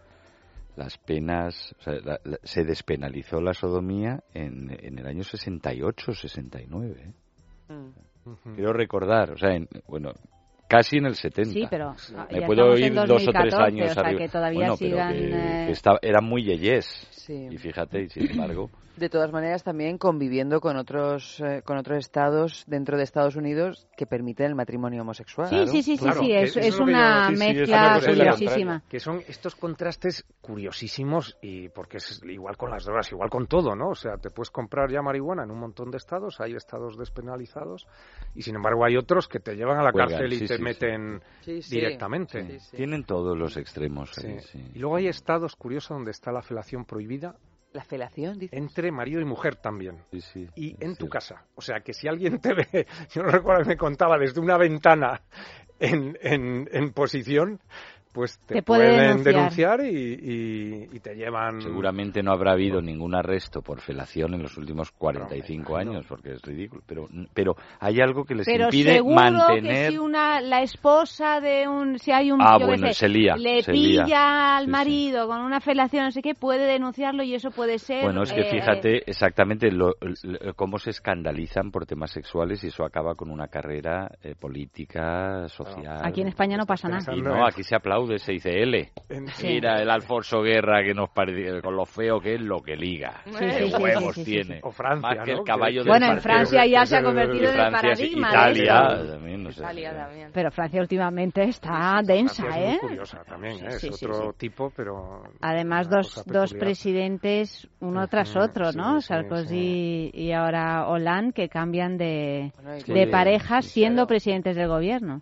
las penas, o sea, la, la, se despenalizó la sodomía en, en el año sesenta y ocho, sesenta y nueve. ¿eh? Mm. Quiero recordar, o sea, en, bueno... Casi en el setenta. Sí, pero me puedo ir dos o tres años o sea, arriba. Que todavía bueno, sigan, pero que, eh... que estaba, eran muy yeyés. Sí. Y fíjate, y sin embargo... De todas maneras, también conviviendo con otros eh, con otros estados dentro de Estados Unidos que permiten el matrimonio homosexual. Sí, claro. sí, sí, claro, sí, sí, es, es, es una yo, mezcla sí, sí, curiosísima. Que son estos contrastes curiosísimos y porque es igual con las drogas, igual con todo, ¿no? O sea, te puedes comprar ya marihuana en un montón de estados, hay estados despenalizados y sin embargo hay otros que te llevan a la Cuelgan, cárcel y sí, te sí, meten sí. Sí, directamente. Sí, sí. Tienen todos los extremos. Sí. Ahí, sí. Y luego hay estados curiosos donde está la felación prohibida. ¿La felación, dices? Entre marido y mujer también. Sí, sí, y en sí. tu casa. O sea, que si alguien te ve, yo no recuerdo que me contaba desde una ventana en, en, en posición, pues te, te pueden denunciar, denunciar y, y, y te llevan... Seguramente no habrá habido ningún arresto por felación en los últimos cuarenta y cinco no, años, porque es ridículo. Pero, pero hay algo que les pero impide seguro mantener... que si una, la esposa de un... Si hay un... Ah, yo bueno, sé, se lía. Le se pilla lía. al sí, marido sí. con una felación, no sé qué, puede denunciarlo y eso puede ser... Bueno, es que eh, fíjate exactamente lo, lo, cómo se escandalizan por temas sexuales y eso acaba con una carrera eh, política, social... Aquí en España no pasa nada. Y no, aquí se aplaude, se dice L. Sí. Mira el Alfonso Guerra que nos parece, con lo feo que es lo que liga. Sí, qué sí, huevos sí, sí, tiene. sí. O Francia, más que ¿no? el caballo bueno, del en Francia ya se ha convertido en el paradigma. Italia de también, no sé. Italia también. Pero Francia últimamente está densa, Francia ¿eh? Es muy curiosa también, ¿eh? Sí, es sí, otro sí. tipo, pero... Además, dos, dos presidentes, uno uh-huh, tras otro, ¿no? Sí, Sarkozy sí. y ahora Hollande, que cambian de, bueno, de sí, pareja sí, siendo claro. presidentes del gobierno.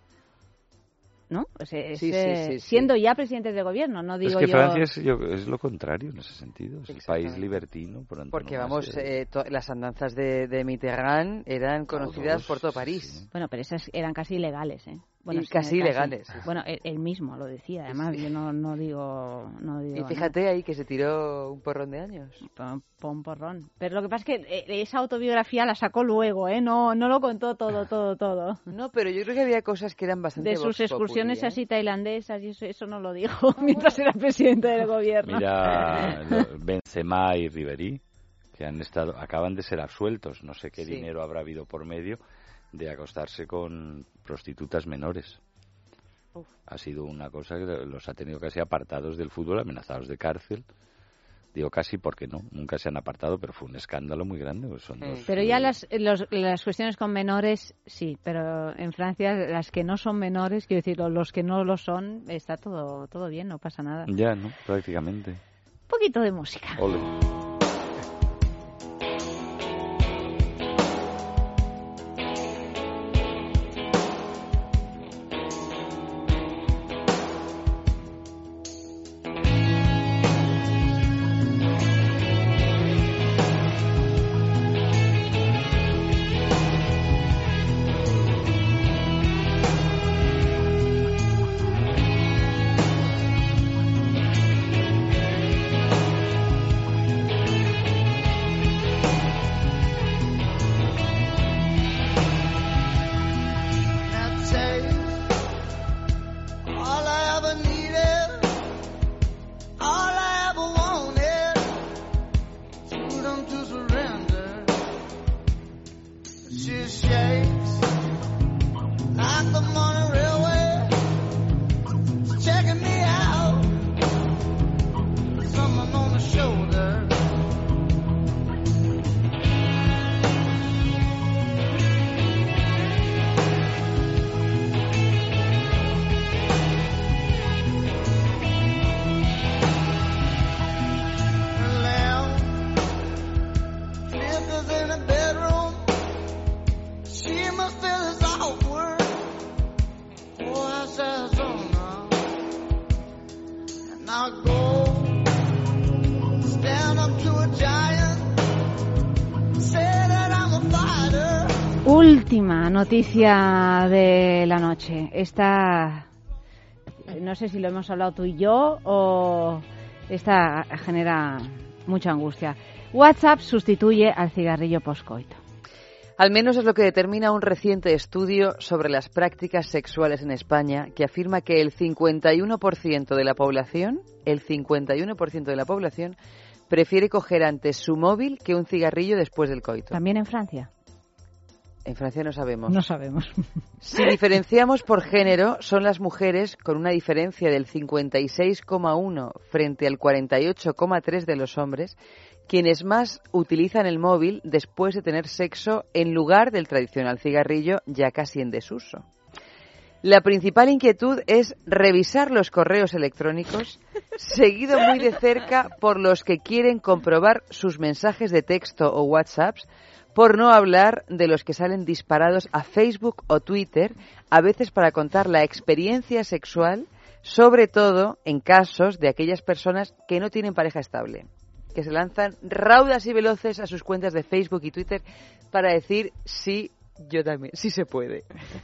¿No? Pues es, sí, sí, sí, siendo sí. ya presidentes de gobierno, no digo es que yo... Francia es, yo, es lo contrario en ese sentido, es el país libertino. Por Porque vamos, eh, to, las andanzas de, de Mitterrand eran conocidas Todos, por todo París. Sí. Bueno, pero esas eran casi ilegales, ¿eh? Bueno, y casi ilegales. Sí. Bueno, él, él mismo lo decía, además sí. yo no, no digo... No digo y fíjate nada. ahí que se tiró un porrón de años. Un, un porrón. Pero lo que pasa es que esa autobiografía la sacó luego, ¿eh? No, no lo contó todo, todo, todo. No, pero yo creo que había cosas que eran bastante... De sus excursiones populi, ¿eh? así tailandesas, y eso, eso no lo dijo mientras era presidente del gobierno. Mira, Benzema y Ribéry, que han estado, acaban de ser absueltos, no sé qué sí. dinero habrá habido por medio de acostarse con prostitutas menores. Uf. Ha sido una cosa que los ha tenido casi apartados del fútbol, amenazados de cárcel. Digo casi porque no, nunca se han apartado, pero fue un escándalo muy grande. Pues son dos, pero ya las, los, las cuestiones con menores, sí, pero en Francia las que no son menores, quiero decir, los que no lo son, está todo todo bien, no pasa nada. Ya, ¿no? Prácticamente. Un poquito de música. Ole. Última noticia de la noche. Esta, no sé si lo hemos hablado tú y yo, o esta genera mucha angustia. WhatsApp sustituye al cigarrillo poscoito. Al menos es lo que determina un reciente estudio sobre las prácticas sexuales en España, que afirma que el cincuenta y uno por ciento de la población, el cincuenta y uno por ciento de la población prefiere coger antes su móvil que un cigarrillo después del coito. ¿También en Francia? En Francia no sabemos. No sabemos. Si diferenciamos por género, son las mujeres con una diferencia del cincuenta y seis coma uno frente al cuarenta y ocho coma tres de los hombres, quienes más utilizan el móvil después de tener sexo en lugar del tradicional cigarrillo ya casi en desuso. La principal inquietud es revisar los correos electrónicos, seguido muy de cerca por los que quieren comprobar sus mensajes de texto o WhatsApps, por no hablar de los que salen disparados a Facebook o Twitter, a veces para contar la experiencia sexual, sobre todo en casos de aquellas personas que no tienen pareja estable, que se lanzan raudas y veloces a sus cuentas de Facebook y Twitter para decir sí, yo también, sí se puede.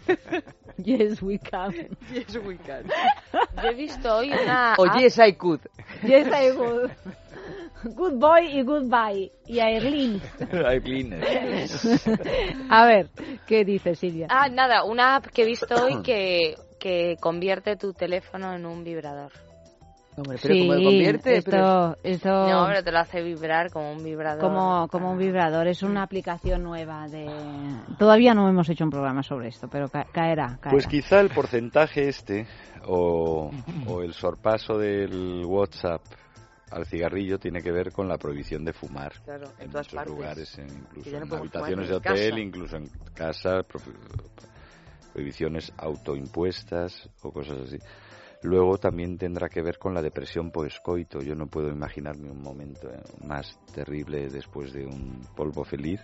Yes, we can. Yes, we can. Yo he visto hoy una O app... yes, I could. Yes, I could. Good boy y goodbye. Y Airlines. Airlines. A ver, ¿qué dice Silvia? Ah, nada, una app que he visto hoy que, que convierte tu teléfono en un vibrador. Hombre, pero sí, ¿cómo lo convierte? esto, Pero... esto... No, pero te lo hace vibrar como un vibrador. Como, como un vibrador. Es una aplicación nueva de... Todavía no hemos hecho un programa sobre esto, pero ca- caerá, caerá. Pues quizá el porcentaje este, o, o el sorpaso del WhatsApp al cigarrillo tiene que ver con la prohibición de fumar. Claro, en, en todas muchos partes. lugares, en, incluso no en habitaciones de hotel, casa. incluso en casa, pro, prohibiciones autoimpuestas o cosas así. Luego también tendrá que ver con la depresión poscoito. Yo no puedo imaginarme un momento más terrible después de un polvo feliz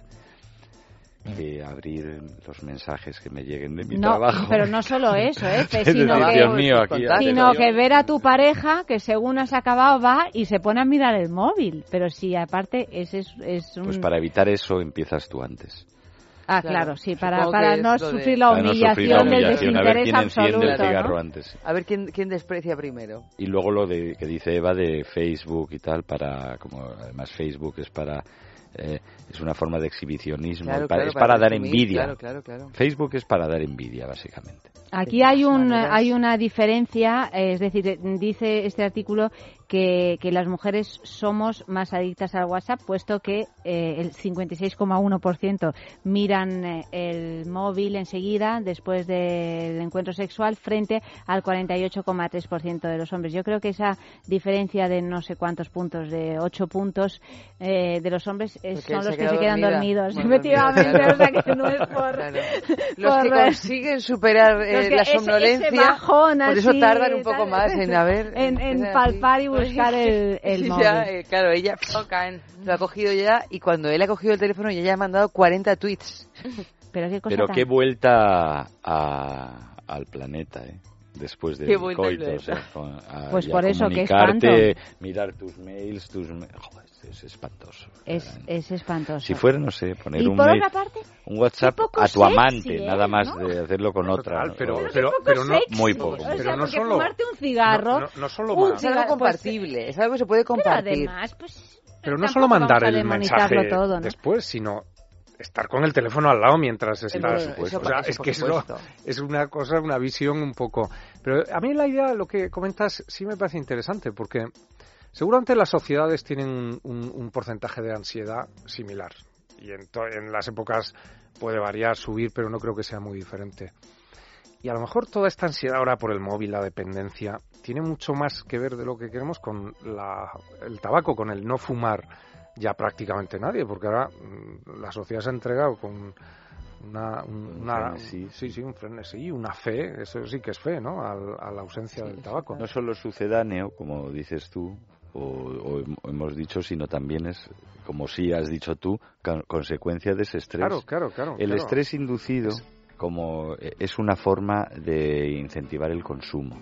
que abrir los mensajes que me lleguen de mi no, trabajo. Pero no solo eso, ¿eh? sino, que, Dios mío, aquí sino que ver a tu pareja que según has acabado va y se pone a mirar el móvil. Pero si aparte ese es, es un... Pues para evitar eso empiezas tú antes. Ah, claro, claro sí, para, Supongo para que no es lo sufrir de- la Para no humillación, sufrir la del humillación, a ver desinterés quién enciende absoluto, el cigarro ¿no? antes. A ver quién, quién desprecia primero. Y luego lo de que dice Eva de Facebook y tal, para como además Facebook es para eh, es una forma de exhibicionismo, claro, para, claro, es para, para dar presumir, envidia. Claro, claro, claro. Facebook es para dar envidia, básicamente. Aquí hay un hay una diferencia, es decir, dice este artículo que, que las mujeres somos más adictas al WhatsApp, puesto que eh, el cincuenta y seis coma uno por ciento miran eh, el móvil enseguida después del encuentro sexual frente al cuarenta y ocho coma tres por ciento de los hombres. Yo creo que esa diferencia de no sé cuántos puntos, de ocho puntos eh, de los hombres es, son los que se quedan dormida. dormidos, bueno, efectivamente, dormida, claro. O sea que no es por... Claro. Los por, que consiguen superar eh, la somnolencia, ese bajón, por eso así, tardan un poco tal, más en haber... En, en palpar y buscar el, el sí, móvil. Ya, eh, claro, ella lo ha cogido ya y cuando él ha cogido el teléfono ya, ya ha mandado cuarenta tweets. Pero qué, cosa Pero tan... qué vuelta a, al planeta, ¿eh? Después del coito, o sea, a, pues por eso, qué espanto. Mirar tus mails, tus... Joder, es espantoso. Es, es espantoso. Si fuera, no sé, poner y un por mail, otra parte, un WhatsApp a tu sexy, amante, ¿eh? nada más ¿no? de hacerlo con otra. Total, pero, o, pero, pero no, muy poco. O sea, pero no porque solo, fumarte un cigarro, no, no, no solo un más. Es algo compartible, pues, es algo que se puede compartir. Pero además, pues... Pero no solo mandar el mensaje todo, ¿no? después, sino estar con el teléfono al lado mientras estás. Eso, o sea, eso, es que eso es una cosa, una visión un poco. Pero a mí la idea, lo que comentas, sí me parece interesante, porque seguramente las sociedades tienen un, un, un porcentaje de ansiedad similar. Y en, to, en las épocas puede variar, subir, pero no creo que sea muy diferente. Y a lo mejor toda esta ansiedad ahora por el móvil, la dependencia, tiene mucho más que ver de lo que queremos con la, el tabaco, con el no fumar ya prácticamente nadie, porque ahora mmm, la sociedad se ha entregado con una, un, una sí, sí, un frenesí, una fe, eso sí que es fe, ¿no? A, a la ausencia sí, del tabaco. No solo sucedáneo, como dices tú, o, o hemos dicho, sino también es, como sí has dicho tú, con, consecuencia de ese estrés. Claro, claro, claro. El claro. estrés inducido es, como es una forma de incentivar el consumo.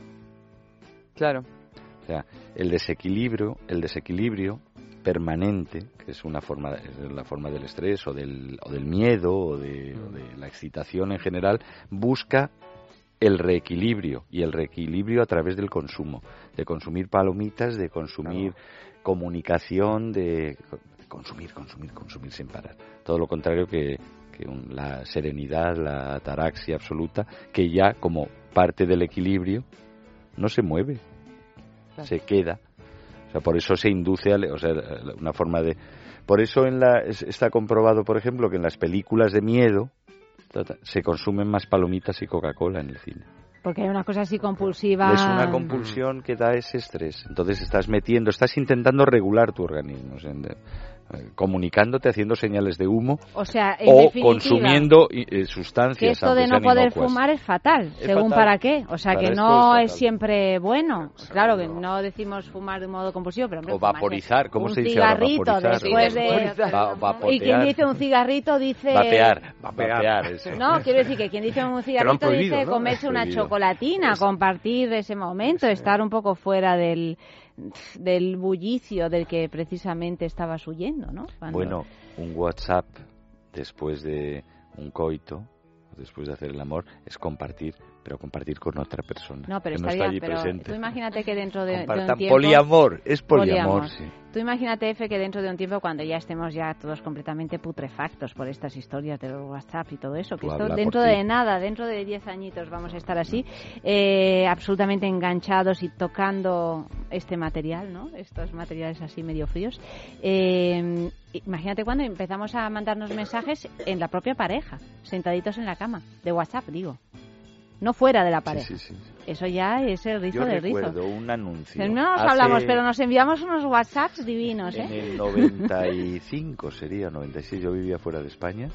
Claro. O sea, el desequilibrio, el desequilibrio permanente, que es una forma, es la forma del estrés o del, o del miedo o de, mm. o de la excitación en general, busca el reequilibrio, y el reequilibrio a través del consumo, de consumir palomitas, de consumir claro. comunicación, de consumir, consumir, consumir sin parar. Todo lo contrario que, que un, la serenidad, la ataraxia absoluta, que ya como parte del equilibrio no se mueve, claro. se queda. O sea, por eso se induce, a, o sea, una forma de... Por eso en la, está comprobado, por ejemplo, que en las películas de miedo se consumen más palomitas y Coca-Cola en el cine. Porque hay una cosa así compulsiva. Es una compulsión que da ese estrés. Entonces estás metiendo, estás intentando regular tu organismo. O sea, comunicándote, haciendo señales de humo, o sea, en o definitiva, consumiendo eh, sustancias. Que esto de no poder inocuas. fumar es fatal, es según fatal. para qué. O sea, para que no es, es siempre bueno. Claro que no decimos fumar de modo compulsivo, pero hombre, o vaporizar, ¿cómo se dice? Un cigarrito ahora? después sí, de... Va, vapotear. Y quien dice un cigarrito dice... Vapear, vapear. vapear eso. No, quiero decir que quien dice un cigarrito prohibido, dice ¿no? comerse una chocolatina, es... compartir ese momento, sí. estar un poco fuera del... del bullicio del que precisamente estabas huyendo, ¿no? Cuando... Bueno, un WhatsApp después de un coito, después de hacer el amor, es compartir, pero compartir con otra persona. No, pero que está no está bien, allí pero presente. tú imagínate que dentro de, de un tiempo... Poliamor, es poliamor, poliamor. Sí. Tú imagínate, Efe, que dentro de un tiempo, cuando ya estemos ya todos completamente putrefactos por estas historias de los WhatsApp y todo eso, que esto dentro de nada, dentro de diez añitos vamos a estar así, eh, absolutamente enganchados y tocando este material, ¿no? Estos materiales así medio fríos. Eh, imagínate cuando empezamos a mandarnos mensajes en la propia pareja, sentaditos en la cama, de WhatsApp, digo. No fuera de la pareja. Sí, sí, sí. Eso ya es el rizo Yo del rizo. Yo recuerdo un anuncio. No nos hace... hablamos, pero nos enviamos unos WhatsApps divinos, ¿eh? En el noventa y cinco sería, noventa y seis, yo vivía fuera de España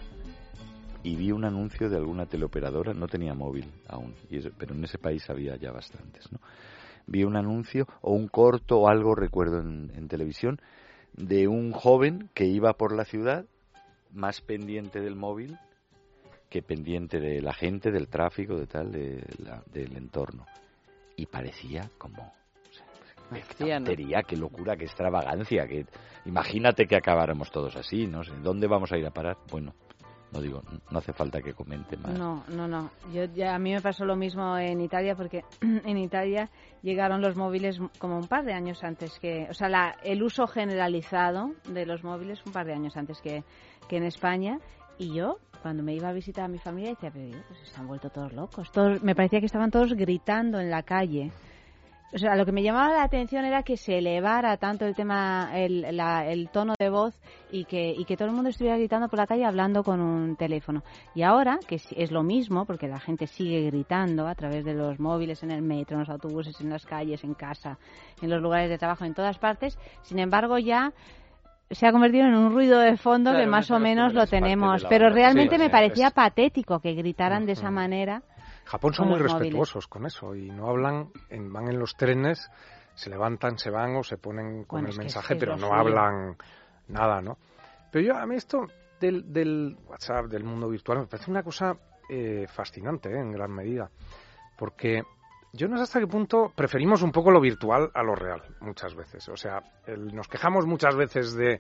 y vi un anuncio de alguna teleoperadora, no tenía móvil aún, y eso, pero en ese país había ya bastantes, ¿no? Vi un anuncio o un corto o algo, recuerdo en, en televisión, de un joven que iba por la ciudad más pendiente del móvil que pendiente de la gente, del tráfico, de tal, de la, del entorno. Y parecía como... O sea, qué tontería, qué locura, qué extravagancia. Que, imagínate que acabáramos todos así, ¿no? ¿Dónde vamos a ir a parar? Bueno, No digo, no hace falta que comente más. No, no, no. Yo, ya, a mí me pasó lo mismo en Italia, porque en Italia llegaron los móviles como un par de años antes que... O sea, la, el uso generalizado de los móviles un par de años antes que, que en España. Y yo, cuando me iba a visitar a mi familia, decía, pero Dios, pues se han vuelto todos locos. Todos, me parecía que estaban todos gritando en la calle. O sea, lo que me llamaba la atención era que se elevara tanto el tema, el, la, el tono de voz y que, y que todo el mundo estuviera gritando por la calle hablando con un teléfono. Y ahora, que es lo mismo, porque la gente sigue gritando a través de los móviles, en el metro, en los autobuses, en las calles, en casa, en los lugares de trabajo, en todas partes, sin embargo ya se ha convertido en un ruido de fondo, claro, que más o menos lo tenemos. Pero realmente sí, me parecía es... patético que gritaran uh-huh. de esa manera. Japón son muy respetuosos con eso y no hablan, en, van en los trenes, se levantan, se van o se ponen con bueno, el mensaje, pero no suyo. hablan nada, ¿no? Pero yo, a mí esto del, del WhatsApp, del mundo virtual, me parece una cosa eh, fascinante, ¿eh? En gran medida, porque yo no sé hasta qué punto preferimos un poco lo virtual a lo real, muchas veces. O sea, el, nos quejamos muchas veces de,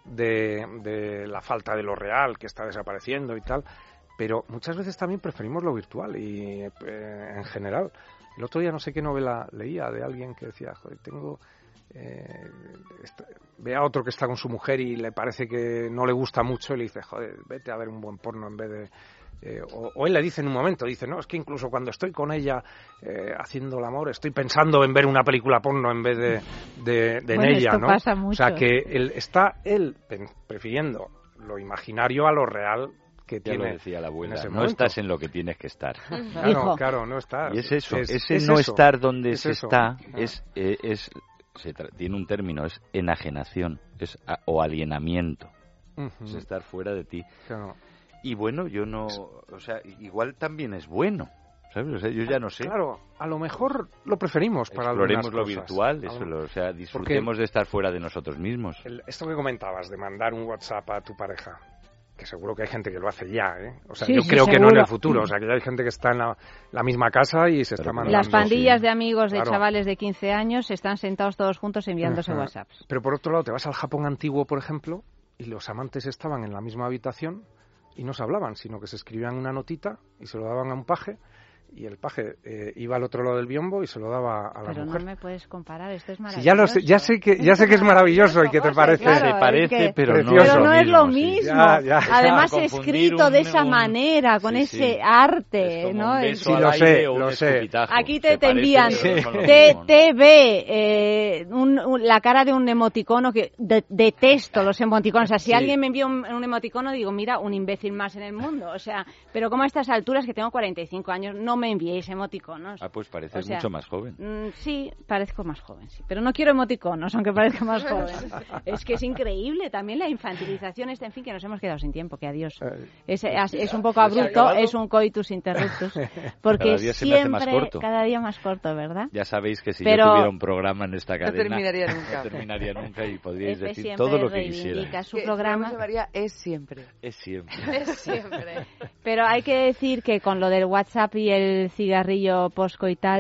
de, de la falta de lo real, que está desapareciendo y tal, pero muchas veces también preferimos lo virtual y eh, en general. El otro día no sé qué novela leía de alguien que decía, joder, tengo... Eh, está, ve a otro que está con su mujer y le parece que no le gusta mucho y le dice, joder, vete a ver un buen porno en vez de... Eh, o, o él le dice en un momento, dice, no, es que incluso cuando estoy con ella eh, haciendo el amor, estoy pensando en ver una película porno en vez de, de, de bueno, en ella, esto ¿no? Pasa mucho. O sea, que él, está él prefiriendo lo imaginario a lo real que ya tiene. Lo decía la abuela, en ese no momento. Estás en lo que tienes que estar. Claro, claro, no estás. Y es eso, es, ese es no eso. estar donde es se eso. está, es, eh, es se tra- tiene un término, es enajenación, es a- o alienamiento, uh-huh. es estar fuera de ti. Claro. Y bueno, yo no, o sea, igual también es bueno, ¿sabes? O sea, yo ya no sé. Claro, a lo mejor lo preferimos para exploremos algunas lo cosas. virtual, eso, lo, o sea, disfrutemos Porque de estar fuera de nosotros mismos. El, esto que comentabas de mandar un WhatsApp a tu pareja, que seguro que hay gente que lo hace ya, ¿eh? O sea, sí, yo sí, creo seguro. que no en el futuro, o sea, que ya hay gente que está en la, la misma casa y se Pero está mandando. Las pandillas sí. de amigos de claro. chavales de quince años están sentados todos juntos enviándose uh-huh. WhatsApps. Pero por otro lado, te vas al Japón antiguo, por ejemplo, y los amantes estaban en la misma habitación y no se hablaban, sino que se escribían una notita y se lo daban a un paje, y el paje eh, iba al otro lado del biombo y se lo daba a la pero mujer. Pero no me puedes comparar, esto es maravilloso. Sí, ya lo sé, ya sé que ya sé que es maravilloso y que te parece. Claro, se parece, es que, pero, pero no, no es lo mismo. Sí. Ya, ya. Además O sea, escrito un, de esa un, manera, con sí, ese sí. arte, es ¿no? Un sí, lo sé, lo sé. Aquí te, te envían T T V, eh, un, un, la cara de un emoticono que de, detesto los emoticonos. O sea, si sí. alguien me envía un, un emoticono, digo, mira, un imbécil más en el mundo. O sea, pero como a estas alturas que tengo cuarenta y cinco años, no me enviéis emoticonos. Ah, pues pareces o sea, mucho más joven. Mm, sí, parezco más joven, sí. Pero no quiero emoticonos, aunque parezca más joven. Es que es increíble también la infantilización, este, en fin, que nos hemos quedado sin tiempo, que adiós. Es, es, es un poco abrupto, es un coitus interruptus. Porque cada día siempre, se me hace más corto. cada día más corto, ¿verdad? Ya sabéis que si Pero yo tuviera un programa en esta cadena... No terminaría nunca. No terminaría nunca y podríais F decir todo lo que quisierais. Su programa es siempre. Es siempre. Es siempre. Pero hay que decir que con lo del WhatsApp y el cigarrillo poscoital,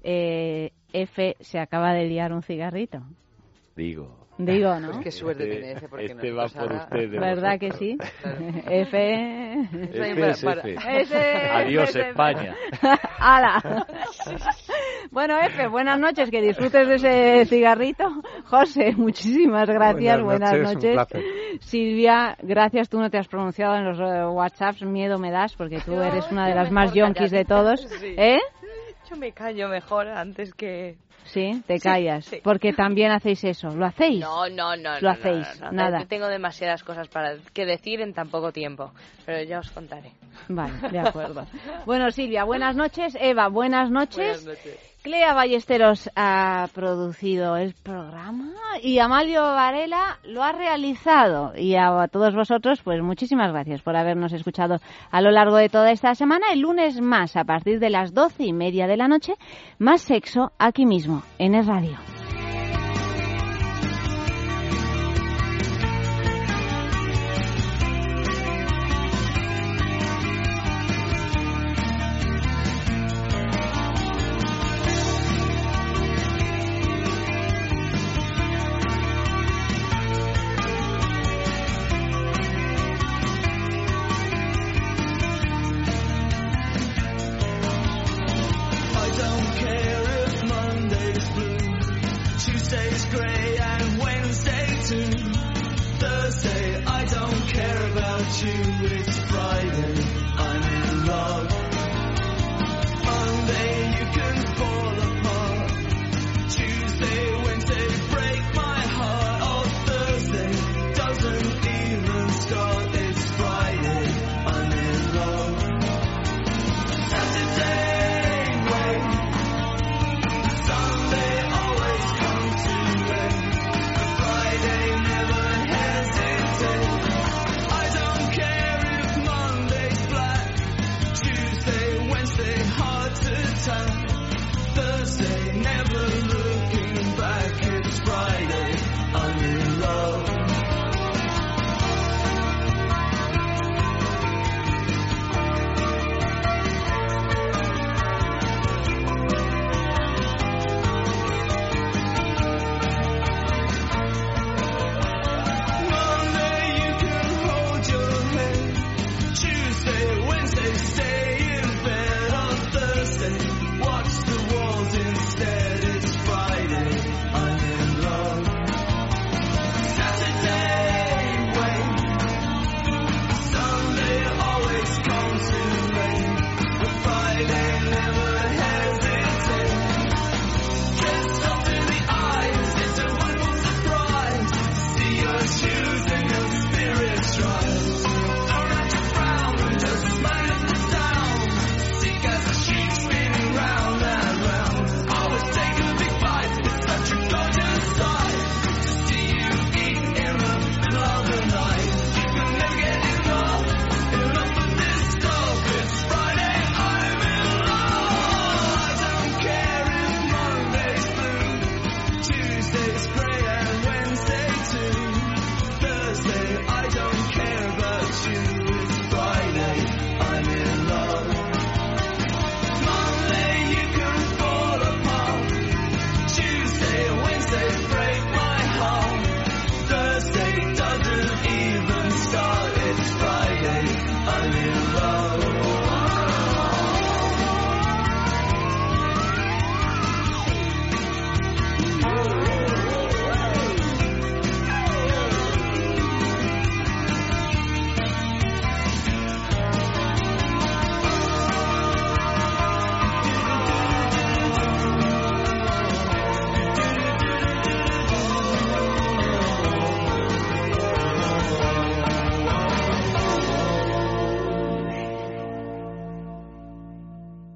eh, F se acaba de liar un cigarrito. Digo. Digo, ¿no? Pues qué suerte este, tiene F. Porque este no va por usted. ¿Verdad que sí? F... F es F. Ese... Adiós, ese... España. ¡Hala! Bueno, F, buenas noches, que disfrutes de ese cigarrito. José, muchísimas gracias, buenas, buenas noches. noches. Silvia, gracias, tú no te has pronunciado en los uh, WhatsApps, miedo me das, porque tú eres una de las más yonkis de todos. Sí. ¿Eh? Yo me callo mejor antes que... Sí, te callas, sí, sí. Porque también hacéis eso. ¿Lo hacéis? No, no, no. Lo no, hacéis, no, no, no. nada. Tengo demasiadas cosas para que decir en tan poco tiempo, pero ya os contaré. Vale, de acuerdo. Bueno, Silvia, buenas noches. Eva, buenas noches. Buenas noches. Clea Ballesteros ha producido el programa y Amalio Varela lo ha realizado. Y a todos vosotros, pues muchísimas gracias por habernos escuchado a lo largo de toda esta semana. El lunes más, a partir de las doce y media de la noche, más sexo aquí mismo, en Es Radio. to